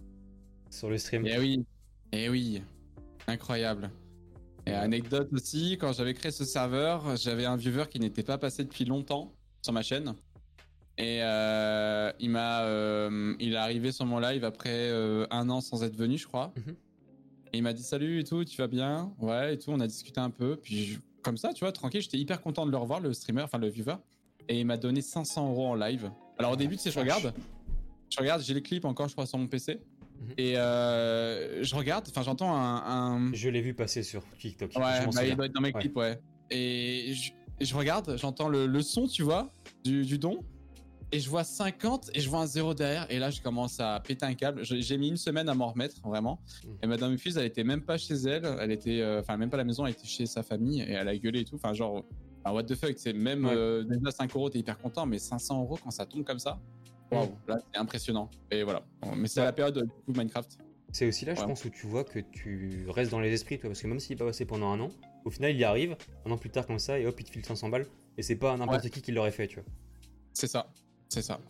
sur le stream. Et oui, et oui, incroyable. Et Ouais. anecdote aussi, quand j'avais créé ce serveur, j'avais un viewer qui n'était pas passé depuis longtemps sur ma chaîne. Et euh, il m'a, euh, il est arrivé sur mon live après euh, un an sans être venu, je crois. Mhm. Et il m'a dit salut et tout, tu vas bien? Ouais et tout, on a discuté un peu. Puis je- comme ça, tu vois, tranquille, j'étais hyper content de le revoir, le streamer, enfin le viewer. Et il m'a donné cinq cents euros en live. Alors au début, tu sais, je regarde, je regarde, j'ai les clips encore, je crois, sur mon P C. Mhm. Et euh, je regarde, enfin j'entends un, un... Je l'ai vu passer sur TikTok. je Ouais, m'en bah, souviens. il doit être dans mes Ouais. clips, ouais. Et je, et je regarde, j'entends le, le son, tu vois, du, du don. Et je vois cinquante et je vois un zéro derrière. Et là, je commence à péter un câble. Je- J'ai mis une semaine à m'en remettre, vraiment. Mm. Et Madame Fuse, elle était même pas chez elle. Elle était, euh, enfin, même pas à la maison, elle était chez sa famille. Et elle a gueulé et tout. Enfin, genre, enfin, what the fuck. C'est même Ouais. euh, déjà cinq euros, t'es hyper content. Mais cinq cents euros quand ça tombe comme ça, waouh, là, c'est impressionnant. Et voilà. Mais c'est Ouais. la période du coup Minecraft. C'est aussi là, je Ouais. pense, où tu vois que tu restes dans les esprits, toi, parce que même s'il n'est pas passé pendant un an, au final, il y arrive, un an plus tard, comme ça, et hop, il te file cinq cents balles. Et c'est pas n'importe Ouais. qui qui l'aurait fait, tu vois. C'est ça, c'est ça.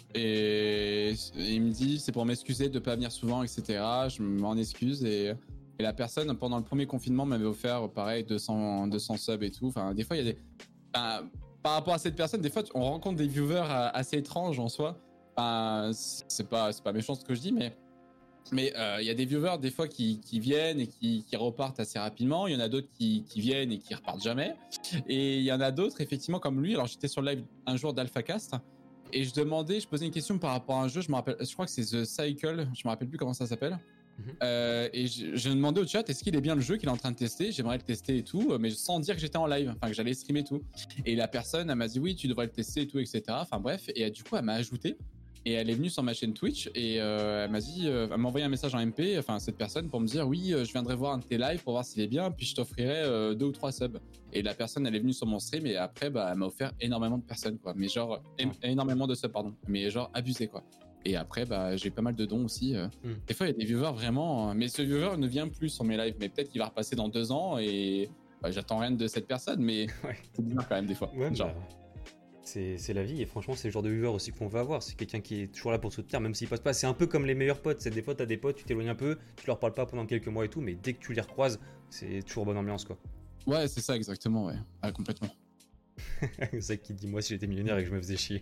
Et il me dit, c'est pour m'excuser de pas venir souvent, et cetera. Je m'en excuse et, et la personne pendant le premier confinement m'avait offert pareil deux cents, deux cents subs et tout. Enfin, des fois il y a des, enfin, par rapport à cette personne, des fois on rencontre des viewers euh, assez étranges en soi. Enfin, c'est pas, c'est pas méchant ce que je dis, mais mais euh, il y a des viewers des fois qui, qui viennent et qui, qui repartent assez rapidement. Il y en a d'autres qui, qui viennent et qui repartent jamais. Et il y en a d'autres effectivement comme lui. Alors j'étais sur le live un jour d'AlphaCast. Et je demandais, je posais une question par rapport à un jeu, je me rappelle, je crois que c'est The Cycle, je me rappelle plus comment ça s'appelle. Mhm. Euh, et je, je demandais au chat, est-ce qu'il est bien le jeu qu'il est en train de tester? J'aimerais le tester et tout, mais sans dire que j'étais en live, enfin que j'allais streamer et tout. Et la personne, elle m'a dit oui, tu devrais le tester et tout, et cetera. Enfin bref, et euh, du coup, elle m'a ajouté. Et elle est venue sur ma chaîne Twitch et euh, elle m'a dit, euh, elle m'a envoyé un message en M P, enfin cette personne, pour me dire oui, euh, je viendrai voir un de tes lives pour voir s'il est bien, puis je t'offrirai euh, deux ou trois subs. Et la personne, elle est venue sur mon stream et après, bah, elle m'a offert énormément de personnes, quoi. Mais genre, é- énormément de subs, pardon. Mais genre, abusé, quoi. Et après, bah, j'ai pas mal de dons aussi. euh. Mm. Des fois, il y a des viewers vraiment. euh, Mais ce viewer ne vient plus sur mes lives. Mais peut-être qu'il va repasser dans deux ans et bah, j'attends rien de cette personne. Mais Ouais. c'est bizarre quand même, des fois. Ouais, genre. bah, c'est c'est la vie, et franchement, c'est le genre de viewer aussi qu'on veut avoir. C'est quelqu'un qui est toujours là pour soutenir, même s'il passe pas. C'est un peu comme les meilleurs potes. C'est des fois, t'as des potes, tu t'éloignes un peu, tu leur parles pas pendant quelques mois et tout, mais dès que tu les recroises, c'est toujours bonne ambiance, quoi. Ouais, c'est ça, exactement, ouais. Ah, complètement. C'est ça qui dit, moi, si j'étais millionnaire et que je me faisais chier.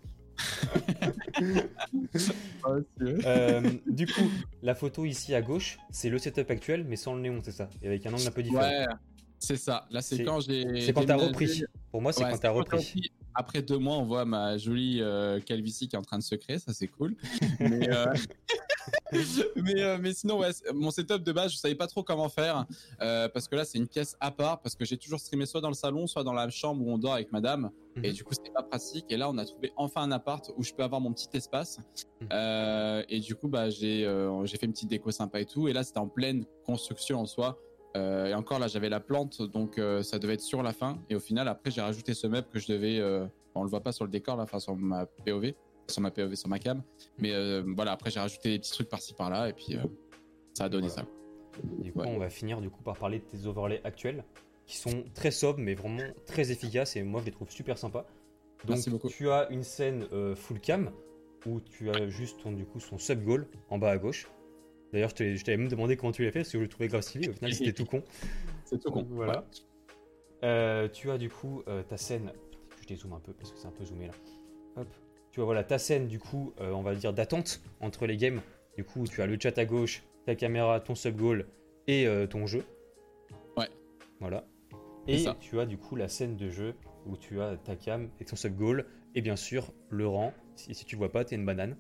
Euh, du coup, la photo ici à gauche, c'est le setup actuel, mais sans le néon, c'est ça, et avec un angle un peu différent. Ouais, c'est ça. Là, c'est C'est- quand j'ai. C'est quand t'as déménagé. repris. Pour moi, c'est Ouais, quand c'est t'as quand repris. Après deux mois, on voit ma jolie euh, calvitie qui est en train de se créer, ça c'est cool. mais, euh, mais, euh, mais sinon, ouais, c'est- mon setup de base, je savais pas trop comment faire euh, parce que là, c'est une pièce à part parce que j'ai toujours streamé soit dans le salon, soit dans la chambre où on dort avec madame. Mhm. Et du coup, c'était pas pratique. Et là, on a trouvé enfin un appart où je peux avoir mon petit espace. Mhm. Euh, et du coup, bah, j'ai euh, j'ai fait une petite déco sympa et tout. Et là, c'était en pleine construction en soi. Euh, et encore là, j'avais la plante, donc euh, ça devait être sur la fin. Et au final, après, j'ai rajouté ce meuble que je devais. Euh, on le voit pas sur le décor là, enfin sur ma P O V, sur ma P O V, sur ma cam. Mais euh, voilà, après, j'ai rajouté des petits trucs par-ci par-là, et puis euh, ça a donné Voilà. ça. Du coup, Ouais. on va finir du coup par parler de tes overlays actuels, qui sont très sobres mais vraiment très efficaces et moi je les trouve super sympas. Donc Merci beaucoup. tu as une scène euh, full cam où tu as juste ton, du coup, son sub goal en bas à gauche. D'ailleurs je t'ai- je t'avais même demandé comment tu l'as fait parce que je le trouvais grave stylé, au final c'était tout con. C'est tout con. Voilà. Ouais. Euh, tu as du coup euh, ta scène, je dézoome un peu parce que c'est un peu zoomé là. Hop. Tu vois voilà ta scène du coup, euh, on va dire d'attente entre les games. Du coup tu as le chat à gauche, ta caméra, ton sub goal et euh, ton jeu. Ouais. Voilà. C'est Et ça. tu as du coup la scène de jeu où tu as ta cam et ton sub goal et bien sûr le rang. Si, si tu vois pas, t'es une banane.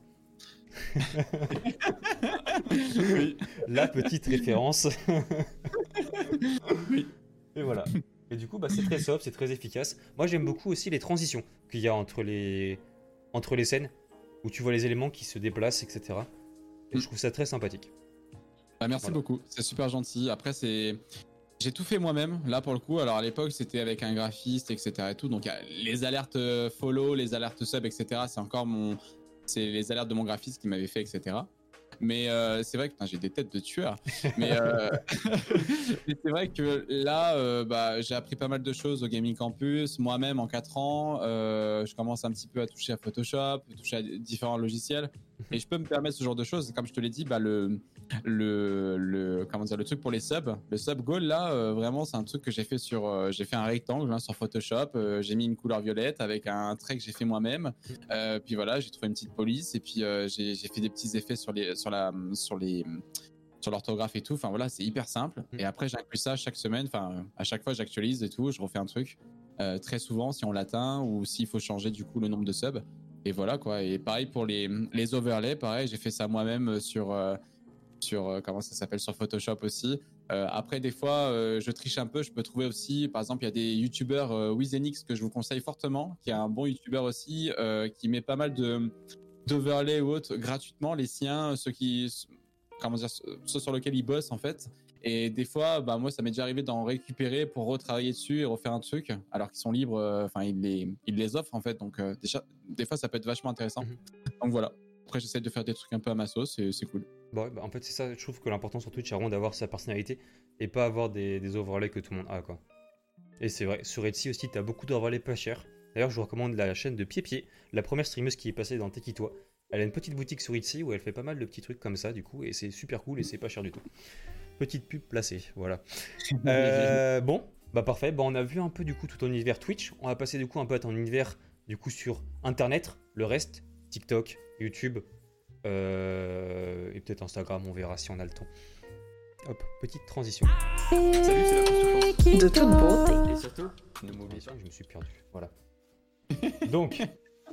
Oui. La petite référence. Oui. Et voilà. Et du coup, bah, c'est très sobre, c'est très efficace. Moi, j'aime beaucoup aussi les transitions qu'il y a entre les... entre les scènes, où tu vois les éléments qui se déplacent, et cetera. Et je trouve ça très sympathique. Bah, merci Voilà. beaucoup, c'est super gentil. Après, c'est. J'ai tout fait moi-même, là pour le coup. Alors à l'époque, c'était avec un graphiste, et cetera. Et tout. Donc, il y a les alertes euh, follow, les alertes sub, et cetera. C'est encore mon. C'est les alertes de mon graphiste qui m'avait fait, et cetera. Mais euh, c'est vrai que putain, j'ai des têtes de tueur. Mais, euh... mais c'est vrai que là, euh, bah, j'ai appris pas mal de choses au Gaming Campus. Moi-même, en quatre ans, euh, je commence un petit peu à toucher à Photoshop, toucher à différents logiciels. Et je peux me permettre ce genre de choses. Comme je te l'ai dit, bah, le, le, le, comment dire, le truc pour les subs, le sub goal, là, euh, vraiment, c'est un truc que j'ai fait sur, euh, j'ai fait un rectangle hein, sur Photoshop. Euh, j'ai mis une couleur violette avec un trait que j'ai fait moi-même. Euh, puis voilà, j'ai trouvé une petite police et puis euh, j'ai, j'ai fait des petits effets sur les, sur la, sur les, sur l'orthographe et tout. Enfin voilà, c'est hyper simple. Et après, j'inclus ça chaque semaine. Enfin, à chaque fois, j'actualise et tout. Je refais un truc. Euh, très souvent, si on l'atteint ou s'il faut changer du coup le nombre de subs. Et voilà quoi. Et pareil pour les, les overlays. Pareil, j'ai fait ça moi-même sur, euh, sur euh, comment ça s'appelle, sur Photoshop aussi. Euh, après, des fois, euh, je triche un peu. Je peux trouver aussi, par exemple, il y a des youtubeurs euh, Wizenix que je vous conseille fortement, qui est un bon youtubeur aussi, euh, qui met pas mal de d'overlay ou autres gratuitement, les siens, ceux qui, comment dire, ceux sur lesquels ils bossent en fait. Et des fois, bah moi, ça m'est déjà arrivé d'en récupérer pour retravailler dessus et refaire un truc, alors qu'ils sont libres. Enfin, euh, ils les, ils les offrent en fait. Donc euh, déjà, des fois, ça peut être vachement intéressant. Mm-hmm. Donc voilà. Après, j'essaie de faire des trucs un peu à ma sauce et c'est cool. Bon, bah, en fait, c'est ça. Je trouve que l'important sur Twitch, c'est vraiment d'avoir sa personnalité et pas avoir des, des overlays que tout le monde a, quoi. Et c'est vrai. Sur Etsy aussi, t'as beaucoup d'overlays pas chers. D'ailleurs, je vous recommande la chaîne de Pied-Pied, la première streameuse qui est passée dans Tekitoi. Elle a une petite boutique sur Etsy où elle fait pas mal de petits trucs comme ça, du coup, et c'est super cool et c'est pas cher du tout. Petite pub placée, voilà. euh, bon, bah parfait. Bah on a vu un peu du coup tout ton univers Twitch. On va passer du coup un peu à ton univers du coup sur Internet, le reste, TikTok, YouTube euh, et peut-être Instagram. On verra si on a le temps. Hop, petite transition. Salut, c'est la constance. De toute beauté. Et surtout, ne m'oublie pas. Je me suis perdu. Voilà. Donc,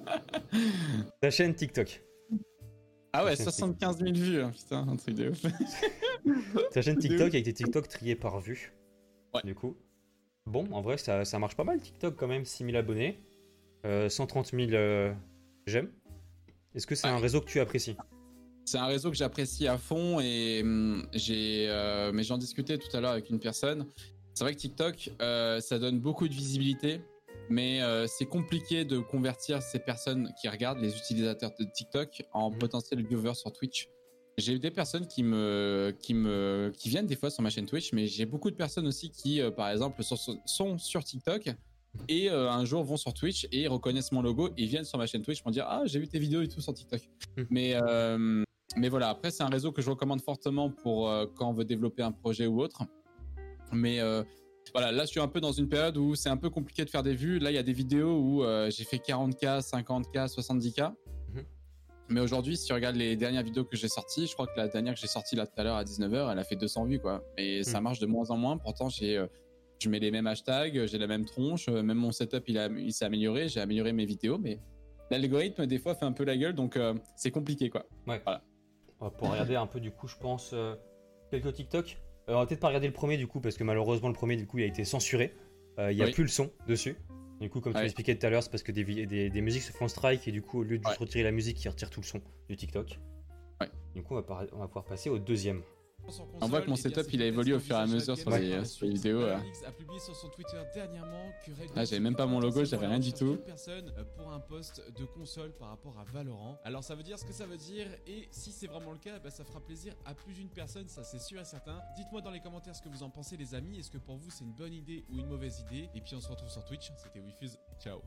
ta chaîne TikTok. Ah ouais, soixante-quinze mille vues, hein, putain, un truc de ouf. Ta chaîne TikTok avec tes TikTok triés par vue. Ouais. Du coup. Bon, en vrai, ça, ça marche pas mal TikTok quand même. six mille abonnés. Euh, cent trente mille euh, j'aime. Est-ce que c'est ouais. un réseau que tu apprécies ? C'est un réseau que j'apprécie à fond et hum, j'ai, euh, mais j'en discutais tout à l'heure avec une personne. C'est vrai que TikTok, euh, ça donne beaucoup de visibilité, mais euh, c'est compliqué de convertir ces personnes qui regardent, les utilisateurs de TikTok, en mmh. potentiels viewers sur Twitch. J'ai eu des personnes qui me, qui me, qui viennent des fois sur ma chaîne Twitch, mais j'ai beaucoup de personnes aussi qui, euh, par exemple, sont, sont sur TikTok et euh, un jour vont sur Twitch et reconnaissent mon logo et viennent sur ma chaîne Twitch pour dire ah j'ai vu tes vidéos et tout sur TikTok. Mmh. Mais euh, mais voilà, après c'est un réseau que je recommande fortement pour euh, quand on veut développer un projet ou autre. Mais euh, voilà, là je suis un peu dans une période où c'est un peu compliqué de faire des vues. Là il y a des vidéos où euh, j'ai fait quarante K, cinquante K, soixante-dix K. Mmh. Mais aujourd'hui, si tu regardes les dernières vidéos que j'ai sorties, je crois que la dernière que j'ai sortie là tout à l'heure à dix-neuf heures, elle a fait deux cents vues quoi. Et mmh. ça marche de moins en moins. Pourtant j'ai, euh, je mets les mêmes hashtags, j'ai la même tronche, même mon setup il, a, il s'est amélioré, j'ai amélioré mes vidéos, mais l'algorithme des fois fait un peu la gueule, donc euh, c'est compliqué quoi. Ouais. Voilà. Pour regarder un peu du coup, je pense euh, quelques TikTok. Euh, on va peut-être pas regarder le premier du coup parce que malheureusement le premier du coup il a été censuré. Euh, il y a oui. plus le son dessus. Du coup, comme tu ouais. l'expliquais tout à l'heure, c'est parce que des, des, des musiques se font strike et du coup, au lieu de juste ouais. retirer la musique, ils retirent tout le son du TikTok. Ouais. Du coup, on va, par, on va pouvoir passer au deuxième. On voit que mon setup il a évolué au fur et à mesure sur les, euh, sur les vidéos. euh. a publié sur son Twitter dernièrement que Red Ah, j'avais même pas mon logo, j'avais rien du tout. Personne pour un poste de console par rapport à Valorant. Alors ça veut dire ce que ça veut dire et si c'est vraiment le cas, bah, ça fera plaisir à plus d'une personne, ça c'est sûr et certain. Dites-moi dans les commentaires ce que vous en pensez les amis. Est-ce que pour vous c'est une bonne idée ou une mauvaise idée? Et puis on se retrouve sur Twitch. C'était Wifuse. Ciao.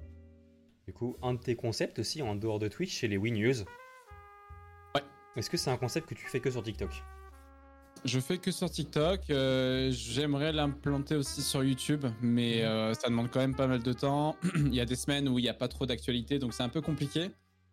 Du coup, un de tes concepts aussi en dehors de Twitch, c'est les Wii News. Ouais. Est-ce que c'est un concept que tu fais que sur TikTok? Je fais que sur TikTok. Euh, J'aimerais l'implanter aussi sur YouTube, mais euh, ça demande quand même pas mal de temps. Il y a des semaines où il n'y a pas trop d'actualité, donc c'est un peu compliqué.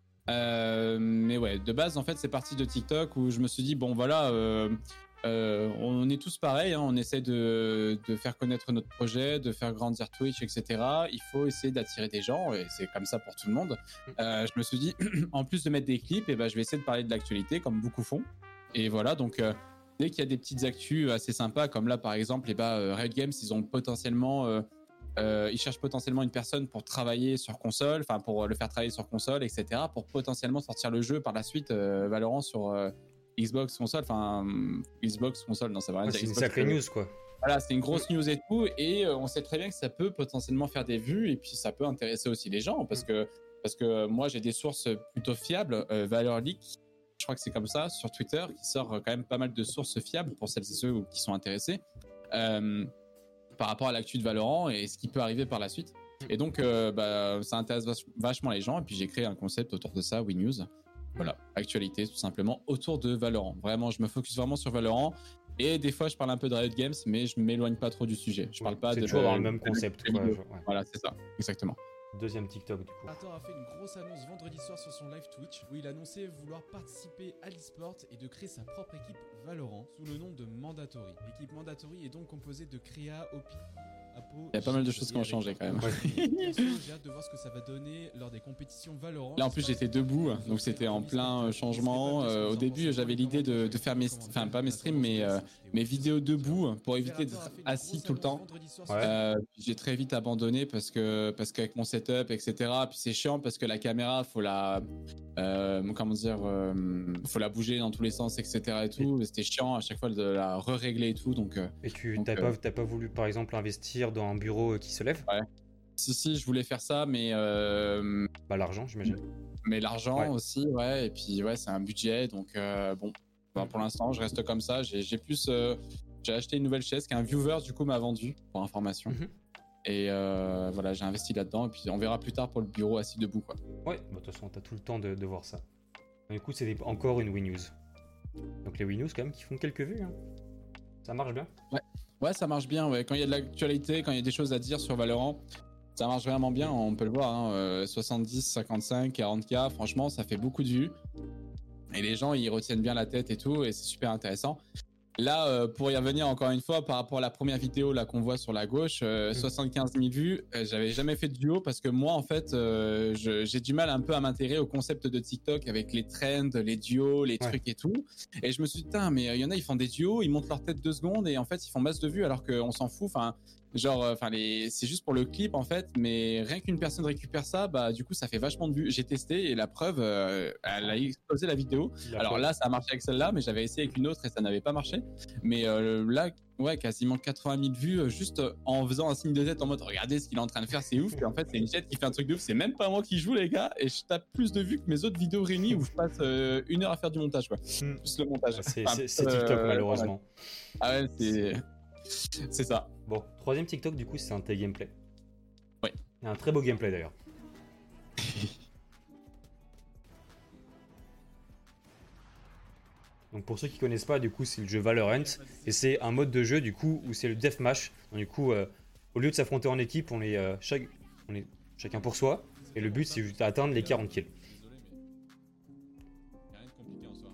Euh, mais ouais, de base, en fait, c'est parti de TikTok où je me suis dit, bon voilà, euh, euh, on est tous pareils, hein, on essaie de, de faire connaître notre projet, de faire grandir Twitch, et cetera. Il faut essayer d'attirer des gens, et c'est comme ça pour tout le monde. Euh, je me suis dit, en plus de mettre des clips, eh ben, je vais essayer de parler de l'actualité, comme beaucoup font. Et voilà, donc... Euh, dès qu'il y a des petites actus assez sympas, comme là par exemple, eh ben, euh, Riot Games, ils ont potentiellement, euh, euh, ils cherchent potentiellement une personne pour travailler sur console, enfin pour le faire travailler sur console, et cetera, pour potentiellement sortir le jeu par la suite, euh, Valorant sur euh, Xbox console, enfin Xbox console, non ça va rien Ouais, dire. c'est une Xbox, sacrée euh, news quoi. Voilà, c'est une grosse news et tout, et euh, on sait très bien que ça peut potentiellement faire des vues, et puis ça peut intéresser aussi les gens, parce que parce que moi j'ai des sources plutôt fiables, euh, Valor Leak. Je crois que c'est comme ça sur Twitter, qui sort quand même pas mal de sources fiables pour celles et ceux qui sont intéressés euh, par rapport à l'actu de Valorant et ce qui peut arriver par la suite. Et donc, euh, bah, ça intéresse vach- vachement les gens. Et puis, j'ai créé un concept autour de ça, Wii News. Voilà, actualité tout simplement autour de Valorant. Vraiment, je me focus vraiment sur Valorant. Et des fois, je parle un peu de Riot Games, mais je m'éloigne pas trop du sujet. Je parle pas C'est de. toujours dans le de- même de- concept. de- Quoi, de- genre, ouais. Voilà, c'est ça, exactement. Deuxième TikTok du coup. Arthur a fait une grosse annonce vendredi soir sur son live Twitch où il annonçait vouloir participer à l'e-sport et de créer sa propre équipe Valorant sous le nom de Mandatory. L'équipe Mandatory est donc composée de Créa, Opi, Apo... Il y a pas mal de choses qui ont changé quand même. Perso, j'ai hâte de voir ce que ça va donner lors des compétitions Valorant. Là en plus j'étais debout, donc c'était en plein euh, changement. Euh, au début j'avais l'idée de, de faire mes, enfin pas mes streams, mais euh, mes vidéos debout pour éviter d'être assis tout le temps. Ouais. Euh, j'ai très vite abandonné parce que parce qu'avec mon setup, et cetera. Puis c'est chiant parce que la caméra, faut la, euh, comment dire, euh, faut la bouger dans tous les sens, et cetera. Et tout. Et c'était chiant à chaque fois de la re-régler et tout. Donc. Euh, Et tu donc, t'as euh, pas, t'as pas voulu par exemple investir dans un bureau qui se lève? Ouais. Si si, je voulais faire ça, mais. Euh, Bah l'argent j'imagine. mais l'argent Ouais. aussi, ouais. Et puis ouais, c'est un budget, donc euh, bon. Ben, pour l'instant, je reste comme ça. J'ai, j'ai plus, euh, j'ai acheté une nouvelle chaise qu'un viewer du coup m'a vendu pour information. Mhm. Et euh, voilà, j'ai investi là-dedans. Et puis on verra plus tard pour le bureau assis debout, quoi. Ouais, bah, de toute façon t'as tout le temps de, de voir ça. Du coup c'est encore une Wii News. Donc les Wii News quand même qui font quelques vues. Hein. Ça marche bien. Ouais, ça marche bien. Ouais. Quand il y a de l'actualité, quand il y a des choses à dire sur Valorant, ça marche vraiment bien. On peut le voir. Hein. Euh, soixante-dix, cinquante-cinq, quarante K. Franchement, ça fait beaucoup de vues. Et les gens, ils retiennent bien la tête et tout. Et c'est super intéressant. Là, euh, pour y revenir encore une fois, par rapport à la première vidéo là qu'on voit sur la gauche, euh, Mmh. soixante-quinze mille vues. Euh, j'avais jamais fait de duo parce que moi, en fait, euh, je- j'ai du mal un peu à m'intégrer au concept de TikTok avec les trends, les duos, les Ouais. trucs et tout. Et je me suis dit, putain, mais il y en a, ils font des duos, ils montent leur tête deux secondes et en fait, ils font masse de vues alors qu'on s'en fout. Enfin, genre, enfin, les, c'est juste pour le clip en fait, mais rien qu'une personne récupère ça, bah, du coup, ça fait vachement de vues. J'ai testé et la preuve, euh, elle a explosé la vidéo. La Alors fois- là, ça a marché avec celle-là, mais j'avais essayé avec une autre et ça n'avait pas marché. Mais euh, là, ouais, quasiment quatre-vingt mille vues euh, juste euh, en faisant un signe de tête en mode regardez ce qu'il est en train de faire, c'est ouf. Et en fait, c'est une chatte qui fait un truc de ouf. C'est même pas moi qui joue, les gars. Et je tape plus de vues que mes autres vidéos réunies où je passe euh, une heure à faire du montage, quoi. Hmm. Plus le montage. C'est, Enfin, c'est- c'est euh, TikTok malheureusement. Ah ouais, c'est. C'est ça. Bon, troisième TikTok du coup c'est un tes gameplay. Ouais. Et un très beau gameplay d'ailleurs. Donc pour ceux qui connaissent pas, du coup c'est le jeu Valorant et c'est un mode de jeu du coup où c'est le deathmatch. Donc du coup euh, au lieu de s'affronter en équipe, on est, euh, chaque, on est chacun pour soi et le but c'est juste d'atteindre les quarante kills. Désolé, mais y a rien de compliqué en soi.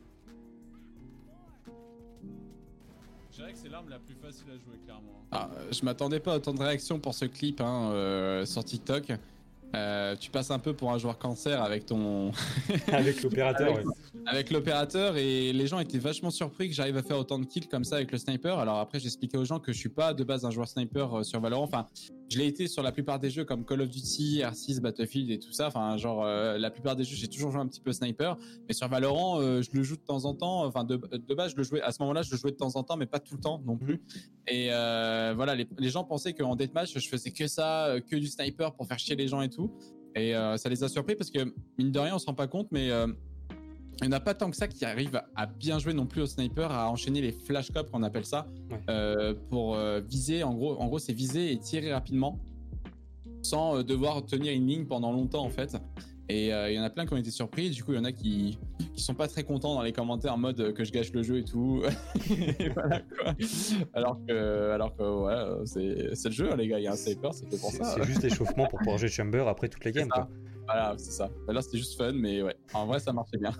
Je dirais que c'est l'arme la plus facile à jouer, clairement. Ah, euh, je m'attendais pas à autant de réactions pour ce clip hein, euh, sur TikTok. Euh, tu passes un peu pour un joueur cancer avec ton. Avec l'opérateur, Avec- ouais. avec l'opérateur et les gens étaient vachement surpris que j'arrive à faire autant de kills comme ça avec le sniper. Alors après j'expliquais aux gens que je suis pas de base un joueur sniper euh, sur Valorant. Enfin je l'ai été sur la plupart des jeux comme Call of Duty, R six, Battlefield et tout ça. Enfin, genre, euh, la plupart des jeux, j'ai toujours joué un petit peu sniper. Mais sur Valorant, euh, je le joue de temps en temps. Enfin, de, de base, je le jouais, à ce moment-là, je le jouais de temps en temps, mais pas tout le temps non plus. Et euh, voilà, les, les gens pensaient qu'en deathmatch, je faisais que ça, euh, que du sniper pour faire chier les gens et tout. Et euh, ça les a surpris parce que, mine de rien, on se rend pas compte, mais euh, il n'y en a pas tant que ça qui arrivent à bien jouer non plus au sniper, à enchaîner les flash cop qu'on appelle ça, Ouais. euh, pour euh, viser. En gros, en gros, c'est viser et tirer rapidement sans euh, devoir tenir une ligne pendant longtemps en fait. Et il euh, y en a plein qui ont été surpris. Du coup, il y en a qui qui sont pas très contents dans les commentaires en mode que je gâche le jeu et tout. Et voilà, quoi. Alors que, alors que ouais, c'est c'est le jeu, hein, les gars. Il y a un sniper, c'est fait pour C'est ça. c'est juste l'échauffement pour pouvoir jouer Chamber après toute la C'est game, ça. quoi. Voilà, c'est ça. Là, c'était juste fun, mais ouais. En vrai, ça marchait bien.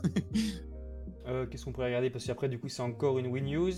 Euh, Qu'est-ce qu'on pourrait regarder? Parce qu'après, du coup, c'est encore une win news.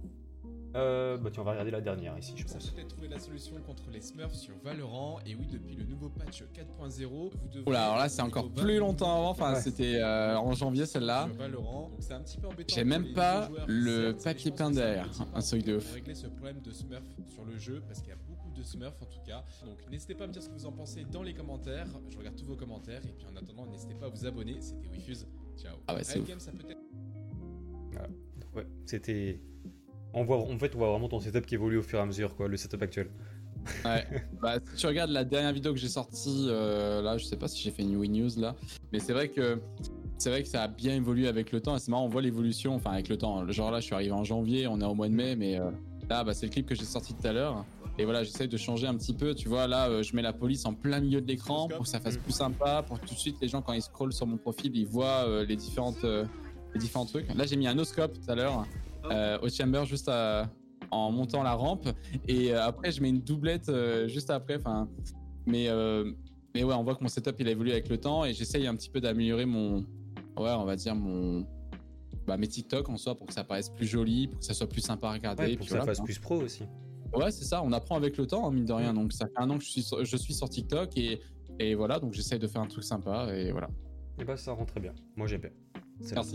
Euh, bah tiens, on va regarder la dernière ici, je Ça pense. peut être trouvé la solution contre les Smurfs sur Valorant. Et oui, depuis le nouveau patch quatre point zéro, vous devez. Oula, alors là, c'est encore plus longtemps avant. Enfin, Ouais. c'était euh, en janvier celle-là. Sur Valorant. Donc c'est un petit peu embêtant. J'ai pour même les pas nouveaux joueurs, le certes, mais papier je pense peint que c'est derrière. petit pas Un truc de pour ouf. régler ce problème de Smurf sur le jeu parce qu'il y a beaucoup de Smurfs en tout cas. Donc n'hésitez pas à me dire ce que vous en pensez dans les commentaires. Je regarde tous vos commentaires. Et puis en attendant, n'hésitez pas à vous abonner. C'était Wifuse. Ciao. Ah ouais, c'est Riot ouf. Games, ça peut être. Voilà. Donc, ouais, c'était. On voit, en fait, on voit vraiment ton setup qui évolue au fur et à mesure, quoi, le setup actuel. Ouais. Bah, si tu regardes la dernière vidéo que j'ai sortie, euh, là, je sais pas si j'ai fait une win news là, mais c'est vrai que c'est vrai que ça a bien évolué avec le temps. Et c'est marrant, on voit l'évolution. Enfin, avec le temps. Genre là, je suis arrivé en janvier, on est au mois de mai, mais euh, là, bah, c'est le clip que j'ai sorti tout à l'heure. Et voilà, j'essaye de changer un petit peu. Tu vois, là, euh, je mets la police en plein milieu de l'écran pour que ça fasse plus sympa, pour que tout de suite les gens, quand ils scrollent sur mon profil, ils voient euh, les différentes, euh, les différents trucs. Là, j'ai mis un no-scope tout à l'heure euh, au chamber juste à, en montant la rampe. Et euh, après, je mets une doublette euh, juste après. Enfin, mais euh, mais ouais, on voit que mon setup il a évolué avec le temps et j'essaye un petit peu d'améliorer mon, ouais, on va dire mon, bah, mes TikTok en soi pour que ça paraisse plus joli, pour que ça soit plus sympa à regarder. Ouais, et pour puis que ça voilà, fasse quoi. plus pro aussi. Ouais, c'est ça, on apprend avec le temps, hein, mine de rien. Donc ça fait un an que je suis sur, je suis sur TikTok et, et voilà, donc j'essaye de faire un truc sympa et voilà. Et bah, ça rend très bien. Moi, j'aime bien. C'est Merci.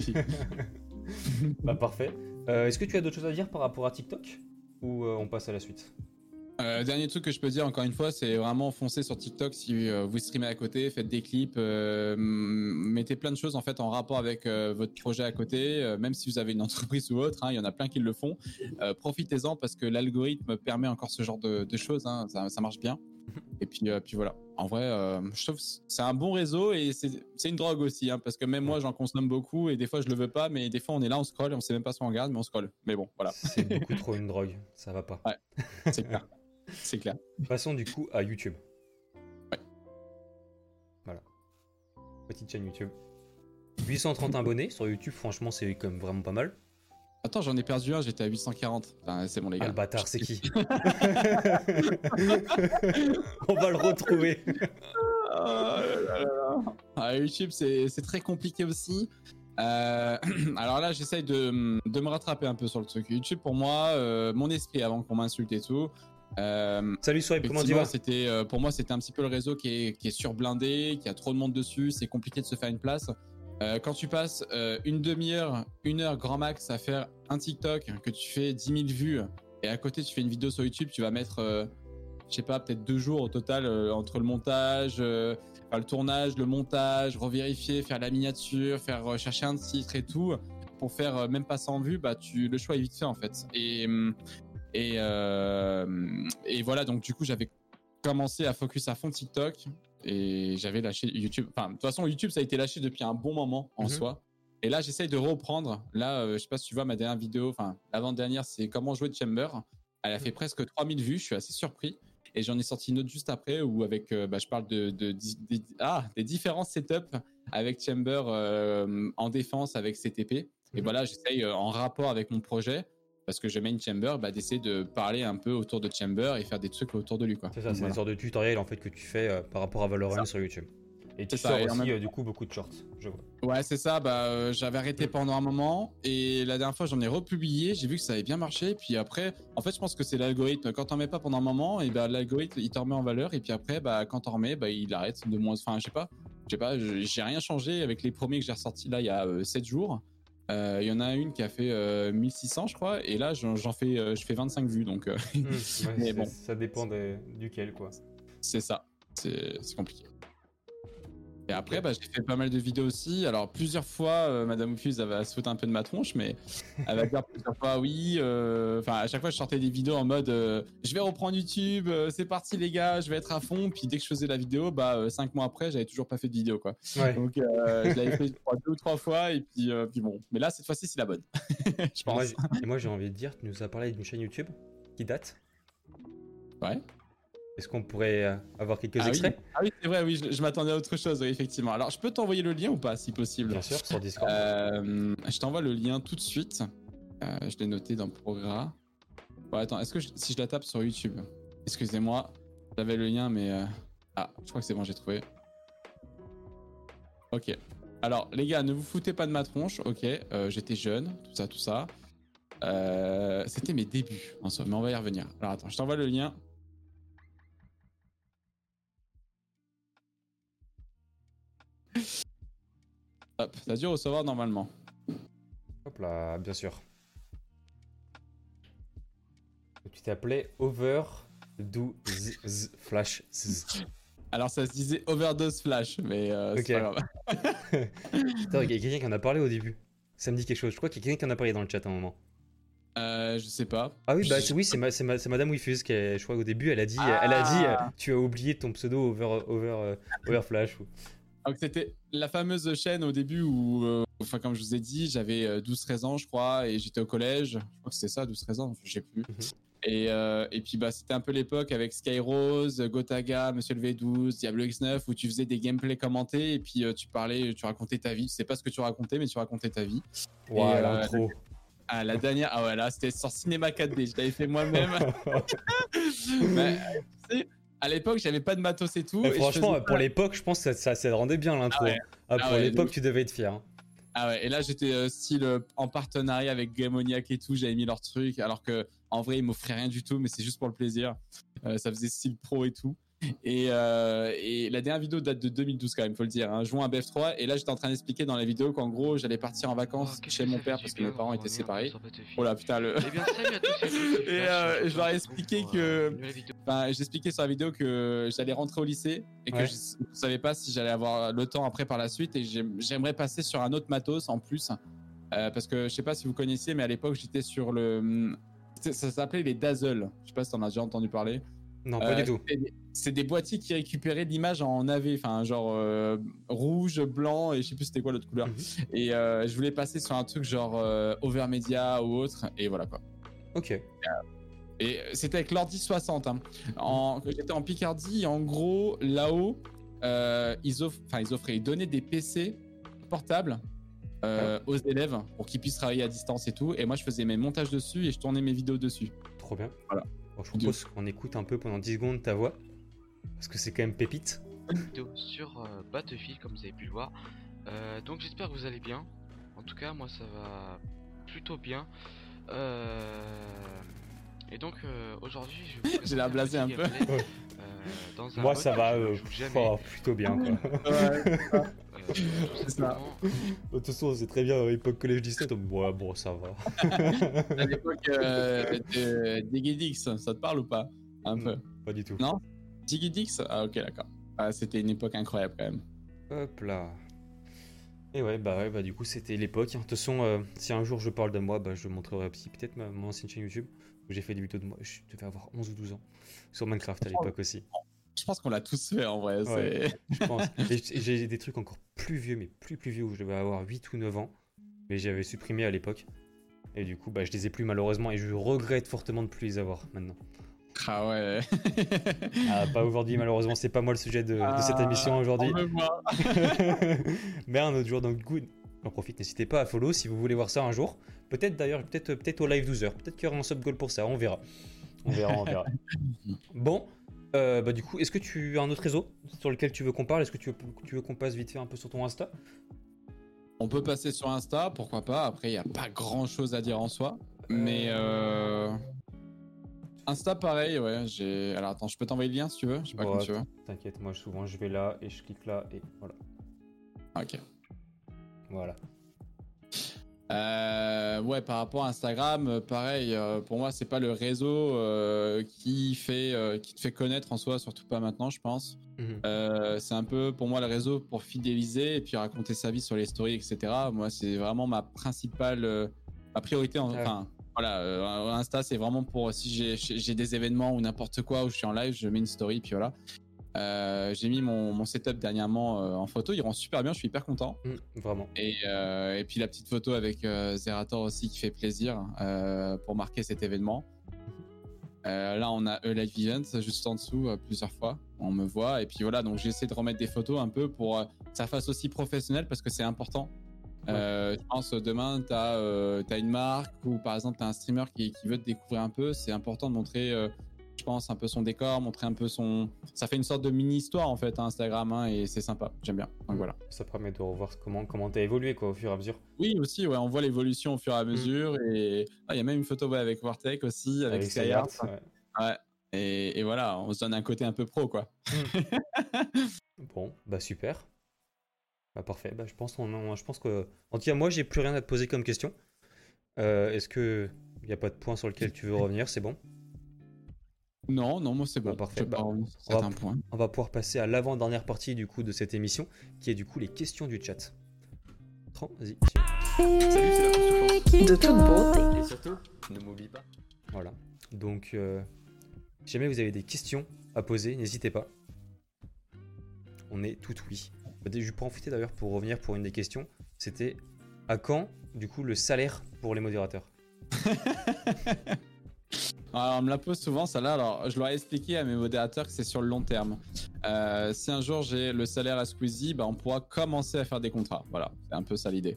Bah, parfait. Euh, Est-ce que tu as d'autres choses à dire par rapport à TikTok? Ou euh, on passe à la suite? Euh, dernier truc que je peux dire encore une fois, c'est vraiment foncer sur TikTok si euh, vous streamez à côté, faites des clips, euh, mettez plein de choses en fait en rapport avec euh, votre projet à côté, euh, même si vous avez une entreprise ou autre, hein, il y en a plein qui le font. Euh, profitez-en parce que l'algorithme permet encore ce genre de, de choses, hein, ça, ça marche bien. Et puis, euh, puis voilà. En vrai, euh, je trouve que c'est un bon réseau et c'est une drogue aussi, hein, parce que même moi j'en consomme beaucoup et des fois je le veux pas, mais des fois on est là, on scrolle, et on sait même pas ce qu'on regarde, mais on scrolle. Mais bon, voilà. C'est beaucoup trop une drogue, ça va pas. Ouais, c'est clair. C'est clair. Passons du coup à YouTube. Ouais. Voilà. Petite chaîne YouTube. huit cent trente abonnés sur YouTube, franchement, c'est quand même vraiment pas mal. Attends, j'en ai perdu un, j'étais à huit cent quarante. Enfin, c'est bon, les Ah, gars. le bâtard, c'est qui? On va le retrouver. Oh là là là. Ah, YouTube, c'est c'est très compliqué aussi. Euh, alors là, j'essaye de, de me rattraper un peu sur le truc. YouTube, pour moi, euh, mon esprit avant qu'on m'insulte et tout. Euh, Salut Swipe, comment tu effectivement, vas? c'était, euh, pour moi, c'était un petit peu le réseau qui est, qui est surblindé, qui a trop de monde dessus. C'est compliqué de se faire une place. Euh, quand tu passes euh, une demi-heure, une heure grand max à faire un TikTok, que tu fais dix mille vues, et à côté tu fais une vidéo sur YouTube, tu vas mettre, euh, je sais pas, peut-être deux jours au total euh, entre le montage, euh, faire le tournage, le montage, revérifier, faire la miniature, faire euh, chercher un titre et tout, pour faire euh, même pas cent vues, bah tu, le choix est vite fait en fait. Et, et, euh, et voilà, donc du coup j'avais commencé à focus à fond TikTok. Et j'avais lâché YouTube. Enfin, de toute façon, YouTube, ça a été lâché depuis un bon moment en Mhm. soi. Et là, j'essaye de reprendre. Là, euh, je sais pas si tu vois ma dernière vidéo, enfin, l'avant-dernière, c'est comment jouer de Chamber. Elle a fait presque trois mille vues. Je suis assez surpris. Et j'en ai sorti une autre juste après où avec, euh, bah, je parle de, de, de, de- ah, des différents setups avec Chamber euh, en défense avec C T P. Et Mhm. voilà, j'essaye euh, en rapport avec mon projet. Parce que je main Chamber, bah, d'essayer de parler un peu autour de Chamber et faire des trucs autour de lui, quoi. C'est ça, Donc, c'est voilà. des sortes de tutoriels en fait que tu fais euh, par rapport à Valorant sur YouTube. Et tu C'est ça, sors et en aussi même- euh, du coup beaucoup de shorts, je vois. Ouais, c'est ça. Bah, euh, j'avais arrêté pendant un moment et la dernière fois, j'en ai republié. J'ai vu que ça avait bien marché. Et puis après, en fait, je pense que c'est l'algorithme. Quand t'en mets pas pendant un moment, et bah, l'algorithme, il te remet en valeur. Et puis après, bah, quand t'en remets, bah, il arrête de moins. Enfin, je sais pas. Je sais pas. je- J'ai rien changé avec les premiers que j'ai ressortis là il y a euh, sept jours. Euh, Il y en a une qui a fait euh, mille six cents, je crois, et là, j'en j'en fais, euh, je fais vingt-cinq vues, donc euh, Mmh, ouais, Mais c'est- bon. Ça dépend de- duquel, quoi. c'est ça. C'est c'est compliqué. Et après, bah, j'ai fait pas mal de vidéos aussi. Alors, plusieurs fois, euh, Madame Oufuse, elle va se foutre un peu de ma tronche, mais elle va dire plusieurs fois oui. euh, Enfin, à chaque fois, je sortais des vidéos en mode euh, je vais reprendre YouTube, euh, c'est parti, les gars, je vais être à fond. Puis dès que je faisais la vidéo, bah, euh, cinq mois après, j'avais toujours pas fait de vidéo, quoi. Ouais. Donc, euh, je l'avais fait je crois, deux ou trois fois, et puis, euh, puis bon. Mais là, cette fois-ci, c'est la bonne. je pense. Moi, j'ai- et moi, j'ai envie de dire, tu nous as parlé d'une chaîne YouTube qui date. Ouais. Est-ce qu'on pourrait euh, avoir quelques Ah oui, extraits? ah oui c'est vrai, oui, je, je m'attendais à autre chose, oui, effectivement. Alors, je peux t'envoyer le lien ou pas, si possible? Bien sûr, sur Discord. Euh, je t'envoie le lien tout de suite. Euh, je l'ai noté dans le programme. Bon, attends, est-ce que je- si je la tape sur YouTube, excusez-moi, j'avais le lien, mais euh, ah, je crois que c'est bon, j'ai trouvé. Ok. Alors, les gars, ne vous foutez pas de ma tronche. Ok, euh, j'étais jeune, tout ça, tout ça. Euh, C'était mes débuts, en somme, mais on va y revenir. Alors, attends, je t'envoie le lien. Hop, ça a dû recevoir normalement. Hop là, bien sûr. Tu t'appelais Over Do Z, Z Flash Z. Alors, ça se disait Overdose Flash, mais euh, Ok. c'est pas grave. Attends, il y a quelqu'un qui en a parlé au début. Ça me dit quelque chose. Je crois qu'il y a quelqu'un qui en a parlé dans le chat à un moment. Euh, je sais pas. Ah oui, bah c'est- oui, c'est ma, c'est ma- c'est Madame Wifus qui, est- je crois au début, elle a dit, elle a dit, euh, tu as oublié ton pseudo Over, Over, euh, Over Flash. ou- Donc c'était la fameuse chaîne au début où, euh, enfin comme je vous ai dit, j'avais douze treize ans je crois et j'étais au collège. Je crois que c'était ça, douze treize ans, je sais plus. Mhm. Et, euh, et puis bah c'était un peu l'époque avec Skyrose, Gotaga, Monsieur le V douze, Diablo X neuf où tu faisais des gameplays commentés et puis euh, tu parlais, tu racontais ta vie. Je sais pas ce que tu racontais mais tu racontais ta vie. Ouah, Et, euh, l'intro. Ah la dernière, ah ouais là c'était sur Cinéma quatre D, je l'avais fait moi-même. Mais, tu sais, à l'époque j'avais pas de matos et tout. Mais et je franchement, faisais pour l'époque, je pense que ça, ça, ça rendait bien l'intro. Ah ouais. Ah, Ah pour ouais, l'époque, de tu devais être fier. hein. Ah ouais, et là j'étais euh, style euh, en partenariat avec Gamoniac et tout, j'avais mis leur truc, alors que en vrai ils m'offraient rien du tout, mais c'est juste pour le plaisir. Euh, ça faisait style pro et tout. Et, euh, et la dernière vidéo date de deux mille douze quand même, faut le dire, hein, jouant à B F trois. Et là j'étais en train d'expliquer dans la vidéo qu'en gros j'allais partir en vacances Oh, qu'est-ce chez que mon ça fait père du parce que bien mes parents de étaient revenir séparés. sur Battlefield. Oh là putain le. Eh bien, salut à tous et à toutes. Et, euh, je leur ai expliqué Pour, que- euh, une nouvelle vidéo. Enfin, j'expliquais sur la vidéo que j'allais rentrer au lycée et que Ouais. je ne savais pas si j'allais avoir le temps après par la suite et j'aim- j'aimerais passer sur un autre matos en plus. Euh, parce que je sais pas si vous connaissiez, mais à l'époque j'étais sur le. c'était- Ça s'appelait les Dazzle. Je sais pas si t'en as déjà entendu parler. Non, pas Euh, du tout. c'est des- C'est des boîtiers qui récupéraient l'image en A V, enfin genre euh, rouge, blanc et je sais plus c'était quoi l'autre couleur. Mhm. Et euh, je voulais passer sur un truc genre euh, Overmedia ou autre et voilà quoi. Ok. Et c'était avec l'ordi soixante. Hein. En, quand j'étais en Picardie, en gros, là-haut, euh, ils, offrent, enfin, ils offraient, ils donnaient des P C portables euh, aux élèves pour qu'ils puissent travailler à distance et tout. Et moi, je faisais mes montages dessus et je tournais mes vidéos dessus. Trop bien. Voilà. Bon, je propose qu'on écoute un peu pendant dix secondes ta voix. Parce que c'est quand même pépite. Vidéo sur euh, Battlefield, comme vous avez pu le voir. Euh, donc j'espère que vous allez bien. En tout cas, moi ça va plutôt bien. Euh, Et donc euh, aujourd'hui, je vais vous J'ai présenter l'air blasé petit un peu. gameplay, Ouais. euh, dans un Moi, mode ça que va je euh, joue jamais. oh, plutôt bien. Quoi. Ouais. Euh, tout C'est ça. simplement, De toute façon, c'est très bien, à l'époque collège dix-sept. Donc, ouais, bon, ça va. À l'époque euh, de Digidix, ça te parle ou pas? Un peu. Pas du tout. Non. Digidix? Ah ok, d'accord. Ah, c'était une époque incroyable quand même. Hop là. Et ouais, bah ouais, bah du coup, c'était l'époque. De toute façon, euh, si un jour je parle de moi, bah je montrerai aussi peut-être ma, mon ancienne chaîne YouTube où j'ai fait des vidéos de moi. Je devais avoir onze ou douze ans. Sur Minecraft à l'époque aussi. Je pense qu'on l'a tous fait en vrai. Ouais. c'est- Je pense. Et j- j'ai des trucs encore plus vieux, mais plus plus vieux, où je devais avoir huit ou neuf ans. Mais j'avais supprimé à l'époque. Et du coup, bah je les ai plus malheureusement. Et je regrette fortement de plus les avoir maintenant. Ah ouais. Ah, pas aujourd'hui, malheureusement. C'est pas moi le sujet de, de cette Ah, émission aujourd'hui. on me voit. Mais un autre jour, donc du coup, j'en profite, n'hésitez pas à follow si vous voulez voir ça un jour. Peut-être d'ailleurs, peut-être peut-être au live douze heures, peut-être qu'il y aura un sub goal pour ça, on verra. On verra, on verra. Bon, euh, bah du coup, est-ce que tu as un autre réseau sur lequel tu veux qu'on parle? Est-ce que tu veux, tu veux qu'on passe vite fait un peu sur ton Insta? On peut passer sur Insta, pourquoi pas. Après, il n'y a pas grand chose à dire en soi. Mais euh... Insta, pareil, ouais. J'ai. Alors attends, je peux t'envoyer le lien si tu veux. Je sais pas Ouais, comment tu veux. T'inquiète, moi souvent je vais là et je clique là et voilà. Ok. Voilà. Euh, ouais, par rapport à Instagram, euh, pareil. Euh, pour moi, c'est pas le réseau euh, qui fait, euh, qui te fait connaître en soi, surtout pas maintenant, je pense. Mhm. Euh, c'est un peu pour moi le réseau pour fidéliser et puis raconter sa vie sur les stories, et cetera. Moi, c'est vraiment ma principale, euh, ma priorité. En, Ouais. Enfin, voilà, euh, Insta, c'est vraiment pour si j'ai, j'ai des événements ou n'importe quoi où je suis en live, je mets une story, puis voilà. Euh, j'ai mis mon, mon setup dernièrement euh, en photo, il rend super bien, je suis hyper content. Mhm, vraiment. Et, euh, et puis la petite photo avec euh, Zerator aussi qui fait plaisir euh, pour marquer cet événement. Euh, là, on a A Live Event juste en dessous euh, plusieurs fois, on me voit. Et puis voilà, donc j'essaie de remettre des photos un peu pour euh, que ça fasse aussi professionnel parce que c'est important. Euh, je pense demain, tu as euh, une marque ou par exemple, tu as un streamer qui, qui veut te découvrir un peu. C'est important de montrer, euh, je pense, un peu son décor, montrer un peu son. Ça fait une sorte de mini-histoire en fait, hein, Instagram, hein, et c'est sympa, j'aime bien. Donc voilà. Ça permet de revoir comment comment t'as évolué quoi au fur et à mesure. Oui, aussi, ouais, on voit l'évolution au fur et à mesure. Et ah, il y a même une photo ouais, avec Wartech aussi, avec, Avec Skyheart. Skyheart, Ouais. ouais. Et, et voilà, on se donne un côté un peu pro, quoi. Bon, bah super. Bah parfait. Bah je pense qu'on, on- je pense que, en tout cas moi j'ai plus rien à te poser comme question. Euh, est-ce que il y a pas de point sur lequel tu veux revenir? C'est bon. Non, non, moi c'est bon. Bah, parfait. Je vais pas Bah, revenir sur on va- certains points. On va pouvoir passer à l'avant-dernière partie du coup de cette émission, qui est du coup les questions du chat. Tran, vas-y. Salut, c'est la consultance. De toute beauté. Et surtout, ne m'oublie pas. Voilà. Donc, euh, si jamais vous avez des questions à poser, n'hésitez pas. On est tout oui. Je peux en profiter d'ailleurs pour revenir pour une des questions. C'était à quand, du coup, le salaire pour les modérateurs? Alors, on me la pose souvent, ça là. Alors, je leur ai expliqué à mes modérateurs que c'est sur le long terme. Euh, si un jour j'ai le salaire à Squeezie, bah, on pourra commencer à faire des contrats. Voilà, c'est un peu ça l'idée.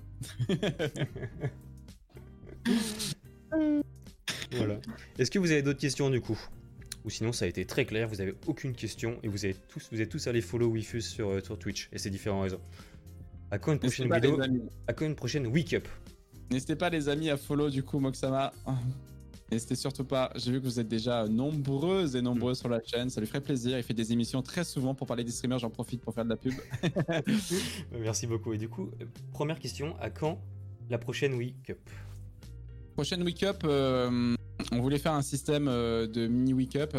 Voilà. Est-ce que vous avez d'autres questions du coup? Ou sinon ça a été très clair, vous avez aucune question et vous, avez tous, vous êtes tous allés follow Wifus sur, euh, sur Twitch et ses différents réseaux. À quand une N'hésitez prochaine pas, vidéo? les amis. À quand une prochaine Week Up? N'hésitez pas, les amis, à follow du coup Moxama. N'hésitez surtout pas. J'ai vu que vous êtes déjà nombreuses et nombreux sur la chaîne. Ça lui ferait plaisir. Il fait des émissions très souvent pour parler des streamers. J'en profite pour faire de la pub. Merci beaucoup. Et du coup, euh, première question, à quand la prochaine Week Up? Prochaine Week Up, euh, on voulait faire un système euh, de mini Week Up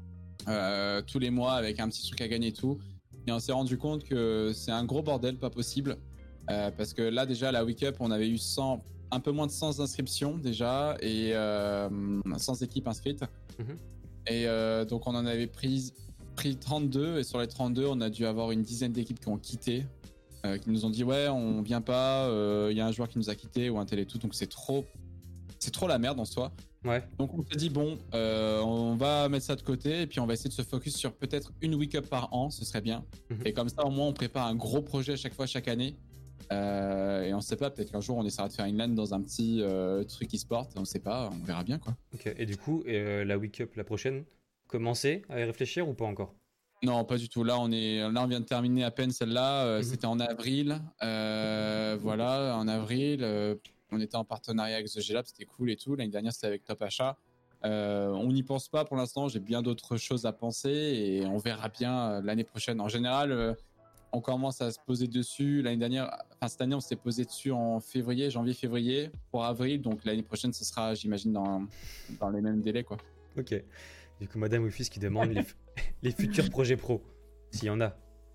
euh, tous les mois avec un petit truc à gagner et tout. Et on s'est rendu compte que c'est un gros bordel, pas possible. Euh, parce que là, déjà, la Week Up, on avait eu cent, un peu moins de cent inscriptions déjà et euh, cent équipes inscrites. Mhm. Et euh, donc, on en avait pris, pris trente-deux. Et sur les trente-deux, on a dû avoir une dizaine d'équipes qui ont quitté. Euh, qui nous ont dit, ouais, on vient pas. Il euh, y a un joueur qui nous a quitté ou un tel et tout. Donc, c'est trop. C'est trop la merde en soi. Ouais. Donc on s'est dit bon, euh, on va mettre ça de côté et puis on va essayer de se focus sur peut-être une week up par an, ce serait bien. Mhm. Et comme ça au moins on prépare un gros projet à chaque fois, chaque année. Euh, et on sait pas, peut-être qu'un jour on essaiera de faire une LAN dans un petit euh, truc e-sport, on sait pas, on verra bien quoi. Ok. Et du coup, euh, la Week Up, la prochaine, commencez à y réfléchir ou pas encore? Non, pas du tout. Là, on est, là, on vient de terminer à peine celle-là. Euh, Mhm. C'était en avril. Euh, voilà, en avril. Euh, on était en partenariat avec The G-Lab, c'était cool et tout. L'année dernière, c'était avec Top Achat. Euh, on n'y pense pas pour l'instant. J'ai bien d'autres choses à penser et on verra bien euh, l'année prochaine. En général, euh, on commence à se poser dessus. L'année dernière, enfin cette année, on s'est posé dessus en février, janvier-février pour avril. Donc l'année prochaine, ce sera, j'imagine, dans, dans les mêmes délais, quoi. Ok. Du coup, Madame Wifus qui demande les, f- les futurs projets pro, s'il y en a.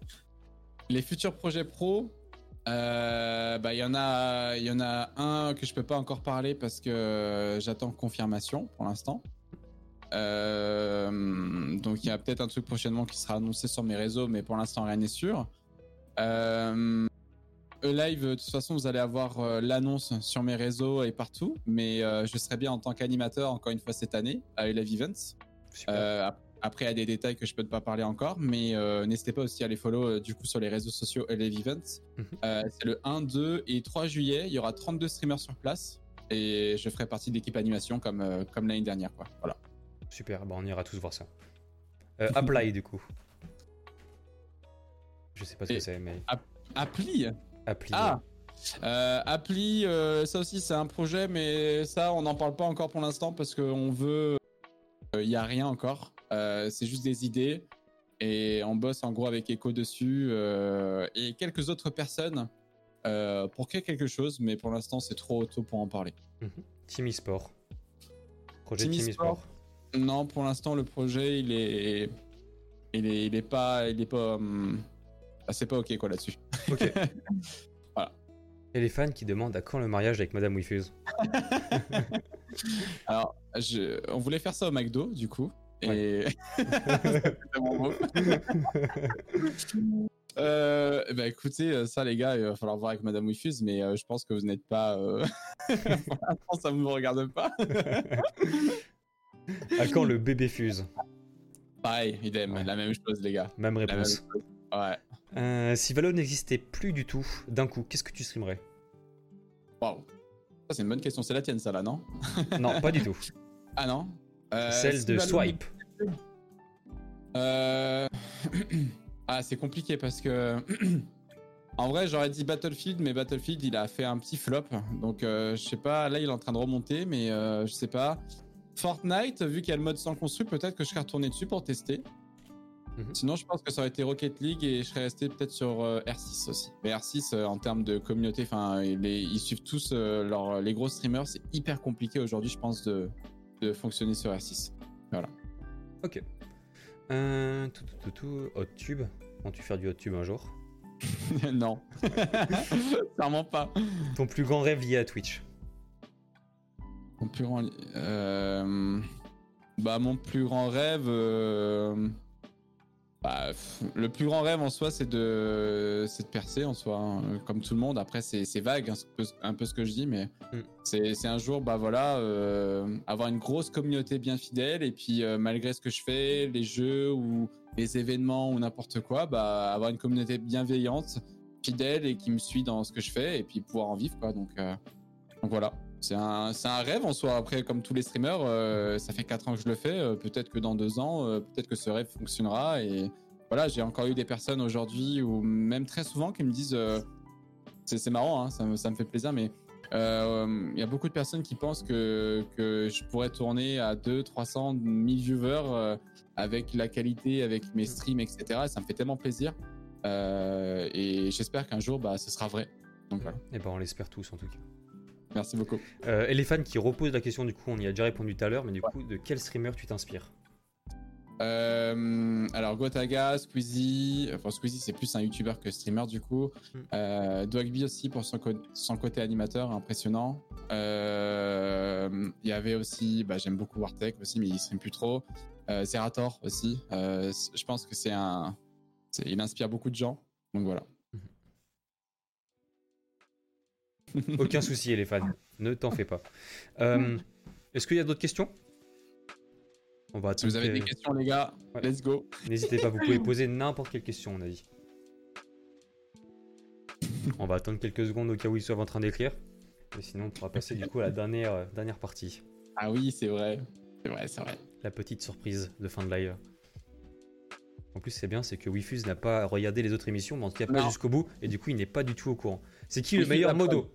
Les futurs projets pro, euh, bah il y en a, il y en a un que je peux pas encore parler parce que j'attends confirmation pour l'instant. Euh, donc il y a peut-être un truc prochainement qui sera annoncé sur mes réseaux, mais pour l'instant rien n'est sûr. Euh, E-Live, de toute façon, vous allez avoir euh, l'annonce sur mes réseaux et partout, mais euh, je serai bien en tant qu'animateur encore une fois cette année à E-Live Events. Super. Euh, après, il y a des détails que je peux pas parler encore, mais euh, n'hésitez pas aussi à les follow euh, du coup sur les réseaux sociaux et les events. Mhm. Euh, c'est le un, deux et trois juillet. Il y aura trente-deux streamers sur place et je ferai partie de l'équipe animation comme, euh, comme l'année dernière, quoi. Voilà. Super. Bah, on ira tous voir ça. Euh, Apply, du coup. Je sais pas ce Et- que c'est, mais. Appli. Apply. Ah. Euh, Appli, euh, ça aussi c'est un projet, mais ça on n'en parle pas encore pour l'instant parce qu'on veut. Il n'y a rien encore. Euh, c'est juste des idées et on bosse en gros avec Echo dessus euh, et quelques autres personnes euh, pour créer quelque chose, mais pour l'instant, c'est trop tôt pour en parler. Mhm. Team eSport. Projet Team Team eSport. eSport. Non, pour l'instant, le projet, il est, il est, il est pas, il est pas, hum, ah, c'est pas ok quoi là-dessus. Ok. Voilà. Et les fans qui demandent à quand le mariage avec Madame Wifuse. Alors, je, on voulait faire ça au McDo, du coup, et c'était mon mot. Euh, bah écoutez, ça les gars, il va falloir voir avec Madame Wifuse, mais euh, je pense que vous n'êtes pas. Euh... Pour l'instant, ça ne vous regarde pas. À quand le bébé fuse? Pareil, idem, Ouais. la même chose, les gars. Même La même réponse. chose. Ouais. Euh, si Valo n'existait plus du tout, d'un coup, qu'est-ce que tu streamerais? Waouh. Ça, c'est une bonne question. C'est la tienne, ça là, non? Non, pas du tout. Ah non. Euh, Celle si de Valo- Swipe. Euh... ah, c'est compliqué parce que. En vrai, j'aurais dit Battlefield, mais Battlefield, il a fait un petit flop. Donc, euh, je sais pas. Là, il est en train de remonter, mais euh, je sais pas. Fortnite, vu qu'il y a le mode sans construit, peut-être que je serais retourné dessus pour tester. Mhm. Sinon, je pense que ça aurait été Rocket League et je serais resté peut-être sur euh, R six aussi. Mais R six, euh, en termes de communauté, enfin, ils suivent tous euh, leur, les gros streamers. C'est hyper compliqué aujourd'hui, je pense, de, de fonctionner sur R six. Voilà. Ok. Euh, tout, tout, tout, tout. Hot Tube. Comptes-tu faire du Hot Tube un jour? Non. Clairement pas. Ton plus grand rêve lié à Twitch? Mon plus grand. Euh... Bah, mon plus grand rêve. Euh... Bah, pff, le plus grand rêve en soi, c'est de, c'est de percer en soi, hein, comme tout le monde. Après, c'est, c'est vague, hein, un, peu, un peu ce que je dis, mais Mm. c'est, c'est un jour, bah voilà, euh, avoir une grosse communauté bien fidèle, et puis euh, malgré ce que je fais, les jeux ou les événements ou n'importe quoi, bah avoir une communauté bienveillante, fidèle et qui me suit dans ce que je fais, et puis pouvoir en vivre, quoi. Donc, euh, donc voilà. C'est un, c'est un rêve en soi. Après, comme tous les streamers, euh, ça fait quatre ans que je le fais. Euh, peut-être que dans deux ans, euh, peut-être que ce rêve fonctionnera. Et voilà, j'ai encore eu des personnes aujourd'hui, ou même très souvent, qui me disent, euh, c'est, c'est marrant, hein, ça, me, ça me fait plaisir, mais il euh, y a beaucoup de personnes qui pensent que, que je pourrais tourner à deux, trois cents, mille viewers euh, avec la qualité, avec mes streams, et cetera. Et ça me fait tellement plaisir. Euh, et j'espère qu'un jour, bah, ce sera vrai. Donc voilà. Et ben on l'espère tous en tout cas. Merci beaucoup. Euh, et les fans qui reposent la question, du coup, on y a déjà répondu tout à l'heure, mais du coup, de quel streamer tu t'inspires? Euh, alors Gotaga, Squeezie, enfin Squeezie c'est plus un youtubeur que streamer du coup. Mm. Euh, Dogby aussi pour son, co- son côté animateur impressionnant. Euh, Il y avait aussi, bah, j'aime beaucoup Wartech aussi mais il stream plus trop. Euh, Zerator aussi. Euh, je pense que c'est un, c'est, il inspire beaucoup de gens. Donc voilà. Aucun souci, les fans, ne t'en fais pas. Euh, est-ce qu'il y a d'autres questions? On va Si vous avez attendre des que- questions les gars, Ouais. let's go. N'hésitez pas, vous pouvez poser n'importe quelle question, on a dit. On va attendre quelques secondes au cas où ils soient en train d'écrire. Et sinon, on pourra passer du coup à la dernière, euh, dernière partie. Ah oui c'est vrai, c'est vrai, c'est vrai. La petite surprise de fin de live. En plus, c'est bien, c'est que Wifuse n'a pas regardé les autres émissions, mais en tout cas pas Non. jusqu'au bout, et du coup, il n'est pas du tout au courant. C'est qui le Wifuse meilleur n'a pas modo?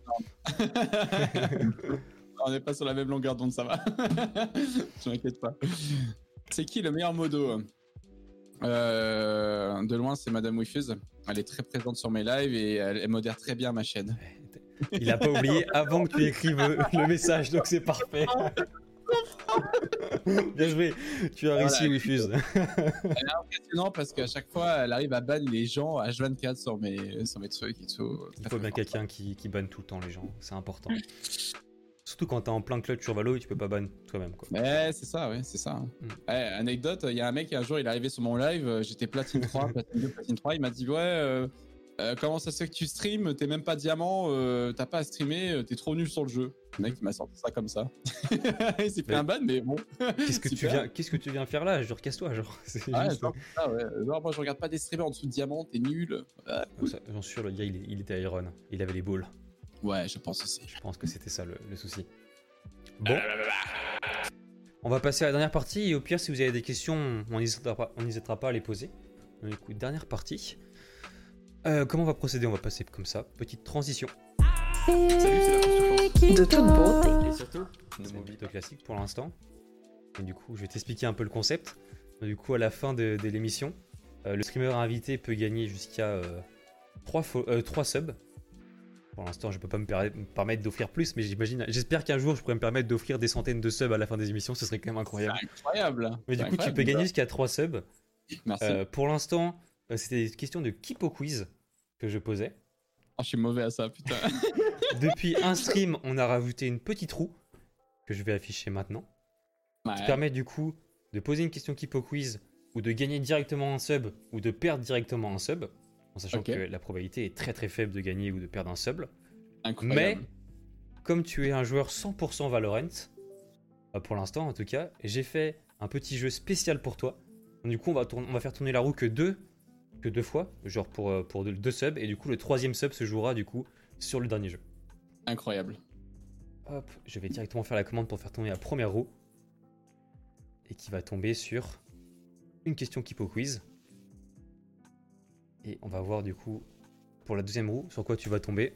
On n'est pas sur la même longueur d'onde, ça va. Je m'inquiète pas. C'est qui le meilleur modo? euh, De loin, c'est Madame Wifuse. Elle est très présente sur mes lives et elle, elle modère très bien ma chaîne. Il a pas oublié avant que tu écrives le message, donc c'est parfait. Bien joué, tu as réussi, Voilà. Wifuse. Elle est impressionnante parce qu'à chaque fois, elle arrive à ban les gens H vingt-quatre sur mes, sur mes trucs et tout. Il Très, faut très bien fort. quelqu'un qui, qui banne tout le temps les gens, c'est important. Surtout quand t'es en plein clutch sur Valo et tu peux pas ban toi-même, quoi. Ouais, c'est ça, ouais, c'est ça. Mm. Ouais, anecdote, il y a un mec, un jour, il est arrivé sur mon live, euh, j'étais platine trois, platine deux, platine trois, il m'a dit, ouais, euh, euh, comment ça se fait que tu streams, t'es même pas diamant, euh, t'as pas à streamer, euh, t'es trop nul sur le jeu. Le mec, il m'a sorti ça comme ça. Il s'est pris Mais- un ban, mais bon. Qu'est-ce que, tu Super. viens, qu'est-ce que tu viens faire là? Genre, casse-toi, genre. C'est Ouais, juste- genre, ça, ouais. Genre, moi, je regarde pas des streamers en dessous de diamant, t'es nul. Ah, cool. Ça, j'en suis sûr, le gars, il, est- il était Iron. Il avait les balls. Ouais, je pense aussi. Je pense que c'était ça le, le souci. Bon. On va passer à la dernière partie et au pire, si vous avez des questions, on n'hésitera pas, on n'hésitera pas à les poser. Donc, du coup, dernière partie. Euh, comment on va procéder? On va passer comme ça. Petite transition. Salut, c'est la Constouchance. De toute beauté. Et surtout, ne C'est m'oublie plutôt pas. classique pour l'instant. Et du coup, je vais t'expliquer un peu le concept. Donc, du coup, à la fin de, de l'émission, euh, le streamer invité peut gagner jusqu'à trois subs. Pour l'instant, je peux pas me per- me permettre d'offrir plus, mais j'imagine, j'espère qu'un jour je pourrais me permettre d'offrir des centaines de subs à la fin des émissions, ce serait quand même incroyable. C'est incroyable. Mais du C'est coup, tu incroyable, peux gagner ça. jusqu'à trois subs. Merci. Euh, pour l'instant, euh, c'était une question de Kipo Quiz que je posais. Oh, je suis mauvais à ça, putain. Depuis un stream, on a rajouté une petite roue que je vais afficher maintenant. Ouais. Qui permet du coup de poser une question Kipo Quiz ou de gagner directement un sub ou de perdre directement un sub. En sachant Ok. que la probabilité est très très faible de gagner ou de perdre un sub. Mais, Incroyable. comme tu es un joueur cent pour cent Valorant, euh, pour l'instant en tout cas, j'ai fait un petit jeu spécial pour toi. Donc, du coup, on va, tourner- on va faire tourner la roue que deux, que deux fois, genre pour, euh, pour deux, deux subs, et du coup, le troisième sub se jouera du coup sur le dernier jeu. Incroyable. Hop, je vais directement faire la commande pour faire tourner la première roue, et qui va tomber sur une question Kipo Quiz. Et on va voir du coup, pour la deuxième roue, sur quoi tu vas tomber.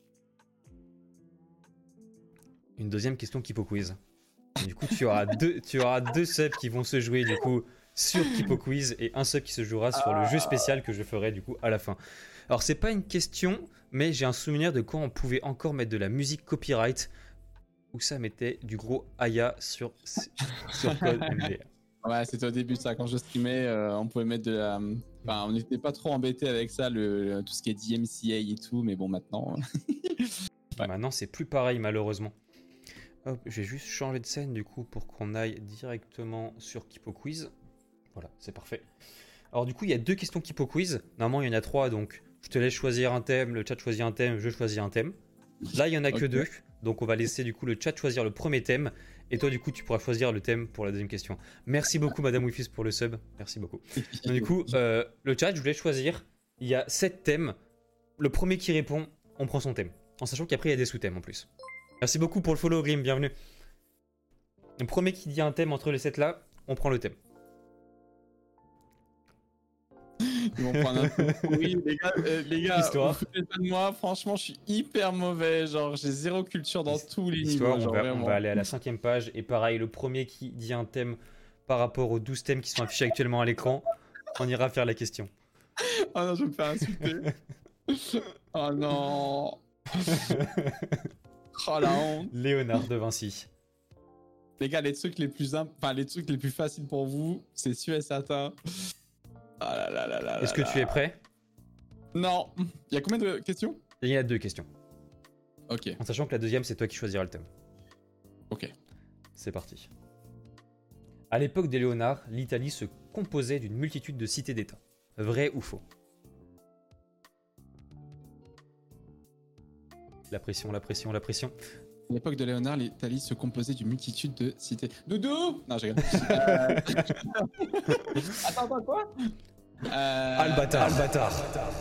Une deuxième question Kipo Quiz. Et du coup, tu auras deux, tu auras deux subs qui vont se jouer du coup sur Kipo Quiz et un sub qui se jouera sur le jeu spécial que je ferai du coup à la fin. Alors, c'est pas une question, mais j'ai un souvenir de quand on pouvait encore mettre de la musique copyright où ça mettait du gros Aya sur, sur code M D R. Ouais, c'était au début ça. Quand je streamais, euh, on pouvait mettre de la. Enfin, on n'était pas trop embêté avec ça, le, le- tout ce qui est D M C A et tout, mais bon, maintenant. Ouais. Maintenant, c'est plus pareil, malheureusement. Hop, je vais juste changer de scène du coup pour qu'on aille directement sur Kipo Quiz. Voilà, c'est parfait. Alors, du coup, il y a deux questions Kipo Quiz. Normalement, il y en a trois, donc je te laisse choisir un thème, le chat choisit un thème, je choisis un thème. Là, il y en a que Ok. deux, donc on va laisser du coup le chat choisir le premier thème. Et toi, du coup, tu pourras choisir le thème pour la deuxième question. Merci beaucoup, Madame Wifus, pour le sub. Merci beaucoup. Donc, du coup, euh, le chat, je voulais choisir. Il y a sept thèmes. Le premier qui répond, on prend son thème. En sachant qu'après, il y a des sous-thèmes en plus. Merci beaucoup pour le follow, Grim. Bienvenue. Le premier qui dit un thème entre les sept là, on prend le thème. Ils vont prendre un coup. Oui, les gars, euh, les gars Histoire. vous foutez pas de moi. Franchement, je suis hyper mauvais. Genre, j'ai zéro culture dans tous les Histoire, niveaux. on, Genre, va, vraiment. on va aller à la cinquième page. Et pareil, le premier qui dit un thème par rapport aux douze thèmes qui sont affichés actuellement à l'écran, on ira faire la question. Oh non, je vais me faire insulter. Oh non. Oh la honte. Léonard de Vinci. Les gars, les trucs les plus imp- enfin, les trucs les plus faciles pour vous, c'est sûr et certain. Ah là là là là Est-ce que là tu là. es prêt? Non. Il y a combien de questions? Il y a deux questions. Ok. En sachant que la deuxième, c'est toi qui choisiras le thème. Ok. C'est parti. À l'époque des Léonards, l'Italie se composait d'une multitude de cités-d'États. Vrai ou faux? La pression, la pression, la pression. À l'époque de Léonard, l'Italie se composait d'une multitude de cités. Doudou! Non, je rigole. Euh... attends, attends, quoi? Euh... Albatar, Albatar.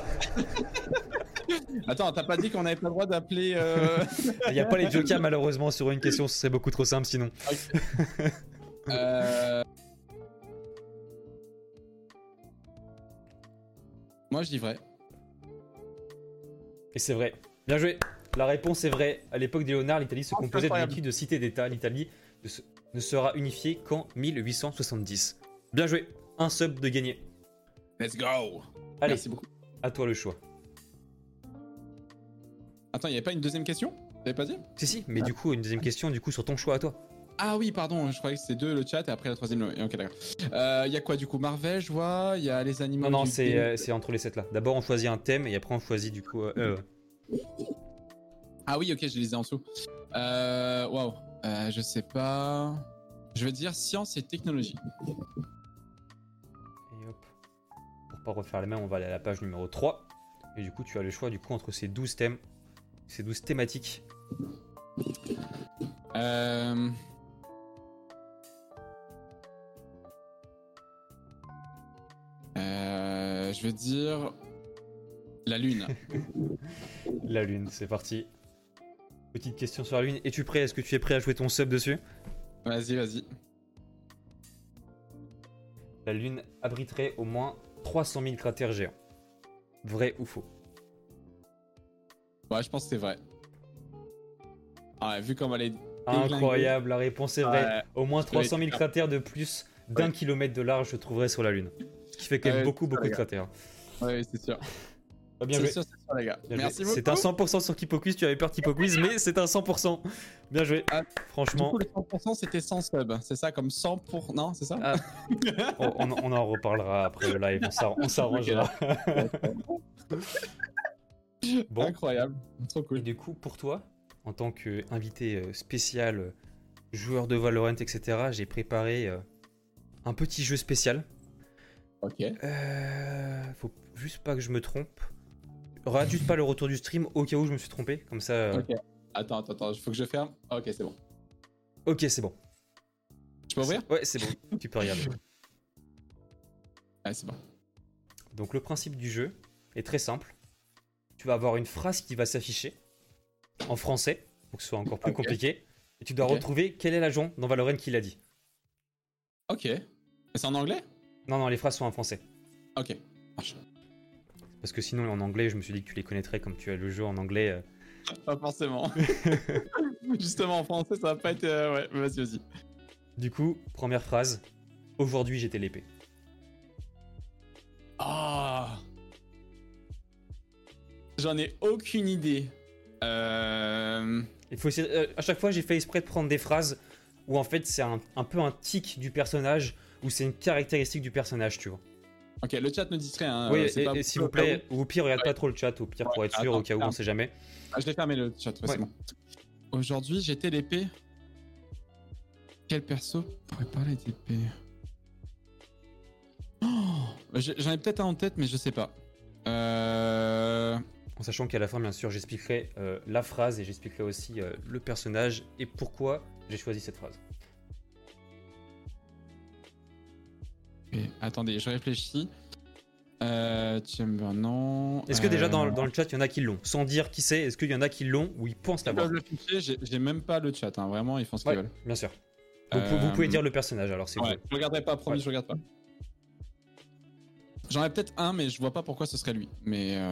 Attends, t'as pas dit qu'on avait pas le droit d'appeler. Euh... Il n'y a pas les jokers malheureusement sur une question, ce serait beaucoup trop simple sinon. euh... Moi, je dis vrai. Et c'est vrai. Bien joué. La réponse est vraie. À l'époque des Léonards, l'Italie se Oh, c'est composait d'une incroyable. multitude de cités-d'États. L'Italie ne, se- ne sera unifiée qu'en mille huit cent soixante-dix. Bien joué. Un sub de gagné. Let's go! Allez, Merci beaucoup. à toi le choix. Attends, il n'y avait pas une deuxième question? T'avais pas dit? Si, si, mais du coup, une deuxième question, du coup, sur ton choix à toi. Ah oui, pardon, je croyais que c'était deux le chat et après la troisième. le- Ok, d'accord. Euh, Il y a quoi du coup? Marvel, je vois. Il y a les animaux. Non, non, du c'est game. euh, c'est entre les sept là. D'abord, on choisit un thème et après, on choisit du coup. Euh, euh, Ah oui, ok, je les ai en dessous. Euh, Waouh. Euh, je sais pas. Je veux dire science et technologie. Et hop. Pour pas refaire les mêmes, on va aller à la page numéro trois. Et du coup, tu as le choix du coup entre ces douze thèmes, ces douze thématiques. Euh... Euh, je veux dire la lune. La Lune, c'est parti. Petite question sur la Lune. Es-tu prêt? Est-ce que tu es prêt à jouer ton sub dessus? Vas-y, vas-y. La Lune abriterait au moins trois cent mille cratères géants. Vrai ou faux? Ouais, je pense que c'est vrai. Ah, ouais, vu comme elle est. Incroyable, la réponse est vraie. Ouais, Au moins je trois cent mille l'ai- cratères de plus d'un Ouais. kilomètre de large se trouveraient sur la Lune. Ce qui fait quand même Ouais, beaucoup, c'est beaucoup de ça, cratères. Ouais, c'est sûr. Ah, bien C'est joué. sûr, c'est sûr, les gars. Bien Merci joué. beaucoup. C'est un cent pour cent sur Kipoquiz, tu avais peur de Kipoquiz, mais c'est un cent pour cent. Bien joué. Ah, Du Franchement, coup, le cent pour cent, c'était cent subs. C'est ça, comme cent pour... Non, c'est ça Ah. on, on- on en reparlera après le live, on s'arr- on s'arrangera. Bon, Incroyable. Trop et cool. du coup, pour toi, en tant qu'invité euh, spécial, euh, joueur de Valorant, et cetera, j'ai préparé euh, un petit jeu spécial. Ok. Euh, faut juste pas que je me trompe. Rate juste pas le retour du stream au cas où je me suis trompé, comme ça. euh, Ok. Attends, attends, attends. Il faut que je ferme. Ok, c'est bon. Ok, c'est bon. Je peux ouvrir? Ouais, c'est bon. Tu peux regarder. Ouais, c'est bon. Donc le principe du jeu est très simple. Tu vas avoir une phrase qui va s'afficher en français, pour que ce soit encore plus Ok. compliqué. Et tu dois Ok. retrouver quel est l'agent dans Valorant qui l'a dit. Ok. Et c'est en anglais? Non, non, les phrases sont en français. Ok. Marche. Parce que sinon, en anglais, je me suis dit que tu les connaîtrais comme tu as le jeu en anglais. euh. Pas forcément. Justement, en français, ça va pas être... euh, Ouais, vas-y, vas-y. Du coup, première phrase. Aujourd'hui, j'étais l'épée. Ah. J'en ai aucune idée. Euh... Il faut essayer- euh, à chaque fois, j'ai fait exprès de prendre des phrases où en fait, c'est un, un peu un tic du personnage, ou c'est une caractéristique du personnage, tu vois. Ok, le chat ne dit rien. Hein. oui, euh, c'est et, pas- et s'il vous plaît, ou au pire, regarde Ouais. pas trop le chat, au pire, pour Ouais, être sûr, attends, au cas où, on ferme. sait jamais. Ah, je l'ai fermé le chat, ouais, Ouais. c'est bon. Aujourd'hui, j'étais l'épée. Quel perso pourrait parler d'épée? Oh, j'ai- J'en ai peut-être un en tête, mais je sais pas. Euh... En sachant qu'à la fin, bien sûr, j'expliquerai euh, la phrase et j'expliquerai aussi euh, le personnage et pourquoi j'ai choisi cette phrase. ok, Attendez, je réfléchis. Euh... Chamber, non. Est-ce que déjà Euh, dans, dans le chat, il y en a qui l'ont? Sans dire qui c'est, est-ce qu'il y en a qui l'ont ou ils pensent Ils l'avoir? peuvent le fichier, j'ai j'ai même pas le chat, hein. Vraiment, ils font ce qu'ils Ouais, veulent. bien sûr. Vous, pou- vous Euh, pouvez dire le personnage, alors c'est Ouais, vous. je regarderai pas, promis, Ouais. je regarde pas. J'en ai peut-être un, mais je vois pas pourquoi ce serait lui. Mais euh...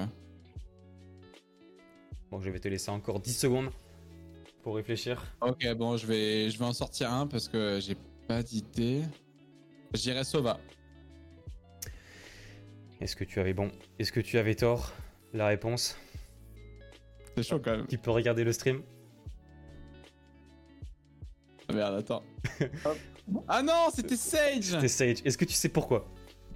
Bon, je vais te laisser encore dix secondes pour réfléchir. ok, bon, je vais, je vais en sortir un parce que j'ai pas d'idée. Je dirais Sova. Est-ce que tu avais bon? Est-ce que tu avais tort? La réponse. C'est chaud quand même. Tu peux regarder le stream. Ah, merde, attends. Hop. Ah non, c'était Sage. C'était Sage. Est-ce que tu sais pourquoi?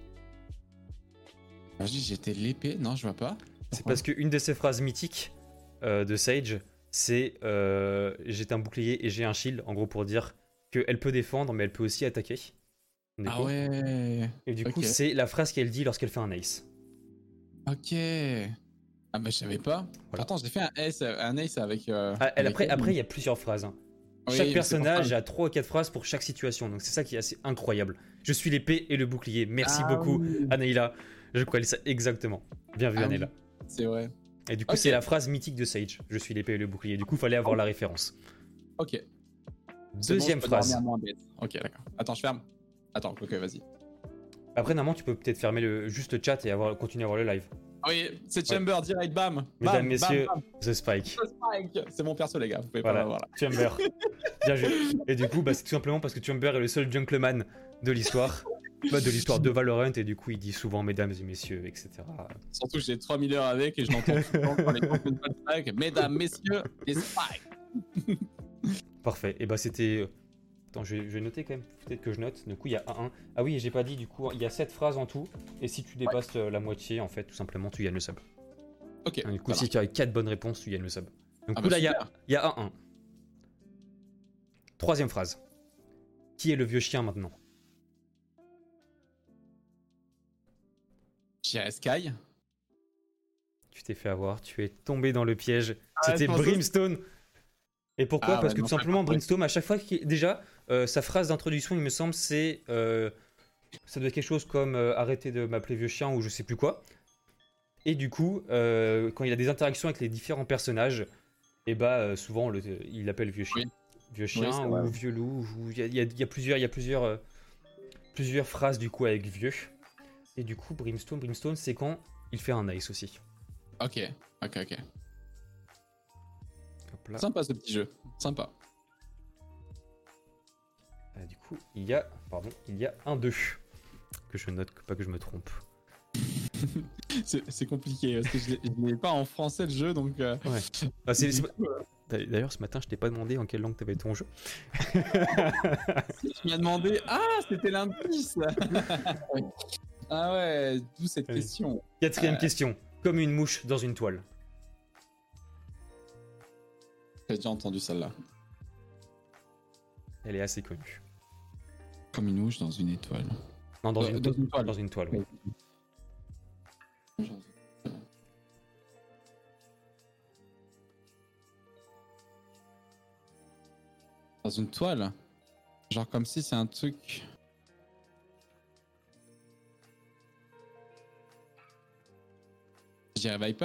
Ah, je dis, j'étais l'épée. Non, je vois pas. C'est parce qu'une de ces phrases mythiques euh, de Sage, c'est euh, j'ai un bouclier et j'ai un shield, en gros pour dire qu'elle peut défendre, mais elle peut aussi attaquer. Du Ah coup. ouais. Et du coup, ok. c'est la phrase qu'elle dit lorsqu'elle fait un ace. Ok. Ah bah je savais pas. Pourtant, j'ai fait un ace, un ace avec. euh, Ah, elle, avec après, elle. après, il y a plusieurs phrases. hein. Oui, Chaque mais personnage c'est pour a trois ou quatre phrases pour chaque situation, donc c'est ça qui est assez incroyable. Je suis l'épée et le bouclier. Merci Ah beaucoup, oui. Anaïla. Je connais ça exactement. Bien vu, Ah Anaïla. oui, c'est vrai. Et du coup, Ok. c'est la phrase mythique de Sage. Je suis l'épée et le bouclier. Du coup, fallait avoir la référence. Ok. C'est Deuxième bon, je peux phrase. dormir moins bête. Ok, d'accord. Attends, je ferme. Attends, ok, vas-y. Après, normalement, tu peux peut-être fermer le, juste le chat et avoir, continuer à voir le live. Oui, c'est Chamber, direct, bam. Mesdames, bam, messieurs, bam, The Spike. bam. Spike. C'est mon perso, les gars. Vous pouvez Voilà, pas voir là. Chamber. Bien joué. Et du coup, bah, c'est tout simplement parce que Chamber est le seul gentleman de l'histoire. Bah, de l'histoire de Valorant, et du coup, il dit souvent mesdames et messieurs, et cetera. Surtout que j'ai trois mille heures avec et je l'entends souvent quand les gens font pas de Spike. Mesdames, messieurs, les Spike. Parfait. Et bah, c'était. Attends, je vais, je vais noter quand même. Peut-être que je note. Du coup, il y a un. un. Ah oui, j'ai pas dit, du coup, il y a sept phrases en tout. Et si tu dépasses euh, la moitié, en fait, tout simplement, tu gagnes le sub. Ok. Du coup, ça si tu as quatre bonnes réponses, tu gagnes le sub. Donc, Ah coup, bah, là, il y a, super. il y a un un. Troisième phrase. Qui est le vieux chien maintenant? Je dirais Sky. Tu t'es fait avoir, tu es tombé dans le piège. Ah, C'était je pensais- Brimstone. Et pourquoi? Ah Parce ouais, que non, tout simplement, c'est pas Brimstone, à chaque fois qu'il. Déjà, euh, sa phrase d'introduction, il me semble, c'est. euh, ça doit être quelque chose comme euh, arrêtez de m'appeler vieux chien ou je sais plus quoi. Et du coup, euh, quand il a des interactions avec les différents personnages, et bah euh, souvent le- il l'appelle vieux chien. Vieux chien c'est ou vrai. vieux loup. ou- Il y a, il y a- il y a plusieurs, il y a plusieurs, euh, plusieurs phrases du coup avec vieux. Et du coup, Brimstone, Brimstone, c'est quand il fait un ice aussi. Ok, ok, ok. Hop là. Sympa ce petit jeu. Sympa. Ah, du coup, il y a, pardon, il y a un deux que je note, pas que je me trompe. c'est c'est compliqué parce que je l'ai- je l'ai pas en français le jeu, donc. euh, Ouais. Ah, c'est- du c'est- coup, euh, D'ailleurs, ce matin, je t'ai pas demandé en quelle langue t'avais ton jeu. tu m'as demandé. Ah, c'était l'indice. Ah ouais, d'où cette Oui. question. Quatrième Euh. question. Comme une mouche dans une toile. J'ai déjà entendu celle-là. Elle est assez connue. Comme une mouche dans une étoile. Non, dans, Dans- une, dans une toile. Dans une toile, oui. Dans une toile. Genre comme si c'est un truc. Je dirais Viper.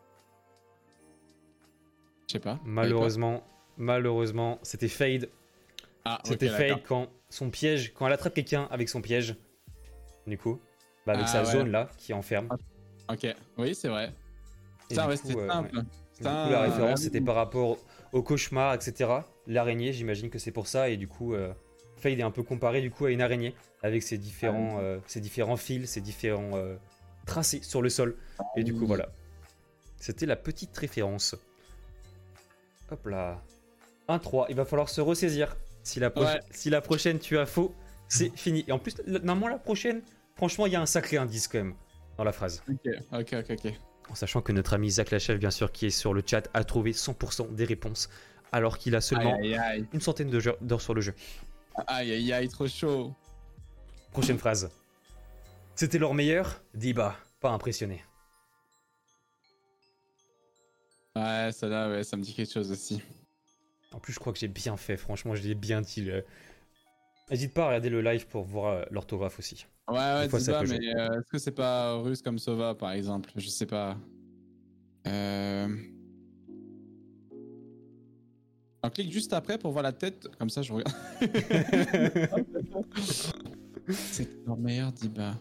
Je sais pas. Malheureusement, malheureusement, c'était Fade. Viper. Ah, C'était ok, Fade d'accord. quand son piège, quand elle attrape quelqu'un avec son piège. Du coup, bah avec Ah, sa ouais. zone là qui enferme. Ok, oui, c'est vrai. Et Ça, du ouais, coup, c'était euh, simple. ouais. Du C'était coup, un- la référence euh, c'était par rapport au cauchemar, et cetera. L'araignée, j'imagine que c'est pour ça. Et du coup, euh, Fade est un peu comparé du coup à une araignée avec ses différents, euh, ses différents fils, ses différents euh, tracés sur le sol. Et du coup, oui. voilà. C'était la petite référence. Hop là. un trois. Il va falloir se ressaisir. Si la, proche- Ouais. si la prochaine tu as faux, c'est fini. Et en plus, la- normalement, la prochaine, franchement, il y a un sacré indice quand même dans la phrase. Ok, ok, ok, ok. En sachant que notre ami Zach Lachef, bien sûr, qui est sur le chat, a trouvé cent pour cent des réponses, alors qu'il a seulement Aïe, aïe, aïe. une centaine de jeux- d'heures sur le jeu. Aïe, aïe, aïe, trop chaud. Prochaine phrase. C'était leur meilleur Diba, pas impressionné. Ouais, celle-là, ouais, ça me dit quelque chose aussi. En plus, je crois que j'ai bien fait, franchement, je l'ai bien dit. le- N'hésite pas à regarder le live pour voir euh, l'orthographe aussi. Ouais, ouais, Des fois, dis ça pas, peut mais euh, est-ce que c'est pas russe comme Sova, par exemple? Je sais pas. Euh... On clique juste après pour voir la tête, comme ça je regarde. C'est leur meilleur Diba.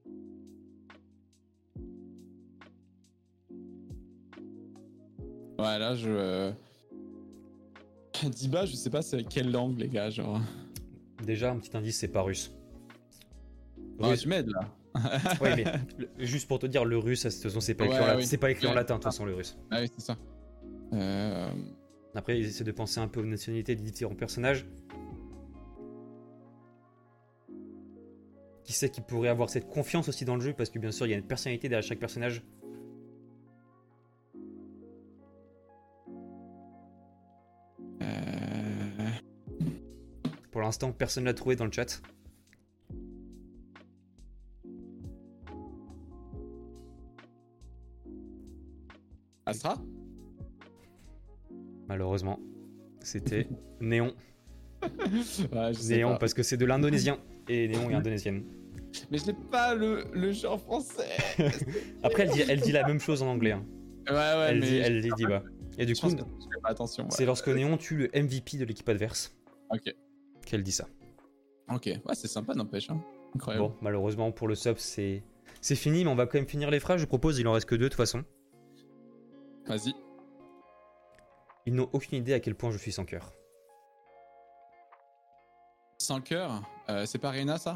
Ouais, là je. euh, Diba, je sais pas c'est quelle langue, les gars, genre. Déjà, un petit indice, c'est pas russe. Ouais, Russe. je m'aide là. Oui, mais le- juste pour te dire, le russe, de toute façon, c'est pas écrit, Ouais, en, lat- oui. c'est pas écrit en Ouais. latin, de toute façon, le russe. Ah oui, c'est ça. Euh... Après, ils essaient de penser un peu aux nationalités des différents personnages. Qui sait qui pourrait avoir cette confiance aussi dans le jeu, parce que bien sûr, il y a une personnalité derrière chaque personnage. Euh... Pour l'instant, personne l'a trouvé dans le chat. Astra? Malheureusement, c'était Néon. Ouais, je sais Néon, pas. parce que c'est de l'indonésien. Et Néon est indonésienne. Mais je n'ai pas le, le jeu en français. Après, elle dit, elle dit la même chose en anglais. hein. Ouais, ouais, elle, mais dit, elle dit Diba. Et du je coup, pense que je fais pas attention. c'est Ouais. lorsque Néon tue le M V P de l'équipe adverse Ok. qu'elle dit ça. Ok. Ouais, c'est sympa, n'empêche. Hein. Incroyable. Bon, malheureusement pour le sub, c'est c'est fini, mais on va quand même finir les phrases. Je propose, il en reste que deux de toute façon. Vas-y. Ils n'ont aucune idée à quel point je suis sans cœur. Sans cœur. Euh, c'est pas Reina, ça?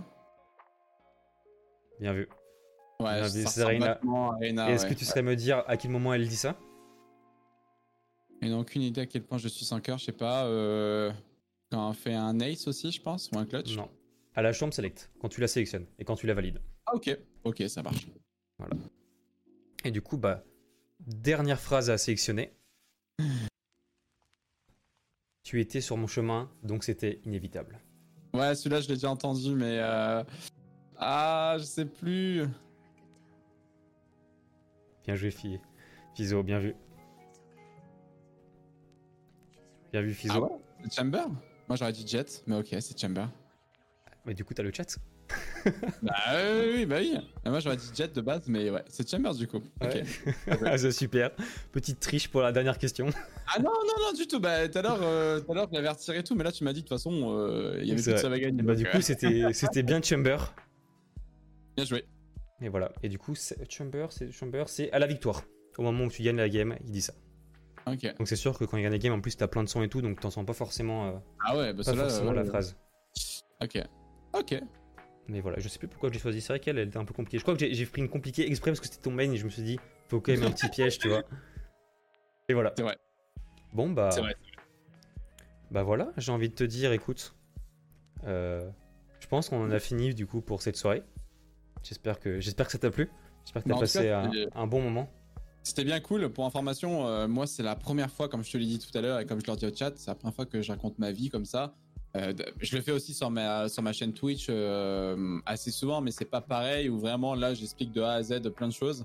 Bien vu. Ouais, Bien ça vu, c'est ressemble Reina. vachement à Reina, Et est-ce ouais. que tu saurais me dire à quel moment elle dit ça? Ils n'ont aucune idée à quel point je suis sans cœur. Je sais pas. Euh... Quand on fait un ace aussi, je pense, ou un clutch. Non. À la chambre select, quand tu la sélectionnes et quand tu la valides. Ah, ok. Ok, ça marche. Et du coup, bah, dernière phrase à sélectionner. Tu étais sur mon chemin, donc c'était inévitable. Ouais, celui-là, je l'ai déjà entendu, mais. Euh... Ah, je sais plus. Bien joué, fille. Fizo, bien vu. Bien vu, Fizo. Ah ouais? C'est Chamber? Moi, j'aurais dit Jet, mais ok, c'est Chamber. Mais du coup, t'as le chat. Bah oui, oui, bah oui. Et moi, j'aurais dit Jet de base, mais ouais, c'est Chambers du coup. Ok. Ouais. Ah, c'est super. Petite triche pour la dernière question. Ah non, non, non, du tout. Bah tout à l'heure, euh, tout à l'heure, je l'avais retiré tout, mais là, tu m'as dit de toute façon, euh, il y avait C'est plus de vrai. ça va gagner. Et bah, donc, du euh, coup, c'était c'était bien Chamber. bien joué. Et voilà. Et du coup, c'est- Chamber, c'est Chamber, c'est à la victoire. Au moment où tu gagnes la game, il dit ça. Ok. Donc c'est sûr que quand il gagne la game, en plus, t'as plein de sons et tout, donc t'en sens pas forcément, euh, Ah ouais, bah pas cela. forcément la phrase. Ok. Ok. Mais voilà, je sais plus pourquoi j'ai choisi. C'est vrai qu'elle elle était un peu compliquée. Je crois que j'ai, j'ai pris une compliquée exprès parce que c'était ton main et je me suis dit, faut quand même un petit piège, tu vois. Et voilà. C'est vrai. Bon, bah. C'est vrai. Bah voilà, j'ai envie de te dire, écoute. Euh, je pense qu'on en a fini du coup pour cette soirée. J'espère que, j'espère que ça t'a plu. J'espère que Bah, t'as en tout passé cas, un, c'était- un bon moment. C'était bien cool. Pour information, euh, moi, c'est la première fois, comme je te l'ai dit tout à l'heure et comme je leur dis au chat, c'est la première fois que je raconte ma vie comme ça. Euh, d- je le fais aussi sur ma, sur ma chaîne Twitch euh, assez souvent, mais c'est pas pareil où vraiment là, j'explique de A à Z plein de choses.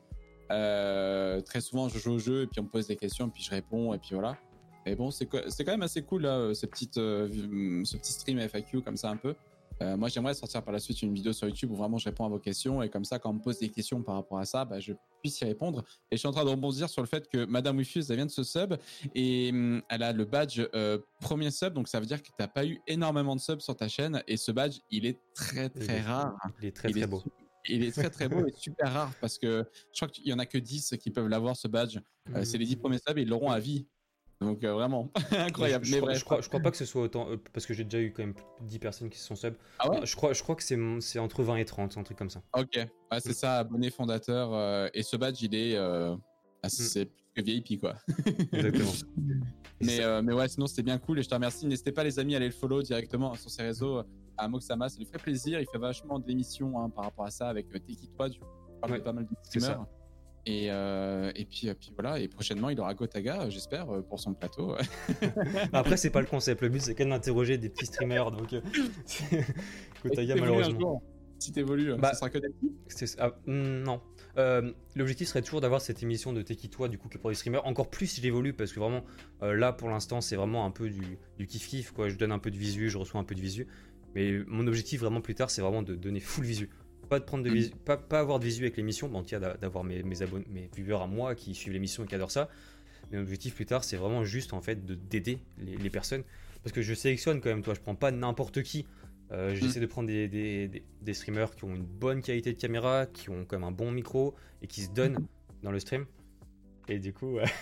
Euh, très souvent, je joue au jeu et puis on me pose des questions et puis je réponds et puis voilà. Et bon, c'est co- c'est quand même assez cool là, ce petit, euh, ce petit stream F A Q comme ça un peu. Euh, moi, j'aimerais sortir par la suite une vidéo sur YouTube où vraiment je réponds à vos questions et comme ça, quand on me pose des questions par rapport à ça, bah, je puisse y répondre. Et je suis en train de rebondir sur le fait que Madame Wifuse, elle vient de se sub et hum, elle a le badge euh, premier sub, donc ça veut dire que t'as pas eu énormément de subs sur ta chaîne et ce badge, il est très Il très est- rare. Il est très Il très est beau. Il est très très beau et super rare parce que je crois qu'il y en a que dix qui peuvent l'avoir ce badge. Euh, c'est les dix premiers subs et ils l'auront à vie. Donc euh, vraiment incroyable. Je, Mais je, crois- bref. je crois, je crois pas que ce soit autant, euh, parce que j'ai déjà eu quand même plus de dix personnes qui se sont sub. Ah ouais. Non, je, crois, je crois que c'est, c'est entre vingt et trente, un truc comme ça. Ok. Ouais, c'est ça, abonné fondateur euh, et ce badge il est euh, ah, c'est plus que V I P quoi. Exactement. Mais, euh, mais ouais, sinon c'était bien cool et je te remercie. N'hésitez pas les amis à aller le follow directement sur ses réseaux euh, à Moxama, ça lui ferait plaisir. Il fait vachement d'émissions hein, par rapport à ça avec euh, Teki toi, du coup, il parle Ouais, de pas mal de c'est ça. streamers. Et, euh, et, puis, et puis voilà, et prochainement il aura Gotaga, euh, j'espère, euh, pour son plateau. Après, c'est pas le concept. Le but, c'est quand même d'interroger des petits streamers. Donc, euh, c'est- Gotaga, Et si t'évolues un malheureusement. jour, Si t'évolues, Bah, ce sera que des petits. C'est- ah, hmm, non. Euh, l'objectif serait toujours d'avoir cette émission de Teki toi, du coup, que pour les streamers. Encore plus si j'évolue, parce que vraiment, euh, là, pour l'instant, c'est vraiment un peu du, du kiff-kiff, quoi. Je donne un peu de visu, je reçois un peu de visu. Mais mon objectif, vraiment, plus tard, c'est vraiment de donner full visu. Pas de prendre de Mm. visu, pas, pas avoir de visu avec l'émission, bon, tiens, d'a- d'avoir mes, mes abonnés, mes viewers à moi qui suivent l'émission et qui adorent ça. Mais mon objectif plus tard, c'est vraiment juste, en fait, de, d'aider les, les personnes. Parce que je sélectionne quand même, toi, je prends pas n'importe qui. Euh, j'essaie de prendre des, des, des, des streamers qui ont une bonne qualité de caméra, qui ont quand même un bon micro et qui se donnent dans le stream. Et du coup, ouais.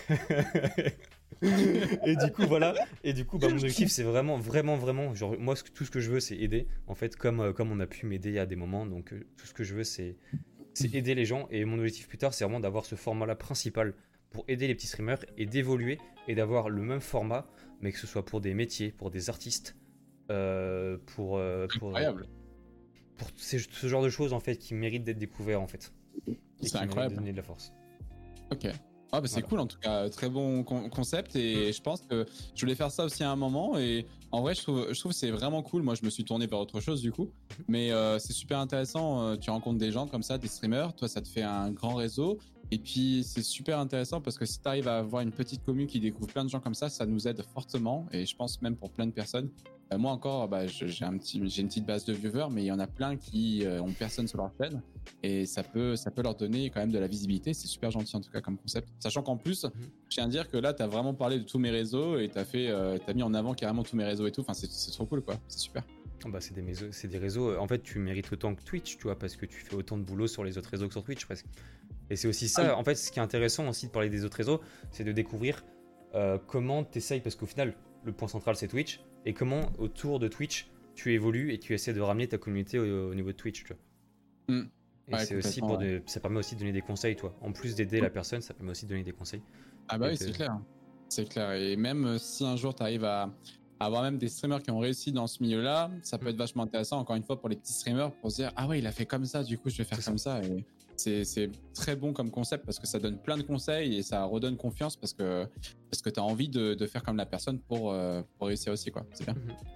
et du coup, voilà. Et du coup, bah, mon objectif, c'est vraiment, vraiment, vraiment. Genre, moi, ce que- tout ce que je veux, c'est aider. En fait, comme, euh, comme on a pu m'aider à des moments. Donc, euh, tout ce que je veux, c'est, c'est aider les gens. Et mon objectif plus tard, c'est vraiment d'avoir ce format-là principal pour aider les petits streamers et d'évoluer et d'avoir le même format, mais que ce soit pour des métiers, pour des artistes. Euh, pour, euh, pour, Incroyable. pour c'est ce genre de choses en fait qui méritent d'être découvertes en fait. Et C'est qui méritent incroyable. de donner de la force. Ok. Ah bah c'est Voilà. cool en tout cas, très bon con- concept et je pense que je voulais faire ça aussi à un moment et en vrai je trouve je trouve que c'est vraiment cool. Moi je me suis tourné vers autre chose du coup, mais euh, c'est super intéressant. euh, Tu rencontres des gens comme ça, des streamers, toi ça te fait un grand réseau et puis c'est super intéressant parce que si tu arrives à avoir une petite commune qui découvre plein de gens comme ça, ça nous aide fortement et je pense même pour plein de personnes. Euh, moi encore, bah, je- j'ai un petit, j'ai une petite base de viewers, mais il y en a plein qui euh, ont personne sur leur chaîne et ça peut, ça peut leur donner quand même de la visibilité. C'est super gentil en tout cas comme concept. Sachant qu'en plus, je tiens à dire que là, t'as vraiment parlé de tous mes réseaux et t'as fait, euh, t'as mis en avant carrément tous mes réseaux et tout. Enfin, c'est, c'est trop cool quoi. C'est super. Oh, bah, c'est des, méso- c'est des réseaux. En fait, tu mérites autant que Twitch, tu vois, parce que tu fais autant de boulot sur les autres réseaux que sur Twitch presque. Et c'est aussi ça. Ah oui. En fait, ce qui est intéressant aussi de parler des autres réseaux, c'est de découvrir euh, comment t'essayes, parce qu'au final, le point central c'est Twitch, et comment autour de Twitch tu évolues et tu essaies de ramener ta communauté au, au niveau de Twitch, tu vois. Mm. Et Ouais, c'est aussi complètement, pour de- ça permet aussi de donner des conseils, toi. En plus d'aider la personne, ça permet aussi de donner des conseils. Ah bah Et oui, de- c'est clair. C'est clair. Et même si un jour t'arrives à, à avoir même des streamers qui ont réussi dans ce milieu-là, ça peut être vachement intéressant, encore une fois, pour les petits streamers, pour se dire, ah ouais, il a fait comme ça, du coup, je vais faire C'est ça. comme ça. Et c'est, c'est très bon comme concept parce que ça donne plein de conseils et ça redonne confiance parce que, parce que t'as envie de, de faire comme la personne pour, euh, pour réussir aussi, quoi. C'est bien.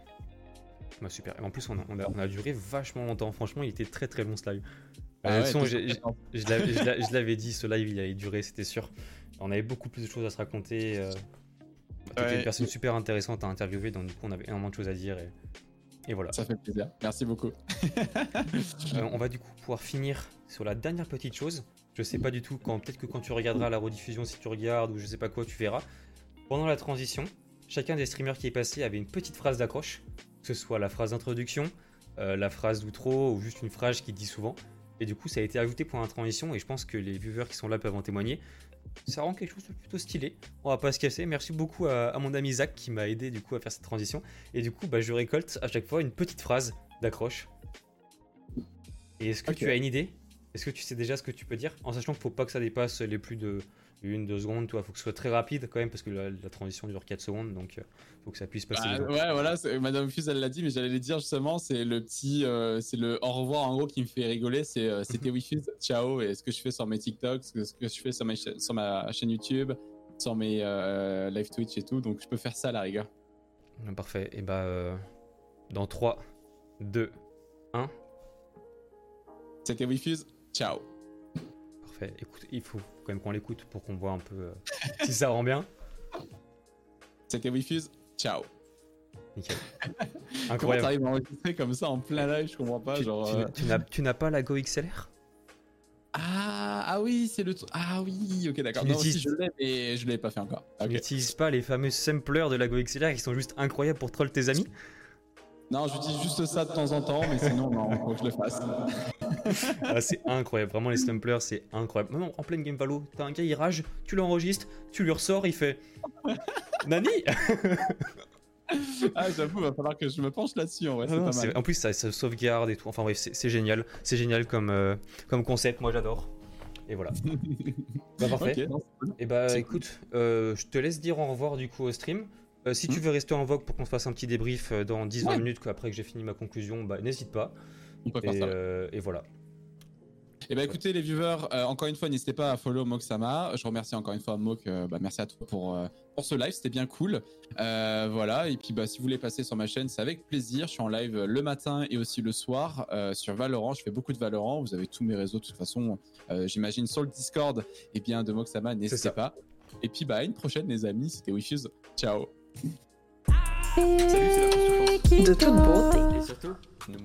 Bah, super. Et en plus, on a, on, a, on a duré vachement longtemps. Franchement, il était très très long ce live. Ah Euh, ouais, de toute façon, t'es j'ai- j'ai- complètement- je l'avais- je l'a- je l'avais dit, ce live il allait durer, c'était sûr. On avait beaucoup plus de choses à se raconter. Euh... T'étais Ouais. une personne super intéressante à interviewer, donc du coup, on avait énormément de choses à dire. Et, et voilà. Ça fait plaisir. Merci beaucoup. Euh, on va du coup pouvoir finir sur la dernière petite chose. Je sais pas du tout quand, peut-être que quand tu regarderas la rediffusion, si tu regardes ou je sais pas quoi, tu verras. Pendant la transition, chacun des streamers qui est passé avait une petite phrase d'accroche, que ce soit la phrase d'introduction, euh, la phrase d'outro ou juste une phrase qui dit souvent. Et du coup, ça a été ajouté pour la transition et je pense que les viewers qui sont là peuvent en témoigner. Ça rend quelque chose de plutôt stylé. On va pas se casser. Merci beaucoup à, à mon ami Zach qui m'a aidé du coup à faire cette transition. Et du coup, bah, je récolte à chaque fois une petite phrase d'accroche. Et est-ce que Ok. tu as une idée? Est-ce que tu sais déjà ce que tu peux dire? En sachant qu'il faut pas que ça dépasse les plus de une, deux secondes, toi. Faut que ce soit très rapide quand même, parce que la, la transition dure quatre secondes, donc euh, faut que ça puisse passer Bah, les gens. ouais, voilà, c'est- Madame Fuse, elle l'a dit, mais j'allais le dire justement, c'est le petit, euh, c'est le au revoir en gros qui me fait rigoler, c'est euh, c'était Wifuse, ciao, et ce que je fais sur mes TikToks, ce que, ce que je fais sur, mes cha- sur ma chaîne YouTube, sur mes euh, live Twitch et tout, donc je peux faire ça à la rigueur. Parfait. Et bah, euh, dans trois, deux, un. C'était Wifuse, ciao. Parfait. Écoute, il faut quand même qu'on l'écoute pour qu'on voit un peu euh, si ça rend bien. C'était Wifuse, ciao. Nickel. Comment Incroyable. t'arrives à enregistrer comme ça en plein live, je comprends pas, Tu, genre... tu euh, n'as- tu n'as- tu n'as pas la Go X L R? Ah, ah oui, c'est le... Ah oui, ok, d'accord. Tu Non, si, n'utilises- je l'ai, mais je l'ai pas fait encore. Tu Ok. n'utilises pas les fameux samplers de la Go X L R qui sont juste incroyables pour troll tes amis? Non, j'utilise juste ça de temps en temps, mais sinon, non, faut que je le fasse. Ah, c'est incroyable, vraiment les samplers c'est incroyable. Maintenant en pleine game Valo, t'as un gars il rage, tu l'enregistres, tu lui ressors, il fait Nani. Ah, j'avoue, va falloir que je me penche là-dessus, en vrai, c'est Non, non, pas c'est- mal. En plus ça, ça sauvegarde et tout, enfin bref c'est c'est génial, c'est génial comme, euh, comme concept, moi j'adore. Et voilà. Bah parfait. Ok, non, c'est cool. Et bah C'est écoute, euh, je te laisse dire au revoir du coup au stream. Euh, si tu Hmm. veux rester en vogue pour qu'on se fasse un petit débrief euh, dans dix vingt Ouais. minutes après que j'ai fini ma conclusion, bah n'hésite pas. On peut faire Et, ça. ouais. euh, et voilà. Et bah écoutez les viewers, euh, encore une fois n'hésitez pas à follow Moksama. Je remercie encore une fois Mok, euh, bah, merci à toi pour, euh, pour ce live, c'était bien cool. Euh, voilà, et puis bah si vous voulez passer sur ma chaîne, c'est avec plaisir. Je suis en live le matin et aussi le soir euh, sur Valorant. Je fais beaucoup de Valorant. Vous avez tous mes réseaux de toute façon. Euh, J'imagine sur le Discord et bien de Moksama, ça. n'hésitez pas. Et puis bah à une prochaine les amis. C'était Wifuse. Ciao. Salut, c'est la constance. De toute beauté. Et surtout, ne